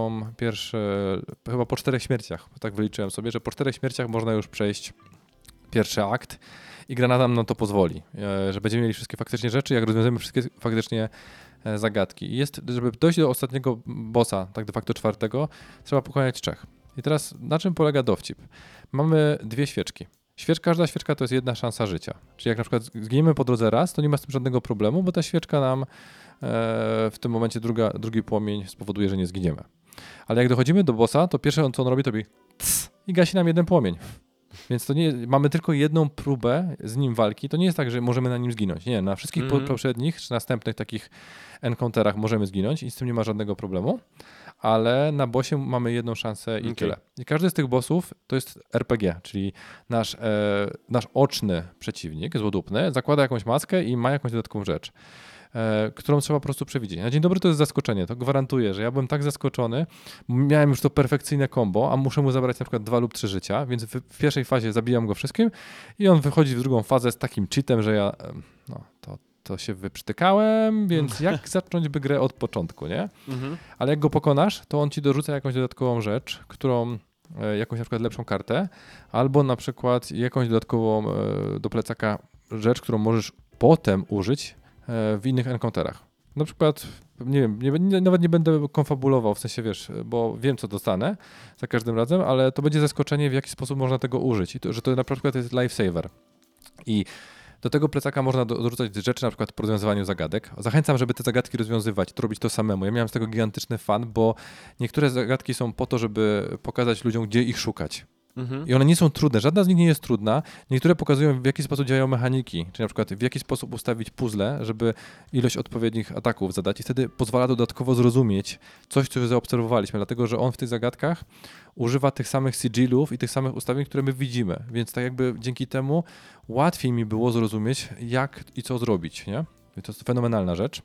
chyba po 4 śmierciach, tak wyliczyłem sobie, że po 4 śmierciach można już przejść pierwszy akt i gra nam na to pozwoli, że będziemy mieli wszystkie faktycznie rzeczy, jak rozwiążemy wszystkie faktycznie zagadki. I żeby dojść do ostatniego bossa, tak de facto 4, trzeba pokonać 3. I teraz na czym polega dowcip? Mamy 2 świeczki. Każda świeczka to jest 1 szansa życia. Czyli jak na przykład zginiemy po drodze raz, to nie ma z tym żadnego problemu, bo ta świeczka nam w tym momencie drugi płomień spowoduje, że nie zginiemy. Ale jak dochodzimy do bossa, to pierwsze co on robi, to robi tss i gasi nam 1 płomień. Więc to nie mamy tylko 1 próbę z nim walki. To nie jest tak, że możemy na nim zginąć. Nie, na wszystkich poprzednich czy następnych takich encounterach możemy zginąć i z tym nie ma żadnego problemu. Ale na bossie mamy 1 szansę i tyle. I każdy z tych bossów to jest RPG, czyli nasz oczny przeciwnik, złodupny, zakłada jakąś maskę i ma jakąś dodatkową rzecz, którą trzeba po prostu przewidzieć. Na dzień dobry to jest zaskoczenie, to gwarantuję, że ja byłem tak zaskoczony, miałem już to perfekcyjne combo, a muszę mu zabrać na przykład 2 lub 3 życia, więc w pierwszej fazie zabijam go wszystkim i on wychodzi w drugą fazę z takim cheatem, że ja to się wyprztykałem, więc jak zacząć by grę od początku, nie? Ale jak go pokonasz, to on ci dorzuca jakąś dodatkową rzecz, jakąś na przykład lepszą kartę, albo na przykład jakąś dodatkową do plecaka rzecz, którą możesz potem użyć w innych encounterach. Na przykład, nie wiem, nawet nie będę konfabulował, w sensie wiesz, bo wiem co dostanę za każdym razem, ale to będzie zaskoczenie, w jaki sposób można tego użyć. I że to na przykład jest lifesaver. I do tego plecaka można dorzucać rzeczy na przykład po rozwiązywaniu zagadek. Zachęcam, żeby te zagadki rozwiązywać, to robić to samemu. Ja miałem z tego gigantyczny fan, bo niektóre zagadki są po to, żeby pokazać ludziom, gdzie ich szukać. I one nie są trudne, żadna z nich nie jest trudna. Niektóre pokazują, w jaki sposób działają mechaniki, czyli na przykład w jaki sposób ustawić puzzle, żeby ilość odpowiednich ataków zadać i wtedy pozwala dodatkowo zrozumieć coś, co zaobserwowaliśmy, dlatego że on w tych zagadkach używa tych samych sigillów i tych samych ustawień, które my widzimy, więc tak jakby dzięki temu łatwiej mi było zrozumieć, jak i co zrobić, nie? I to jest fenomenalna rzecz.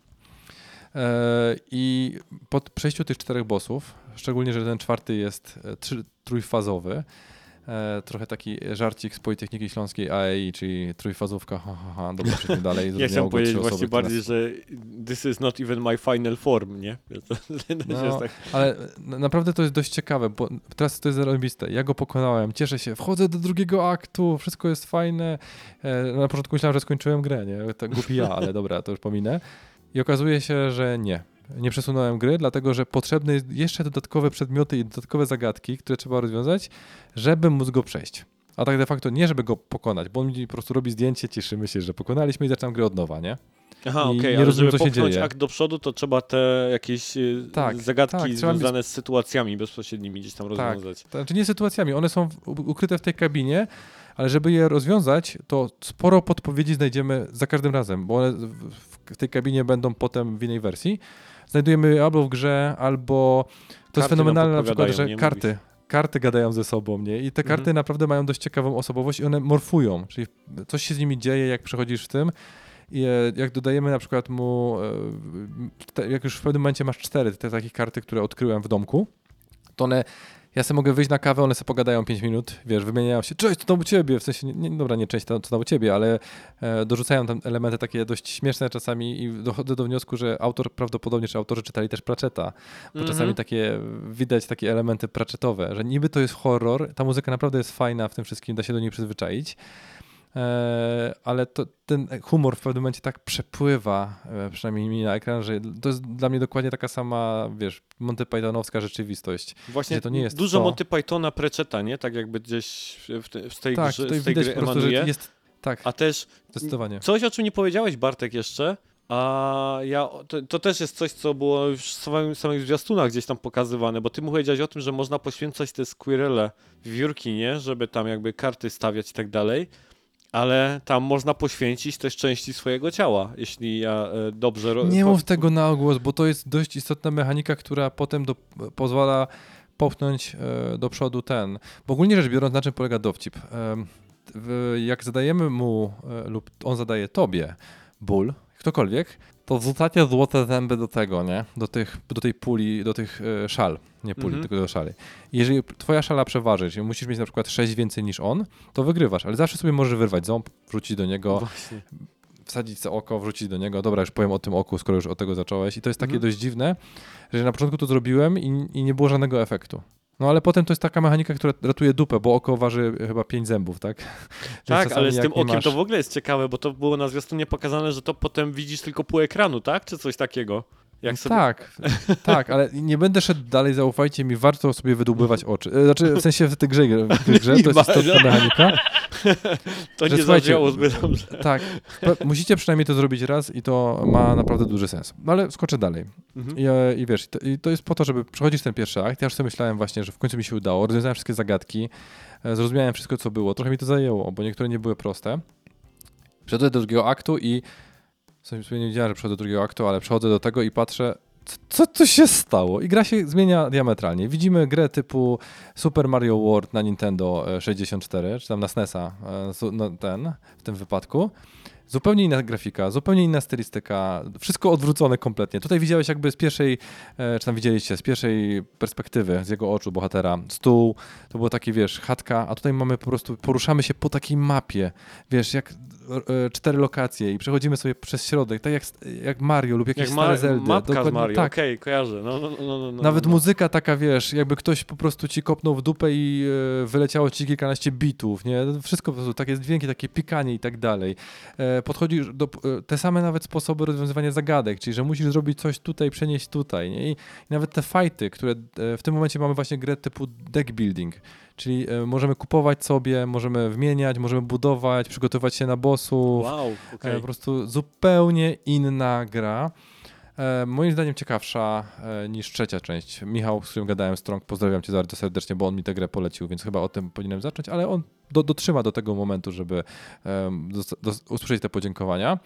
I po przejściu tych 4 bossów, szczególnie, że ten 4 jest trójfazowy, trochę taki żarcik z Politechniki Śląskiej AEI, czyli trójfazówka, dobra, przejdźmy dalej. Ja chciałem powiedzieć właśnie bardziej, że this is not even my final form, nie? Tak... Ale naprawdę to jest dość ciekawe, bo teraz to jest zarobiste. Ja go pokonałem, cieszę się, wchodzę do drugiego aktu, wszystko jest fajne. Na początku myślałem, że skończyłem grę, nie? To głupi ja, ale dobra, to już pominę. I okazuje się, że nie przesunąłem gry, dlatego że potrzebne jest jeszcze dodatkowe przedmioty i dodatkowe zagadki, które trzeba rozwiązać, żeby móc go przejść. A tak de facto nie, żeby go pokonać, bo on mi po prostu robi zdjęcie, cieszymy się, że pokonaliśmy i zaczynam grę od nowa, nie? Aha, i okej, nie ale rozumiem, żeby co się popchnąć dzieje. akt do przodu, to trzeba te jakieś zagadki trzeba związane z sytuacjami bezpośrednimi gdzieś tam rozwiązać. To znaczy nie sytuacjami, one są ukryte w tej kabinie, ale żeby je rozwiązać, to sporo podpowiedzi znajdziemy za każdym razem, bo one w tej kabinie będą potem w innej wersji. Znajdujemy albo w grze, albo to jest fenomenalne na przykład, że karty gadają ze sobą, nie? I te karty naprawdę mają dość ciekawą osobowość i one morfują, czyli coś się z nimi dzieje, jak przechodzisz w tym. I jak dodajemy na przykład mu, jak już w pewnym momencie masz 4 te takie karty, które odkryłem w domku, to one, ja sobie mogę wyjść na kawę, one sobie pogadają 5 minut, wiesz, wymieniają się, cześć, co tam u ciebie, w sensie, dobra, nie cześć, co tam u ciebie, ale dorzucają tam elementy takie dość śmieszne czasami i dochodzę do wniosku, że autor prawdopodobnie, czy autorzy czytali też Pratchetta, bo czasami widać takie elementy pratchettowe, że niby to jest horror, ta muzyka naprawdę jest fajna w tym wszystkim, da się do niej przyzwyczaić, ale ten humor w pewnym momencie tak przepływa, przynajmniej mi na ekran, że to jest dla mnie dokładnie taka sama, wiesz, Monty Pythonowska rzeczywistość. Właśnie to nie jest dużo Monty Pythona Pratchetta, nie? Tak jakby gdzieś z tej tak, gry, z tej gry emanuje. Jest, tak, a też zdecydowanie. Coś, o czym nie powiedziałeś, Bartek, jeszcze, a to też jest coś, co było już w samych zwiastunach gdzieś tam pokazywane, bo ty mu powiedziałeś o tym, że można poświęcać te squirrele wiewiórki, nie? Żeby tam jakby karty stawiać i tak dalej. Ale tam można poświęcić też części swojego ciała, jeśli ja dobrze... Nie mów tego na głos, bo to jest dość istotna mechanika, która potem pozwala popchnąć do przodu Bo ogólnie rzecz biorąc, na czym polega dowcip? Jak zadajemy mu lub on zadaje tobie ból, ktokolwiek, to wrzucacie złote zęby do tego, nie? Do tej puli, do tych szal. Nie puli, tylko do szali. Jeżeli twoja szala przeważy, czyli musisz mieć na przykład 6 więcej niż on, to wygrywasz, ale zawsze sobie możesz wyrwać ząb, wrzucić do niego, wsadzić sobie oko, wrzucić do niego. Dobra, już powiem o tym oku, skoro już od tego zacząłeś. I to jest takie dość dziwne, że na początku to zrobiłem i nie było żadnego efektu. No ale potem to jest taka mechanika, która ratuje dupę, bo oko waży chyba 5 zębów, tak? Tak, ale z tym okiem to w ogóle jest ciekawe, bo to było na zwiastunie pokazane, że to potem widzisz tylko pół ekranu, tak? Czy coś takiego? Tak, ale nie będę szedł dalej, zaufajcie mi, warto sobie wydłubywać oczy. Znaczy w sensie w tej grze to jest istotna mechanika. To nie zadziałało zbyt dobrze. Tak, musicie przynajmniej to zrobić raz i to ma naprawdę duży sens. No ale skoczę dalej. I wiesz, to jest po to, żeby przechodzić ten pierwszy akt. Ja już sobie myślałem właśnie, że w końcu mi się udało, rozwiązałem wszystkie zagadki, zrozumiałem wszystko, co było. Trochę mi to zajęło, bo niektóre nie były proste. Przeszedłem do drugiego aktu i sobie nie wiedziałem, że przechodzę do drugiego aktu, ale przechodzę do tego i patrzę, co tu się stało? I gra się zmienia diametralnie. Widzimy grę typu Super Mario World na Nintendo 64, czy tam na SNES-a w tym wypadku. Zupełnie inna grafika, zupełnie inna stylistyka, wszystko odwrócone kompletnie. Tutaj widziałeś jakby z pierwszej, czy tam widzieliście, z pierwszej perspektywy, z jego oczu bohatera, stół, to było takie, wiesz, chatka, a tutaj mamy po prostu, poruszamy się po takiej mapie, wiesz, jak 4 lokacje i przechodzimy sobie przez środek, tak jak Mario lub jakieś stare Zeldy. Mapka z Mario, tak. Okej, kojarzę. Nawet muzyka taka, wiesz, jakby ktoś po prostu ci kopnął w dupę i wyleciało ci kilkanaście bitów, nie? Wszystko po prostu, takie dźwięki, takie pikanie i tak dalej. Podchodzisz do te same nawet sposoby rozwiązywania zagadek, czyli że musisz zrobić coś tutaj, przenieść tutaj, nie? I nawet te fighty, które w tym momencie mamy właśnie grę typu deck building, czyli możemy kupować sobie, możemy wymieniać, możemy budować, przygotować się na bossów. Wow, okej. Po prostu zupełnie inna gra. Moim zdaniem ciekawsza niż trzecia część. Michał, z którym gadałem, Strong, pozdrawiam cię bardzo serdecznie, bo on mi tę grę polecił, więc chyba o tym powinienem zacząć, ale on dotrzyma do tego momentu, żeby usłyszeć te podziękowania.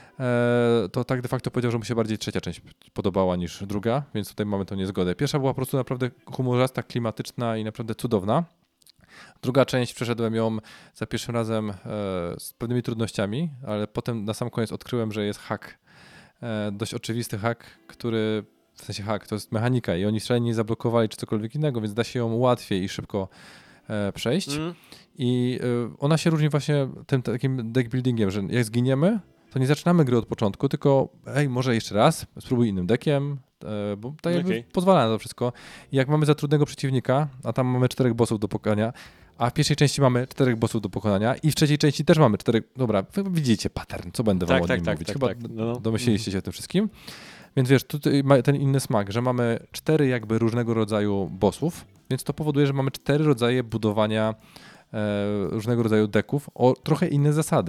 To tak de facto powiedział, że mu się bardziej trzecia część podobała niż druga, więc tutaj mamy tą niezgodę. Pierwsza była po prostu naprawdę humorzasta, klimatyczna i naprawdę cudowna. Druga część przeszedłem ją za pierwszym razem z pewnymi trudnościami, ale potem na sam koniec odkryłem, że jest hack. Dość oczywisty hack, który, w sensie hack, to jest mechanika i oni wcale nie zablokowali czy cokolwiek innego, więc da się ją łatwiej i szybko przejść. I ona się różni właśnie tym takim deck buildingiem, że jak zginiemy, to nie zaczynamy gry od początku, tylko może jeszcze raz, spróbuj innym deckiem, bo tak jakby pozwala na to wszystko. I jak mamy za trudnego przeciwnika, a tam mamy 4 bossów do pokonania, a w pierwszej części mamy 4 bossów do pokonania i w trzeciej części też mamy 4. Dobra, wy widzicie pattern, co będę wam o nim mówić. Chyba domyśliliście się o tym wszystkim. Więc wiesz, tutaj ma ten inny smak, że mamy 4 jakby różnego rodzaju bossów, więc to powoduje, że mamy 4 rodzaje budowania różnego rodzaju decków o trochę inne zasady.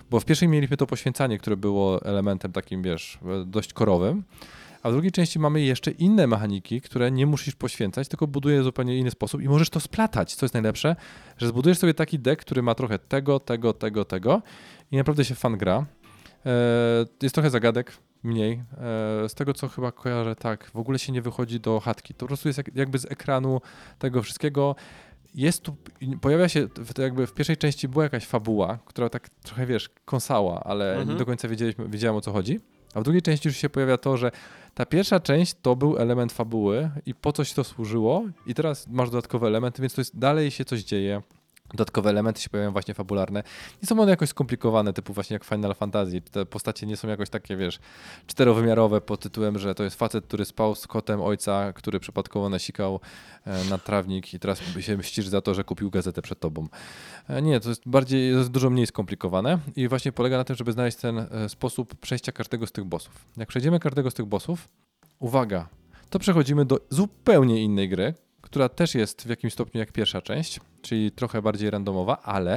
Bo w pierwszej mieliśmy to poświęcanie, które było elementem takim, wiesz, dość korowym, a w drugiej części mamy jeszcze inne mechaniki, które nie musisz poświęcać, tylko buduje w zupełnie inny sposób i możesz to splatać, co jest najlepsze, że zbudujesz sobie taki deck, który ma trochę tego i naprawdę się fan gra. Jest trochę zagadek, mniej. Z tego, co chyba kojarzę, tak, w ogóle się nie wychodzi do chatki. To po prostu jest jakby z ekranu tego wszystkiego. Jest tu, pojawia się, jakby w pierwszej części była jakaś fabuła, która tak trochę, wiesz, kąsała, ale nie do końca wiedziałem, o co chodzi. A w drugiej części już się pojawia to, że ta pierwsza część to był element fabuły i po coś to służyło i teraz masz dodatkowe elementy, więc to jest, dalej się coś dzieje. Dodatkowe elementy się pojawiają właśnie fabularne. Nie są one jakoś skomplikowane, typu właśnie jak Final Fantasy. Te postacie nie są jakoś takie, wiesz, czterowymiarowe pod tytułem, że to jest facet, który spał z kotem ojca, który przypadkowo nasikał na trawnik i teraz się mścisz za to, że kupił gazetę przed tobą. Nie, to jest dużo mniej skomplikowane i właśnie polega na tym, żeby znaleźć ten sposób przejścia każdego z tych bossów. Jak przejdziemy każdego z tych bossów, uwaga, to przechodzimy do zupełnie innej gry, która też jest w jakimś stopniu jak pierwsza część, czyli trochę bardziej randomowa, ale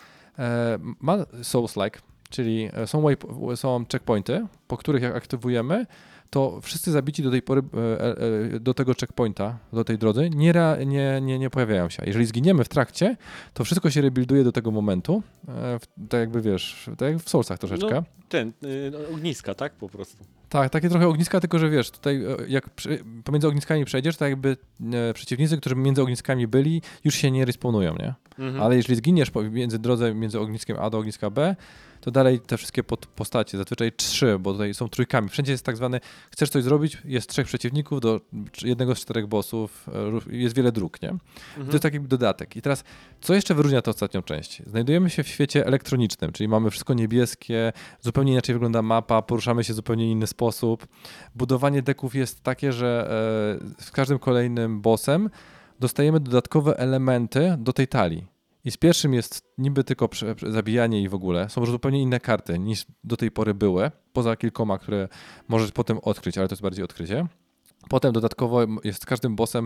ma Souls-like, czyli są checkpointy, po których jak aktywujemy, to wszyscy zabici do tej pory, do tego checkpointa, do tej drodzy, nie pojawiają się. Jeżeli zginiemy w trakcie, to wszystko się rebuilduje do tego momentu, tak jakby wiesz, tak jak w Soulsach troszeczkę. Ogniska, tak? Po prostu. Tak, takie trochę ogniska, tylko że wiesz, tutaj jak pomiędzy ogniskami przejdziesz, to jakby przeciwnicy, którzy między ogniskami byli, już się nie respawnują, nie? Ale jeżeli zginiesz między ogniskiem A do ogniska B, to dalej te wszystkie postacie, zazwyczaj 3, bo tutaj są trójkami. Wszędzie jest tak zwany, chcesz coś zrobić, jest 3 przeciwników do jednego z 4 bossów, jest wiele dróg, nie? To jest taki dodatek. I teraz, co jeszcze wyróżnia tę ostatnią część? Znajdujemy się w świecie elektronicznym, czyli mamy wszystko niebieskie, zupełnie inaczej wygląda mapa, poruszamy się w zupełnie inny sposób. Budowanie deków jest takie, że z każdym kolejnym bossem dostajemy dodatkowe elementy do tej talii. I z pierwszym jest niby tylko zabijanie i w ogóle. Są już zupełnie inne karty niż do tej pory były, poza kilkoma, które możesz potem odkryć, ale to jest bardziej odkrycie. Potem dodatkowo jest z każdym bossem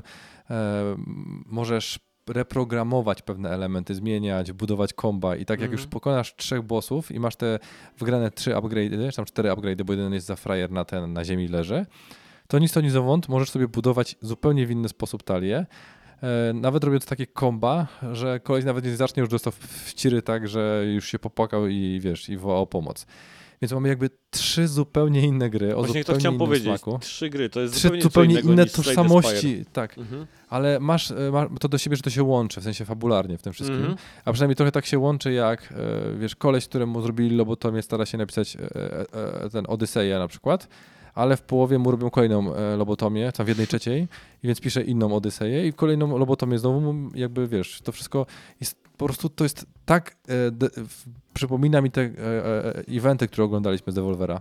możesz reprogramować pewne elementy, zmieniać, budować komba i tak jak już pokonasz 3 bossów i masz te wgrane 3 upgrade'y, czy tam 4 upgrade'y, bo jeden jest za frajer na ziemi leży, to nic to ni zowąd możesz sobie budować zupełnie w inny sposób talię. Nawet robiąc takie komba, że koleś nawet nie zacznie, już dostał wciry tak, że już się popłakał i wiesz, i wołał o pomoc. Więc mamy jakby 3 zupełnie inne gry o Właśnie zupełnie to chciałem innym powiedzieć. smaku. 3 gry, to jest 3 zupełnie zupełnie inne niż Slay the tożsamości, tak. Spire. Ale masz to do siebie, że to się łączy, w sensie fabularnie w tym wszystkim. A przynajmniej trochę tak się łączy, jak wiesz, koleś, któremu zrobili lobotomię, stara się napisać ten Odyseję na przykład, ale w połowie mu robią kolejną lobotomię, tam w 1/3, i więc pisze inną Odyseję i kolejną lobotomię znowu, jakby wiesz, to wszystko jest po prostu, to jest tak, przypomina mi te eventy, które oglądaliśmy z Devolvera.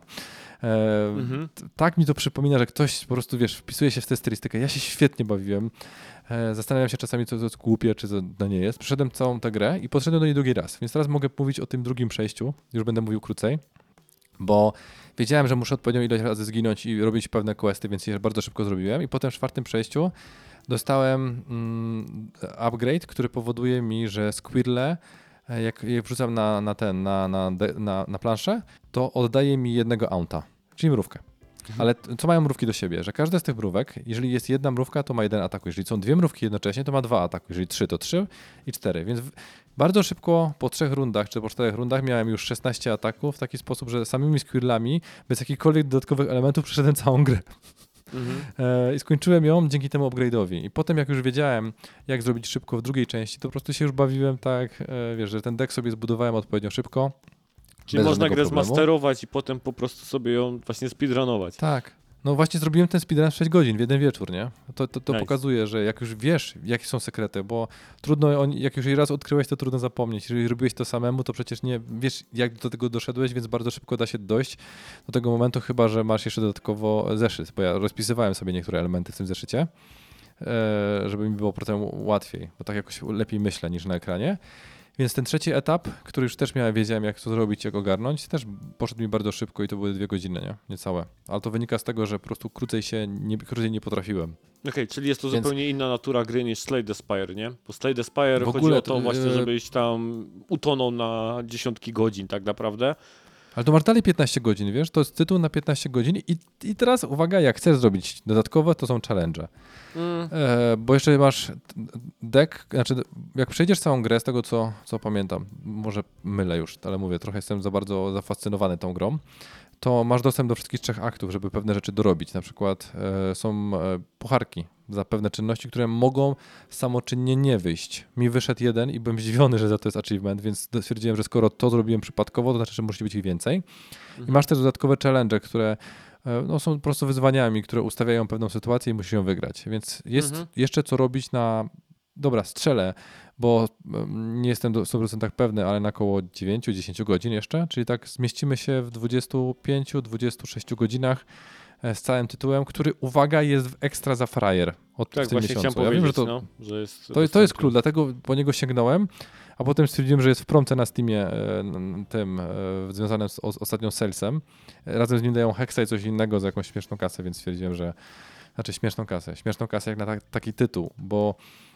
Tak mi to przypomina, że ktoś po prostu, wiesz, wpisuje się w tę stylistykę. Ja się świetnie bawiłem. Zastanawiam się czasami, co to jest głupie, czy to nie jest. Przeszedłem całą tę grę i podszedłem do niej drugi raz, więc teraz mogę mówić o tym drugim przejściu. Już będę mówił krócej, bo wiedziałem, że muszę odpowiednią ilość razy zginąć i robić pewne questy, więc je bardzo szybko zrobiłem i potem w 4. przejściu dostałem upgrade, który powoduje mi, że squirrele, jak je wrzucam na planszę, to oddaje mi jednego ounta, czyli mrówkę. Ale co mają mrówki do siebie? Że każda z tych mrówek, jeżeli jest jedna mrówka, to ma 1 ataku. Jeżeli są 2 mrówki jednocześnie, to ma 2 ataku. Jeżeli 3, to 3 i 4. Więc bardzo szybko, po 3 rundach czy po 4 rundach miałem już 16 ataków w taki sposób, że samymi squirrelami, bez jakichkolwiek dodatkowych elementów przeszedłem całą grę. I skończyłem ją dzięki temu upgrade'owi. I potem jak już wiedziałem, jak zrobić szybko w drugiej części, to po prostu się już bawiłem tak, wiesz, że ten deck sobie zbudowałem odpowiednio szybko. Czyli można grę zmasterować i potem po prostu sobie ją właśnie speedrunować. Tak. No właśnie zrobiłem ten speedrun w 6 godzin w jeden wieczór, nie? To Nice. pokazuje, że jak już wiesz, jakie są sekrety, bo trudno, jak już jej raz odkryłeś, to trudno zapomnieć. Jeżeli robiłeś to samemu, to przecież nie wiesz, jak do tego doszedłeś, więc bardzo szybko da się dojść do tego momentu, chyba że masz jeszcze dodatkowo zeszyt, bo ja rozpisywałem sobie niektóre elementy w tym zeszycie, żeby mi było potem łatwiej, bo tak jakoś lepiej myślę niż na ekranie. Więc ten trzeci etap, który już też wiedziałem jak to zrobić, jak ogarnąć, też poszedł mi bardzo szybko i to były 2 godziny, nie? Niecałe. Ale to wynika z tego, że po prostu krócej nie potrafiłem. Okej, czyli jest to Więc- zupełnie inna natura gry niż Slay the Spire, nie? Bo Slay the Spire W chodzi ogóle, o to właśnie, żebyś tam utonął na dziesiątki godzin tak naprawdę. Ale to masz dalej 15 godzin, wiesz? To jest tytuł na 15 godzin i teraz uwaga, jak chcesz zrobić dodatkowe, to są challenge. Bo jeszcze masz deck, znaczy jak przejdziesz całą grę, z tego co pamiętam, może mylę już, ale mówię, trochę jestem za bardzo zafascynowany tą grą, to masz dostęp do wszystkich 3 aktów, żeby pewne rzeczy dorobić. Na przykład są pucharki za pewne czynności, które mogą samoczynnie nie wyjść. Mi wyszedł jeden i byłem zdziwiony, że za to jest achievement, więc stwierdziłem, że skoro to zrobiłem przypadkowo, to znaczy, że musi być ich więcej. I masz też dodatkowe challenge, które no, są po prostu wyzwaniami, które ustawiają pewną sytuację i musisz ją wygrać. Więc jest jeszcze co robić na... Dobra, strzelę, bo nie jestem do 100% pewny, ale na około 9-10 godzin jeszcze, czyli tak zmieścimy się w 25-26 godzinach z całym tytułem, który, uwaga, jest w ekstra za frajer w Tak, tym właśnie miesiącu. chciałem powiedzieć, Wiem, że że jest... to jest klucz, dlatego po niego sięgnąłem, a potem stwierdziłem, że jest w promce na Steamie tym związanym z ostatnią salesem. Razem z nim dają Hexa i coś innego za jakąś śmieszną kasę, więc stwierdziłem, że... Znaczy śmieszną kasę jak na taki tytuł, bo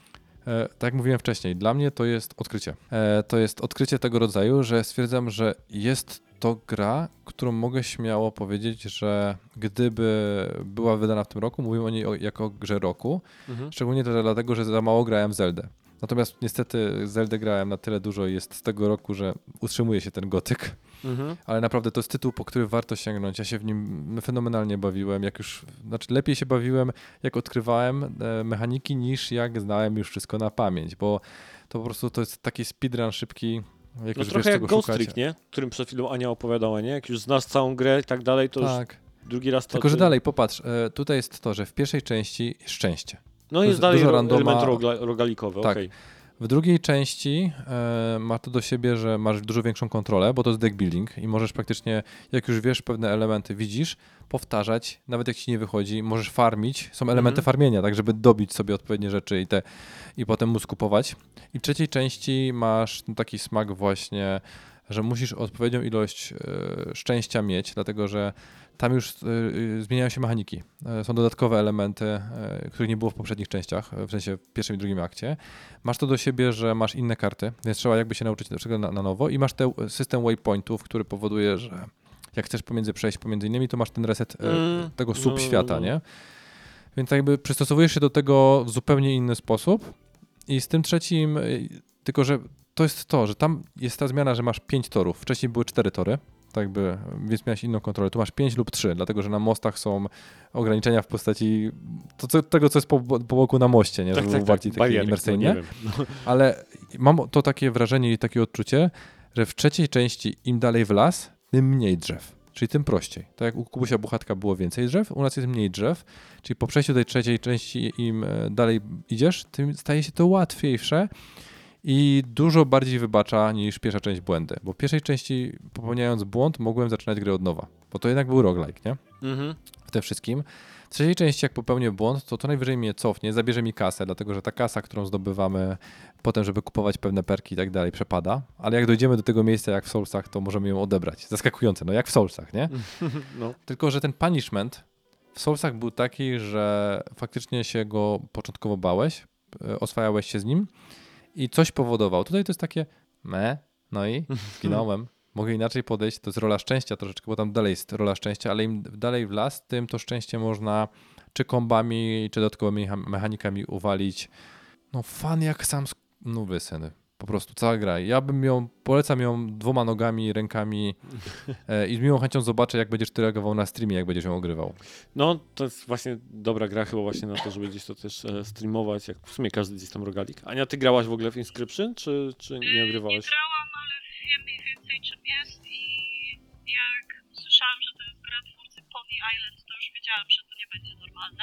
tak jak mówiłem wcześniej, dla mnie to jest odkrycie. To jest odkrycie tego rodzaju, że stwierdzam, że jest to gra, którą mogę śmiało powiedzieć, że gdyby była wydana w tym roku, mówimy o niej jako o grze roku, szczególnie to dlatego, że za mało grałem w Zeldę. Natomiast niestety Zeldę grałem na tyle dużo i jest z tego roku, że utrzymuje się ten gotyk. Ale naprawdę to jest tytuł, po który warto sięgnąć. Ja się w nim fenomenalnie bawiłem, znaczy lepiej się bawiłem, jak odkrywałem mechaniki, niż jak znałem już wszystko na pamięć, bo to po prostu to jest taki speedrun szybki, jak No już trochę wiesz, jak czego Ghost szukać. Trick, nie? O którym przed chwilą Ania opowiadała, nie? Jak już znasz całą grę i tak dalej, to Tak. już drugi raz to... Tylko, że dalej, popatrz, tutaj jest to, że w pierwszej części szczęście. No jest jest dalej dużo randoma. element rogalikowy, Tak. okej. W drugiej części ma to do siebie, że masz dużo większą kontrolę, bo to jest deck building i możesz praktycznie, jak już wiesz pewne elementy, widzisz, powtarzać, nawet jak ci nie wychodzi, możesz farmić, są elementy farmienia, tak żeby dobić sobie odpowiednie rzeczy i potem móc kupować. I w trzeciej części masz taki smak właśnie, że musisz odpowiednią ilość szczęścia mieć, dlatego że tam już zmieniają się mechaniki. Są dodatkowe elementy, których nie było w poprzednich częściach, w sensie w pierwszym i drugim akcie. Masz to do siebie, że masz inne karty, więc trzeba jakby się nauczyć tego na nowo i masz ten system waypointów, który powoduje, że jak chcesz przejść pomiędzy innymi, to masz ten reset tego subświata, nie? Więc jakby przystosowujesz się do tego w zupełnie inny sposób i z tym trzecim, tylko że to jest to, że tam jest ta zmiana, że masz 5 torów. Wcześniej były 4 tory. Tak jakby, więc miałeś inną kontrolę. Tu masz 5 lub 3, dlatego że na mostach są ograniczenia w postaci tego, co jest po boku na moście, nie? Żeby było bardziej takie imersyjnie. Ale mam to takie wrażenie i takie odczucie, że w trzeciej części im dalej w las, tym mniej drzew. Czyli tym prościej. Tak jak u Kubusia Buchatka było więcej drzew, u nas jest mniej drzew, czyli po przejściu tej trzeciej części im dalej idziesz, tym staje się to łatwiejsze i dużo bardziej wybacza niż pierwsza część błędy. Bo w pierwszej części popełniając błąd mogłem zaczynać grę od nowa, bo to jednak był roguelike, nie? W tym wszystkim. W trzeciej części jak popełnię błąd, to najwyżej mnie cofnie, zabierze mi kasę, dlatego że ta kasa, którą zdobywamy potem, żeby kupować pewne perki i tak dalej, przepada. Ale jak dojdziemy do tego miejsca jak w Soulsach, to możemy ją odebrać. Zaskakujące, no jak w Soulsach, nie? No. Tylko, że ten punishment w Soulsach był taki, że faktycznie się go początkowo bałeś, oswajałeś się z nim i coś powodował. Tutaj to jest takie no i zginąłem. Mogę inaczej podejść, to jest rola szczęścia troszeczkę, bo tam dalej jest rola szczęścia, ale im dalej w las, tym to szczęście można czy kombami, czy dodatkowymi mechanikami uwalić. No fan jak sam, no syny. Po prostu cała gra. Ja polecam ją 2 nogami, rękami i z miłą chęcią zobaczę, jak będziesz ty reagował na streamie, jak będziesz ją ogrywał. No, to jest właśnie dobra gra chyba właśnie na to, żeby gdzieś to też streamować, jak w sumie każdy gdzieś tam rogalik. Ania, ty grałaś w ogóle w Inscription, czy nie ogrywałeś? Nie grałam, ale wiem mniej więcej czym jest i jak słyszałam, że to jest gra twórcy Pony Island, to już wiedziałam, że to nie będzie normalne.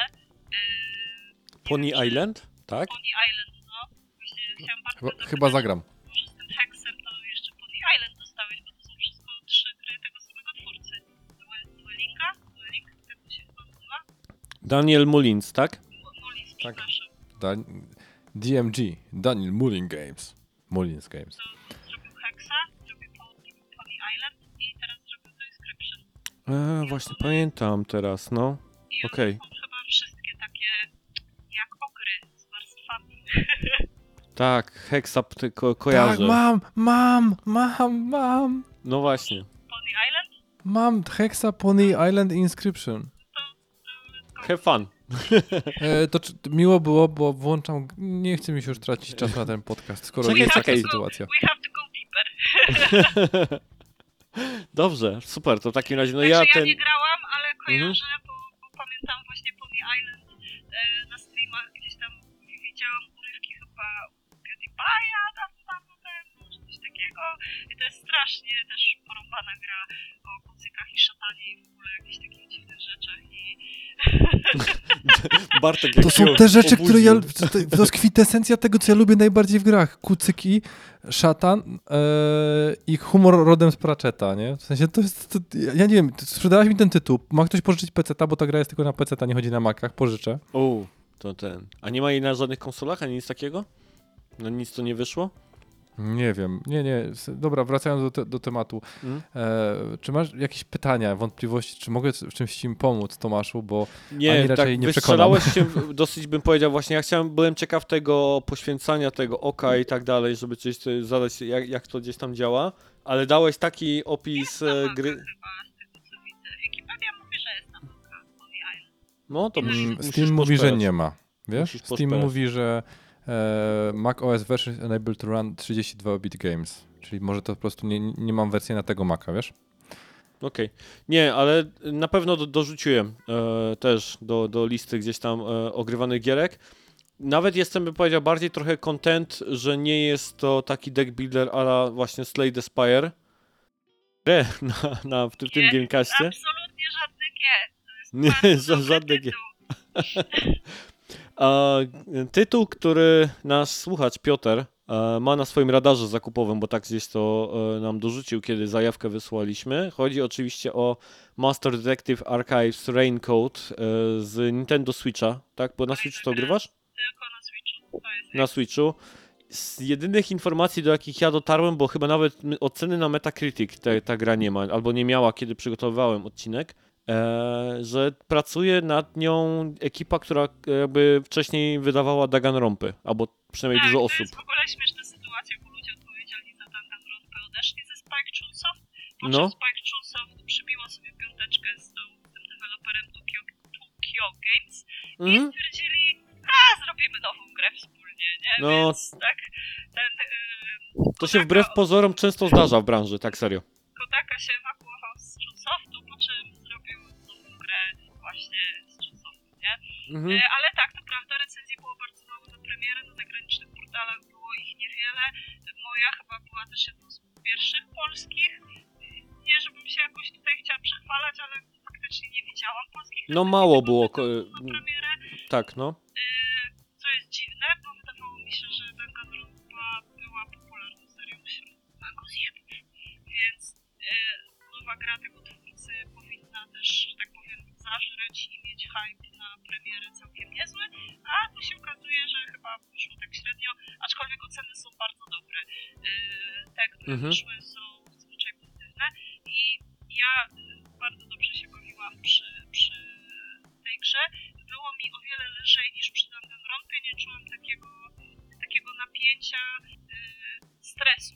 Pony Island? Tak? Pony Island, no. Właśnie chciałam bardzo Chyba zagram. Może z tym Hexem to jeszcze Pony Island dostałeś, bo to są wszystko 3 gry tego samego twórcy. Duelinga? Dueling? Tak to się chyba nazywa? Daniel Mullins, tak? Mullins, Tak. przepraszam. DMG, Daniel Mullins Games. teraz zrobił to Inscription. Właśnie pamiętam teraz, no. I one Okej. są chyba wszystkie takie jak ogry z warstwami. Tak, Hexap tylko Tak, kojarzę. mam. No właśnie. Pony Island? Mam Hexa Pony Island Inscription. Have fun. Miło było, bo włączam. Nie chce mi się już tracić czasu na ten podcast, skoro Czekaj, jest taka czekaj. sytuacja. We have to go deeper. Dobrze, super, to w takim razie, no Także ja ja ten... nie grałam, ale kojarzę, bo pamiętam właśnie Pony Island na streamach, gdzieś tam widziałam urywki chyba PewDiePie'a dawno temu, czy coś takiego. I to jest strasznie też porąbana gra o kucykach i szatanie i w ogóle jakichś takich dziwnych rzeczach i Bartek, jak To się są te rzeczy, które ja. obudził. To jest kwintesencja tego, co ja lubię najbardziej w grach. Kucyki, szatan i humor rodem z Pratchetta, nie? W sensie to jest. Ja nie wiem, sprzedałeś mi ten tytuł. Ma ktoś pożyczyć PC-ta, bo ta gra jest tylko na PC-ta, nie chodzi na Macach, pożyczę. To ten. A nie ma jej na żadnych konsolach, ani nic takiego? No nic to nie wyszło? Nie wiem, nie. Dobra, wracając do tematu. Czy masz jakieś pytania, wątpliwości, czy mogę w czymś ci pomóc, Tomaszu, bo Nie, ani tak raczej nie przekonam. wystrzelałeś się dosyć, bym powiedział, właśnie byłem ciekaw tego poświęcania tego oka i tak dalej, żeby coś zadać, jak to gdzieś tam działa, ale dałeś taki opis gry. chyba z tego co widzę. Wikipedia mówi, że jest tam Pony Island. No to musisz Steam mówi, że poszperać. nie ma. Wiesz? Musisz Steam poszperać. mówi, że Mac OS version is enabled to run 32-bit games. Czyli może to po prostu nie mam wersji na tego Maca, wiesz? Okej. Nie, ale na pewno dorzuciłem też do listy gdzieś tam ogrywanych gierek. Nawet jestem, bym powiedział, bardziej trochę content, że nie jest to taki deck builder a la właśnie Slay the Spire. W tym Nie, Gamecastie. Absolutnie żadne G. To Nie, jest bardzo dobry żadne G. tytuł. A tytuł, który nasz słuchacz Piotr ma na swoim radarze zakupowym, bo tak gdzieś to nam dorzucił, kiedy zajawkę wysłaliśmy. Chodzi oczywiście o Master Detective Archives Raincoat z Nintendo Switcha, tak? Bo na Switchu to ogrywasz? Tylko na Switchu. To jest Na Switchu. Z jedynych informacji, do jakich ja dotarłem, bo chyba nawet oceny na Metacritic ta gra nie ma, albo nie miała, kiedy przygotowywałem odcinek, że pracuje nad nią ekipa, która jakby wcześniej wydawała Danganronpy, albo przynajmniej tak, dużo to osób. jest w ogóle śmieszna sytuacja, bo ludzie odpowiedzialni za Danganronpę odeszli ze Spike Chunsoft, po No. czym Spike Chunsoft przybiło sobie piąteczkę z tym deweloperem Tokyo Games i Mhm. stwierdzili, zrobimy nową grę wspólnie, nie? No. Więc tak, ten To się wbrew pozorom często zdarza w branży, tak serio. Kodaka się ewakuował z Chunsoftu, po czym zrobił nową grę właśnie z Chunsoftu, nie? Mhm. Ale tak, to prawda, recenzji było bardzo mało na premierę, na zagranicznych portalach było ich niewiele. Moja chyba była też jedną z pierwszych polskich. Nie, żebym się jakoś tutaj chciała przechwalać, ale faktycznie nie widziałam polskich. No mało było. Na premierę, Tak, no. co jest dziwne, bo wydawało mi się, że Danganronpa była popularną serią wśród magozjebów, więc nowa gra tego twórcy powinna też, że tak powiem, zażreć i mieć hype na premierę całkiem niezły, a tu się okazuje, że chyba wyszło tak średnio, aczkolwiek oceny są bardzo dobre. Te, które wyszły są zazwyczaj pozytywne i ja bardzo dobrze się bawiłam przy tej grze. Było mi o wiele lżej niż przy Danganronpie, nie czułam takiego napięcia, stresu.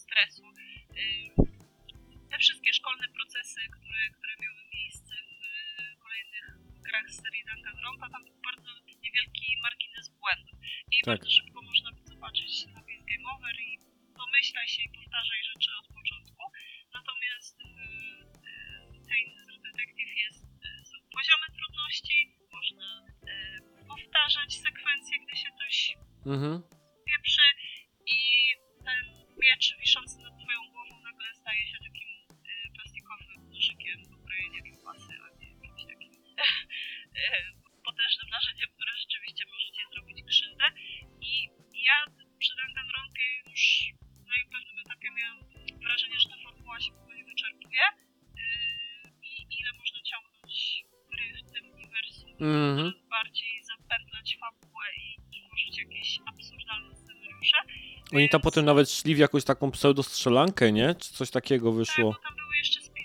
Te wszystkie szkolne procesy, które miały miejsce w kolejnych grach z serii Danganronpa, tam był bardzo niewielki margines błędów. I Tak. bardzo szybko można zobaczyć napis Game Over i domyślaj się i powtarzaj rzeczy od początku. Natomiast True Detective są poziomy trudności, można powtarzać sekwencje, gdy się coś Mhm. pieprzy i ten miecz wiszący nad twoją głową nagle staje się takim plastikowym nożykiem do krojenia kiełbasy, a nie jakimś takim potężnym narzędziem, które rzeczywiście może ci zrobić krzywdę. I ja przy Danganronpie już na pewnym etapie miałam wrażenie, że ta formuła się powoli wyczerpuje i ile można ciągnąć gry w tym uniwersum, coraz bardziej zapętlać fabułę i tworzyć jakieś absurdalne scenariusze. Oni tam potem nawet szli w jakąś taką pseudo-strzelankę, nie? Czy coś takiego wyszło? Tak, bo tam były jeszcze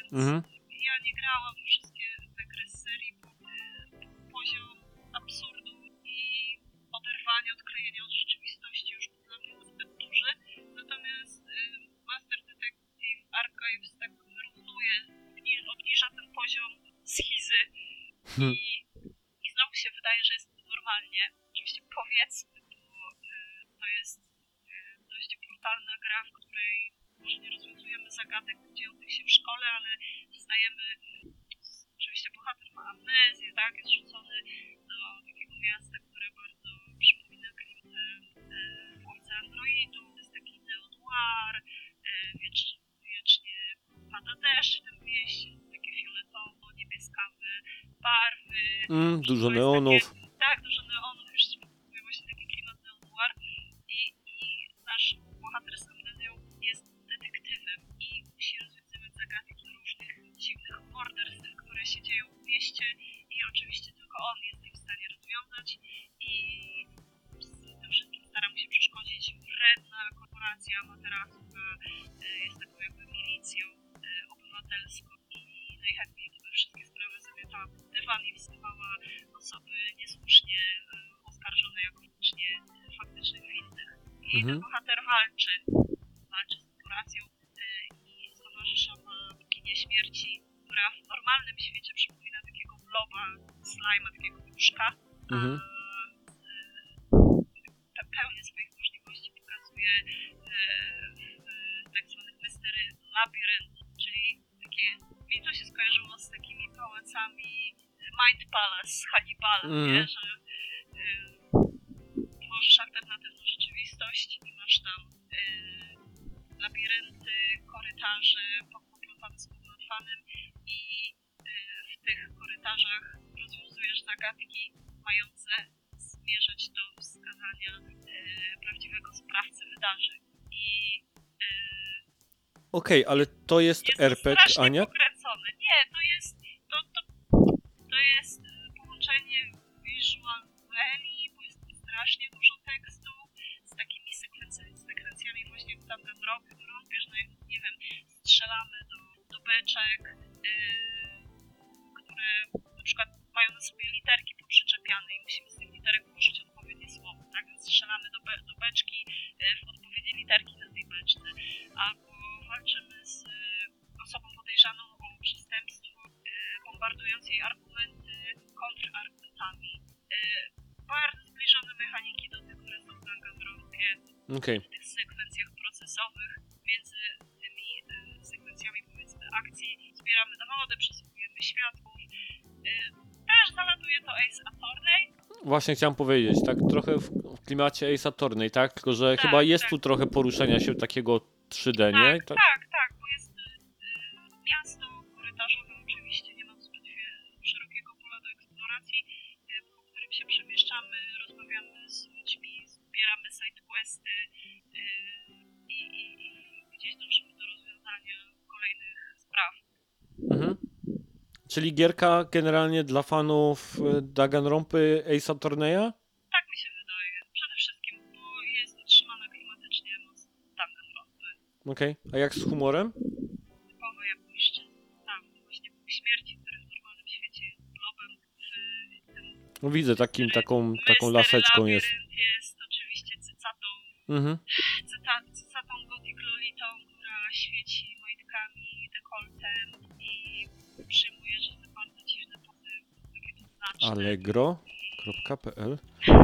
Mhm. ja nie grałam w wszystkie te gry z serii, bo poziom absurdu i oderwania, odklejenia od rzeczywistości już był dla mnie zbyt duży. Natomiast Master Detective Archives tak wyrównuje, obniża ten poziom schizy Hmm. i znowu się wydaje, że jest normalnie. Oczywiście powiedzmy, bo to jest dość brutalna gra, w której może nie rozwiązujemy zagadek dziejących się w szkole, ale zostajemy, oczywiście bohater ma amnezję, tak, jest rzucony do takiego miasta, które bardzo przypomina klimat Władcy Androidu, jest taki neo-noir, wiecznie pada deszcz w tym mieście, takie fioletowo-niebieskawe barwy. Dużo To jest neonów. tak, dużo neonów, już mówię właśnie taki klimat neo-noir i nasz bohater z amnezją jest detektywem i musi rozwiązywać zagadki różnych dziwnych morderstw, które się dzieją w mieście i oczywiście tylko on jest je w stanie rozwiązać i z tym wszystkim stara mu się przeszkodzić wredna korporacja Amaterasu, jest taką jakby milicją obywatelską i najchętniej to by wszystkie sprawy zamiatała pod dywan i wsywała osoby niesłusznie oskarżone jako faktycznych winnych. I ten bohater walczy z korporacją i stowarzysza ma boginię śmierci, która w normalnym świecie przypomina takiego bloba, slajma, takiego puszka, pełnię swoich możliwości pokazuje w tak zwanych Mystery Labyrinth, czyli takie, mi to się skojarzyło z takimi pałacami Mind Palace z Hannibalem, nie? Że tworzysz alternatywną rzeczywistość i masz tam labirynty, korytarze poplątane z poplątanym i w tych korytarzach rozwiązujesz zagadki mające zmierzać do wskazania prawdziwego sprawcy wydarzeń. I Okej, ale to jest RPG, strasznie Ania? pokręcone. Nie, to jest połączenie visual noveli, bo jest strasznie dużo tekstu z takimi sekwencjami właśnie jak tam ten rok, wiesz, no jak, nie wiem, strzelamy do beczek, które na przykład mają na sobie literki poprzyczepiane i musimy z tych literek ułożyć odpowiednie słowo, tak? Więc strzelamy do beczki w odpowiednie literki na tej beczce, albo walczymy z osobą podejrzaną o przestępstwo, bombardując jej argumenty kontrargumentami. Bardzo zbliżone mechaniki do tych, które są w Danganronpie, Okej. w tych sekwencjach procesowych, między tymi sekwencjami, powiedzmy, akcji zbieramy dowody, przesłuchujemy świadków. Też zalatuje to Ace Attorney. Właśnie chciałem powiedzieć, tak trochę w klimacie Ace Attorney, tak? Tylko, że Tak, chyba jest tak. tu trochę poruszenia się takiego 3D, nie? Tak, bo jest miasto korytarzowe oczywiście, nie ma zbyt szerokiego pola do eksploracji, po którym się przemieszczamy, rozmawiamy z ludźmi, zbieramy sidequesty i gdzieś dążymy do rozwiązania kolejnych spraw. Czyli gierka generalnie dla fanów Danganronpy Ace Attorneya? Tak mi się wydaje. Przede wszystkim, bo jest utrzymana klimatycznie mocno Danganronpy. Okej. A jak z humorem? Typowo japońszczyzna. Tam właśnie Bóg śmierci, który w normalnym świecie jest globem, w tym No widzę, taką Mystery laseczką jest. Labyrinth jest oczywiście cycatą gothic lolitą, która świeci majtkami, dekoltem i przyjmuje, że to bardzo dziwne pozy, takie dwuznaczne. Allegro.pl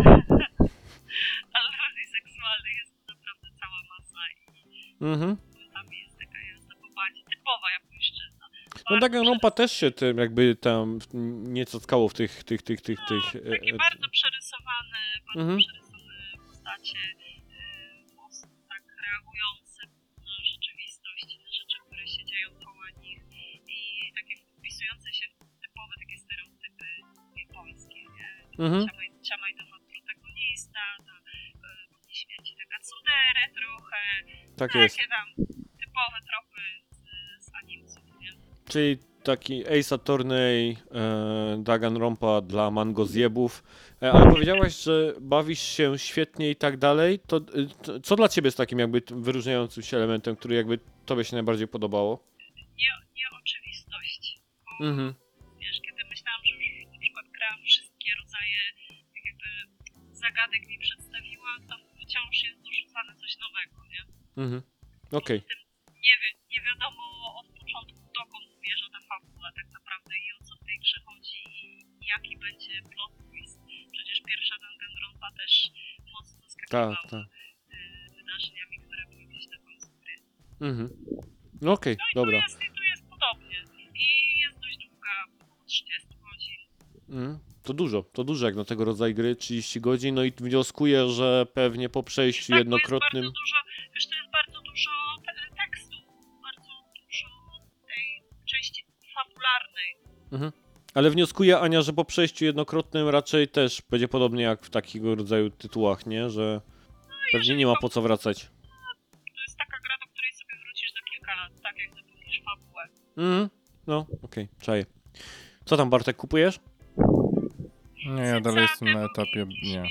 Aluzji seksualnych jest naprawdę cała masa i tam jest taka jazda po bandzie, typowa japońszczyzna. No Danganronpa też się tym jakby tam nie cockało w tych takie bardzo przerysowane postacie, mocno tak reagujące na rzeczywistość, na rzeczy, które się dzieją koło nich i takie wpisujące się w typowe takie stereotypy japońskie, nie? Ciamajdowa protagonista, ta Bogini śmierci taka tsundere trochę, Tak jest. takie tam typowe tropy z animców, nie? Czyli taki Ace Attorney, Danganronpa dla mangozjebów. Ale powiedziałaś, że bawisz się świetnie i tak dalej. To co dla ciebie jest takim jakby wyróżniającym się elementem, który jakby tobie się najbardziej podobało? nieoczywistość. Bo Mhm. wiesz, kiedy myślałam, że już na przykład gra wszystkie rodzaje jakby zagadek mi przedstawiła, to wciąż jest dorzucane coś nowego, nie? Mhm. Okej. Nie wiadomo od początku, dokąd zmierza ta fabuła tak naprawdę i o co w tej grze chodzi i jaki będzie plot twist. Przecież pierwsza Danganronpa też mocno zaskakiwała Tak. wydarzeniami, które były gdzieś na końcu gry. Mhm. No okej, dobra. Tu jest podobnie. I jest dość długa, około 30 godzin. To dużo jak na tego rodzaju gry, 30 godzin, no i wnioskuję, że pewnie po przejściu Tak, jednokrotnym... to jest bardzo dużo, wiesz, to jest bardzo dużo tekstu, bardzo dużo tej części fabularnej. Ale wnioskuję, Ania, że po przejściu jednokrotnym raczej też będzie podobnie jak w takiego rodzaju tytułach, nie? Że pewnie nie ma po co wracać. To jest taka gra, do której sobie wrócisz za kilka lat, tak jak zapomnisz fabułę. No, okej, czaję. Co tam, Bartek, kupujesz? Nie, ja dalej jestem na etapie, nie.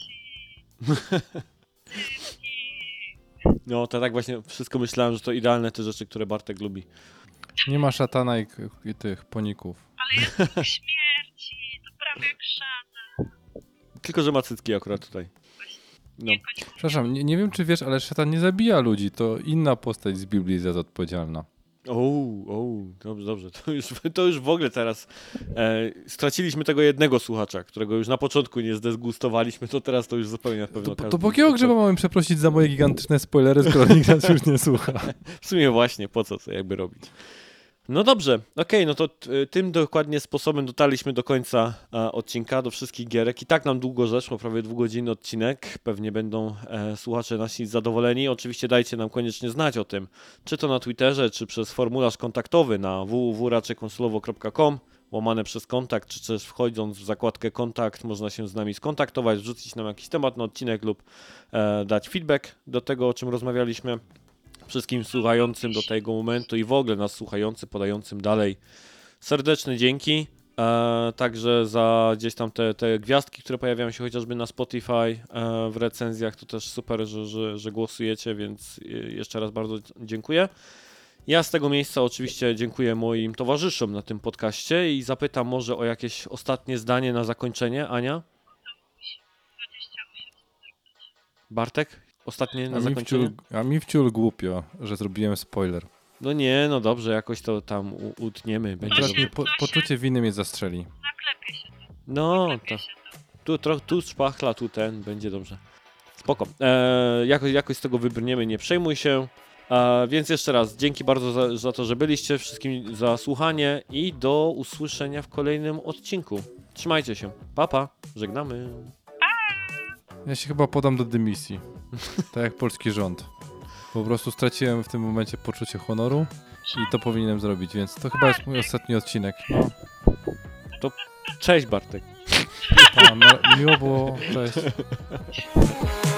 No, to tak właśnie wszystko myślałem, że to idealne te rzeczy, które Bartek lubi. Nie ma szatana i tych poników. Ale jest duch śmierci, to prawie jak szatan. Tylko, że ma cycki akurat tutaj. No. Przepraszam, nie wiem czy wiesz, ale szatan nie zabija ludzi, to inna postać z Biblii jest za to odpowiedzialna. Dobrze. To już w ogóle teraz straciliśmy tego jednego słuchacza, którego już na początku nie zdegustowaliśmy, to teraz to już zupełnie na pewno To po jakiego grzyba mamy przeprosić za moje gigantyczne spoilery, skoro nikt nas już nie słucha? W sumie właśnie, po co jakby robić. No dobrze, okej, no to tym dokładnie sposobem dotarliśmy do końca odcinka, do wszystkich gierek. I tak nam długo zeszło, prawie 2-godzinny odcinek. Pewnie będą słuchacze nasi zadowoleni. Oczywiście dajcie nam koniecznie znać o tym, czy to na Twitterze, czy przez formularz kontaktowy na www.raczekonsolowo.com /kontakt, czy też wchodząc w zakładkę kontakt można się z nami skontaktować, wrzucić nam jakiś temat na odcinek lub dać feedback do tego, o czym rozmawialiśmy. Wszystkim słuchającym do tego momentu i w ogóle nas słuchającym, podającym dalej serdeczne dzięki. Także za gdzieś tam te gwiazdki, które pojawiają się chociażby na Spotify w recenzjach, to też super, że głosujecie, więc jeszcze raz bardzo dziękuję. Ja z tego miejsca oczywiście dziękuję moim towarzyszom na tym podcaście i zapytam może o jakieś ostatnie zdanie na zakończenie. Ania? 28. Bartek? Ostatnie na zakończenie? A mi wciul głupio, że zrobiłem spoiler. No nie, no dobrze, jakoś to tam utniemy. Będzie Teraz dobrze. mi poczucie winy mnie zastrzeli. Naklepie się to. No, Naklepie to. się to. Tu szpachla, tu ten, będzie dobrze. Spoko. Jakoś z tego wybrniemy, nie przejmuj się. Więc jeszcze raz, dzięki bardzo za to, że byliście, wszystkim za słuchanie i do usłyszenia w kolejnym odcinku. Trzymajcie się. Pa, pa. Żegnamy. Ja się chyba podam do dymisji. Tak jak polski rząd. Po prostu straciłem w tym momencie poczucie honoru i to powinienem zrobić, więc to chyba jest mój ostatni odcinek. No, Cześć, Bartek. miło było, cześć.